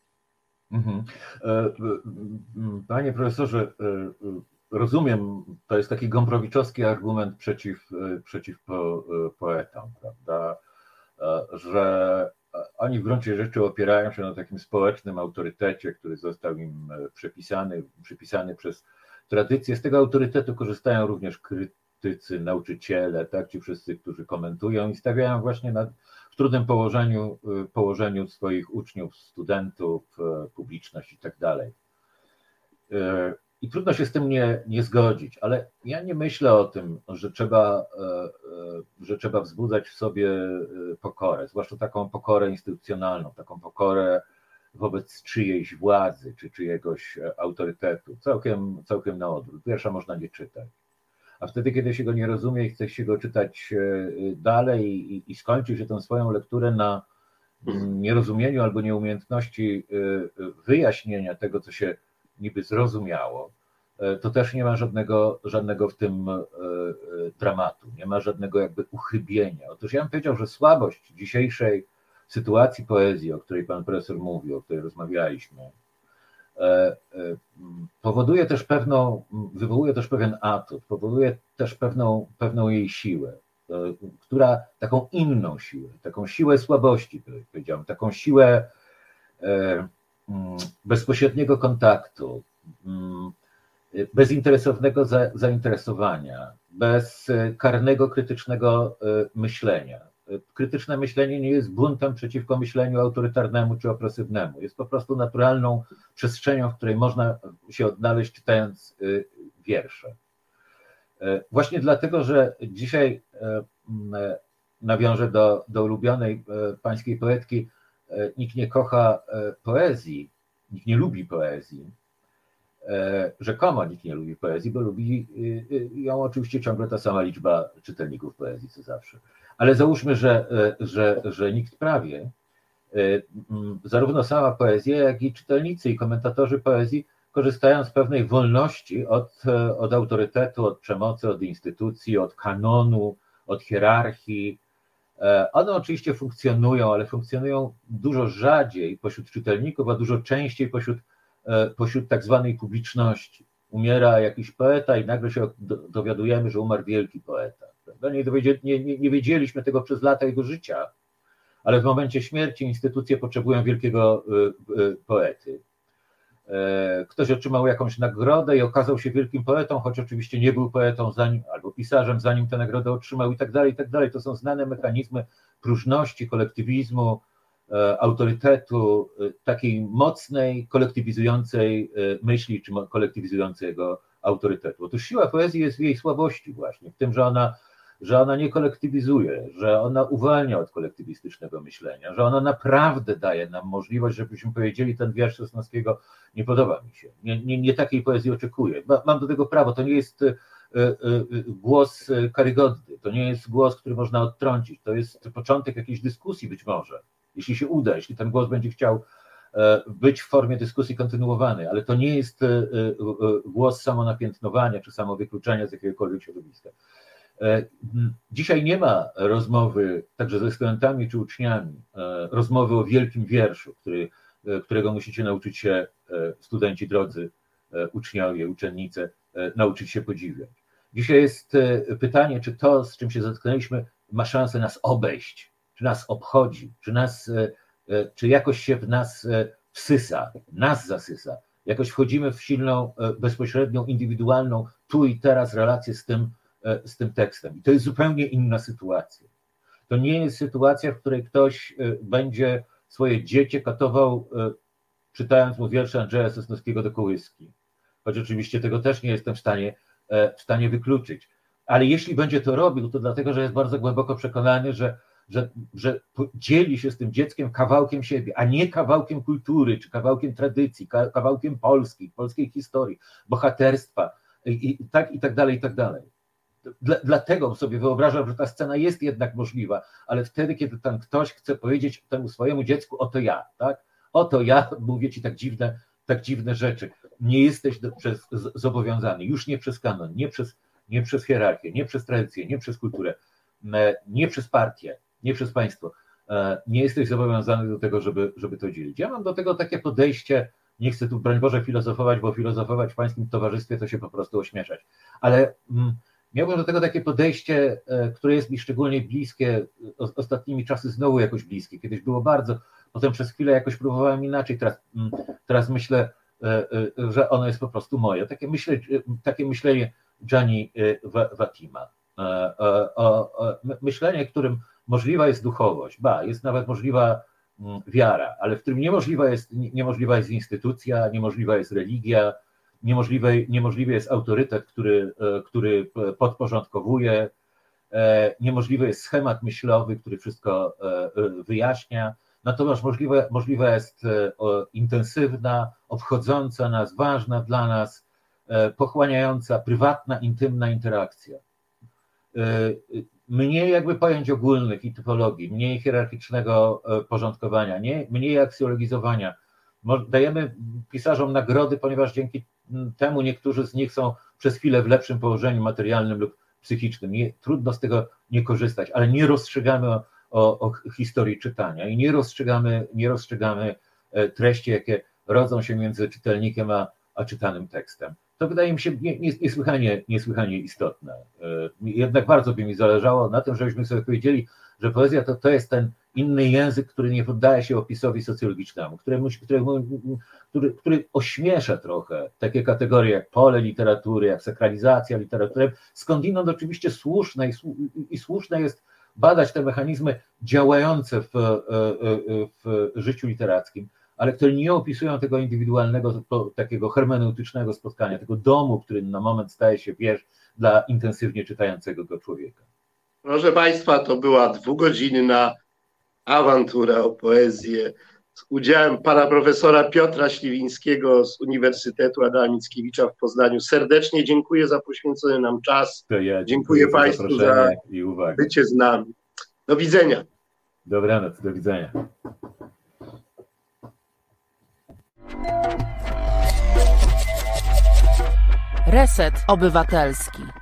Panie profesorze, rozumiem, to jest taki gomprowiczowski argument przeciw, przeciw po, poetom, prawda, że oni w gruncie rzeczy opierają się na takim społecznym autorytecie, który został im przypisany, przypisany przez tradycję. Z tego autorytetu korzystają również krytycy, nauczyciele, tak, ci wszyscy, którzy komentują i stawiają właśnie na, w trudnym położeniu, położeniu swoich uczniów, studentów, publiczność i tak dalej. I trudno się z tym nie, nie zgodzić, ale ja nie myślę o tym, że trzeba, że trzeba wzbudzać w sobie pokorę, zwłaszcza taką pokorę instytucjonalną, taką pokorę wobec czyjejś władzy czy czyjegoś autorytetu, całkiem, całkiem na odwrót. Wiersza można nie czytać. A wtedy, kiedy się go nie rozumie i chce się go czytać dalej i, i skończy się tę swoją lekturę na nierozumieniu albo nieumiejętności wyjaśnienia tego, co się niby zrozumiało, to też nie ma żadnego, żadnego w tym dramatu, nie ma żadnego jakby uchybienia. Otóż ja bym powiedział, że słabość dzisiejszej sytuacji poezji, o której pan profesor mówił, o której rozmawialiśmy, powoduje też pewną, wywołuje też pewien atut, powoduje też pewną, pewną jej siłę, która taką inną siłę, taką siłę słabości, powiedziałem, taką siłę bezpośredniego kontaktu, bezinteresownego za, zainteresowania, bez karnego, krytycznego myślenia. Krytyczne myślenie nie jest buntem przeciwko myśleniu autorytarnemu czy opresywnemu. Jest po prostu naturalną przestrzenią, w której można się odnaleźć, czytając wiersze. Właśnie dlatego, że dzisiaj nawiążę do, do ulubionej pańskiej poetki, nikt nie kocha poezji, nikt nie lubi poezji. Rzekomo nikt nie lubi poezji, bo lubi ją oczywiście ciągle ta sama liczba czytelników poezji, co zawsze. Ale załóżmy, że, że, że nikt prawie, zarówno sama poezja, jak i czytelnicy i komentatorzy poezji korzystają z pewnej wolności od, od autorytetu, od przemocy, od instytucji, od kanonu, od hierarchii. One oczywiście funkcjonują, ale funkcjonują dużo rzadziej pośród czytelników, a dużo częściej pośród, pośród tak zwanej publiczności. Umiera jakiś poeta i nagle się dowiadujemy, że umarł wielki poeta. Nie, nie, nie wiedzieliśmy tego przez lata jego życia, ale w momencie śmierci instytucje potrzebują wielkiego poety. Ktoś otrzymał jakąś nagrodę i okazał się wielkim poetą, choć oczywiście nie był poetą zanim, albo pisarzem, zanim tę nagrodę otrzymał i tak dalej, i tak dalej. To są znane mechanizmy próżności, kolektywizmu, autorytetu, takiej mocnej, kolektywizującej myśli, czy kolektywizującego autorytetu. Otóż siła poezji jest w jej słabości właśnie, w tym, że ona, że ona nie kolektywizuje, że ona uwalnia od kolektywistycznego myślenia, że ona naprawdę daje nam możliwość, żebyśmy powiedzieli, ten wiersz Sosnowskiego nie podoba mi się, nie, nie, nie takiej poezji oczekuję. Mam do tego prawo, to nie jest głos karygodny, to nie jest głos, który można odtrącić, to jest początek jakiejś dyskusji być może, jeśli się uda, jeśli ten głos będzie chciał być w formie dyskusji kontynuowanej, ale to nie jest głos samonapiętnowania czy samowykluczenia z jakiegokolwiek środowiska. Dzisiaj nie ma rozmowy, także ze studentami czy uczniami, rozmowy o wielkim wierszu, który, którego musicie nauczyć się studenci drodzy, uczniowie, uczennice, nauczyć się podziwiać. Dzisiaj jest pytanie, czy to, z czym się zetknęliśmy, ma szansę nas obejść, czy nas obchodzi, czy nas, czy jakoś się w nas wsysa, nas zasysa, jakoś wchodzimy w silną, bezpośrednią, indywidualną, tu i teraz relację z tym, z tym tekstem. I to jest zupełnie inna sytuacja. To nie jest sytuacja, w której ktoś będzie swoje dziecię katował, czytając mu wiersze Andrzeja Sosnowskiego do kołyski. Choć oczywiście tego też nie jestem w stanie, w stanie wykluczyć. Ale jeśli będzie to robił, to dlatego, że jest bardzo głęboko przekonany, że, że, że dzieli się z tym dzieckiem kawałkiem siebie, a nie kawałkiem kultury, czy kawałkiem tradycji, kawałkiem Polski, polskiej historii, bohaterstwa i, i tak i tak dalej, i tak dalej. Dla, dlatego sobie wyobrażam, że ta scena jest jednak możliwa, ale wtedy, kiedy tam ktoś chce powiedzieć temu swojemu dziecku, oto ja, tak? Oto ja mówię ci tak dziwne, tak dziwne rzeczy. Nie jesteś do, przez, z, zobowiązany, już nie przez kanon, nie przez, nie przez hierarchię, nie przez tradycję, nie przez kulturę, nie przez partię, nie przez państwo. Nie jesteś zobowiązany do tego, żeby, żeby to dzielić. Ja mam do tego takie podejście, nie chcę tu, broń Boże, filozofować, bo filozofować w pańskim towarzystwie to się po prostu ośmieszać, ale mm, miałbym do tego takie podejście, które jest mi szczególnie bliskie, ostatnimi czasy znowu jakoś bliskie, kiedyś było bardzo, potem przez chwilę jakoś próbowałem inaczej, teraz, teraz myślę, że ono jest po prostu moje. Takie, myśle, takie myślenie Gianni Vatima. Myślenie, którym możliwa jest duchowość, ba, jest nawet możliwa wiara, ale w którym niemożliwa jest, niemożliwa jest instytucja, niemożliwa jest religia, Niemożliwy, niemożliwy jest autorytet, który, który podporządkowuje, niemożliwy jest schemat myślowy, który wszystko wyjaśnia, natomiast możliwe, możliwa jest intensywna, obchodząca nas, ważna dla nas, pochłaniająca, prywatna, intymna interakcja. Mniej jakby pojęć ogólnych i typologii, mniej hierarchicznego porządkowania, nie, mniej aksjologizowania. Dajemy pisarzom nagrody, ponieważ dzięki temu niektórzy z nich są przez chwilę w lepszym położeniu materialnym lub psychicznym. Nie, trudno z tego nie korzystać, ale nie rozstrzygamy o, o, o historii czytania i nie rozstrzygamy, nie rozstrzygamy treści, jakie rodzą się między czytelnikiem a, a czytanym tekstem. To wydaje mi się niesłychanie, niesłychanie istotne. Jednak bardzo by mi zależało na tym, żebyśmy sobie powiedzieli, że poezja to, to jest ten inny język, który nie poddaje się opisowi socjologicznemu, któremu, któremu, który, który ośmiesza trochę takie kategorie jak pole literatury, jak sakralizacja literatury. Skądinąd oczywiście słuszne i, i słuszne jest badać te mechanizmy działające w, w życiu literackim, ale które nie opisują tego indywidualnego, takiego hermeneutycznego spotkania, tego domu, który na moment staje się wiersz dla intensywnie czytającego go człowieka. Proszę Państwa, to była dwugodzinna awantura o poezję z udziałem pana profesora Piotra Śliwińskiego z Uniwersytetu Adama Mickiewicza w Poznaniu. Serdecznie dziękuję za poświęcony nam czas. To ja dziękuję, dziękuję za Państwu za i uwagę. bycie z nami. Do widzenia. Dobranoc, do widzenia. Reset Obywatelski.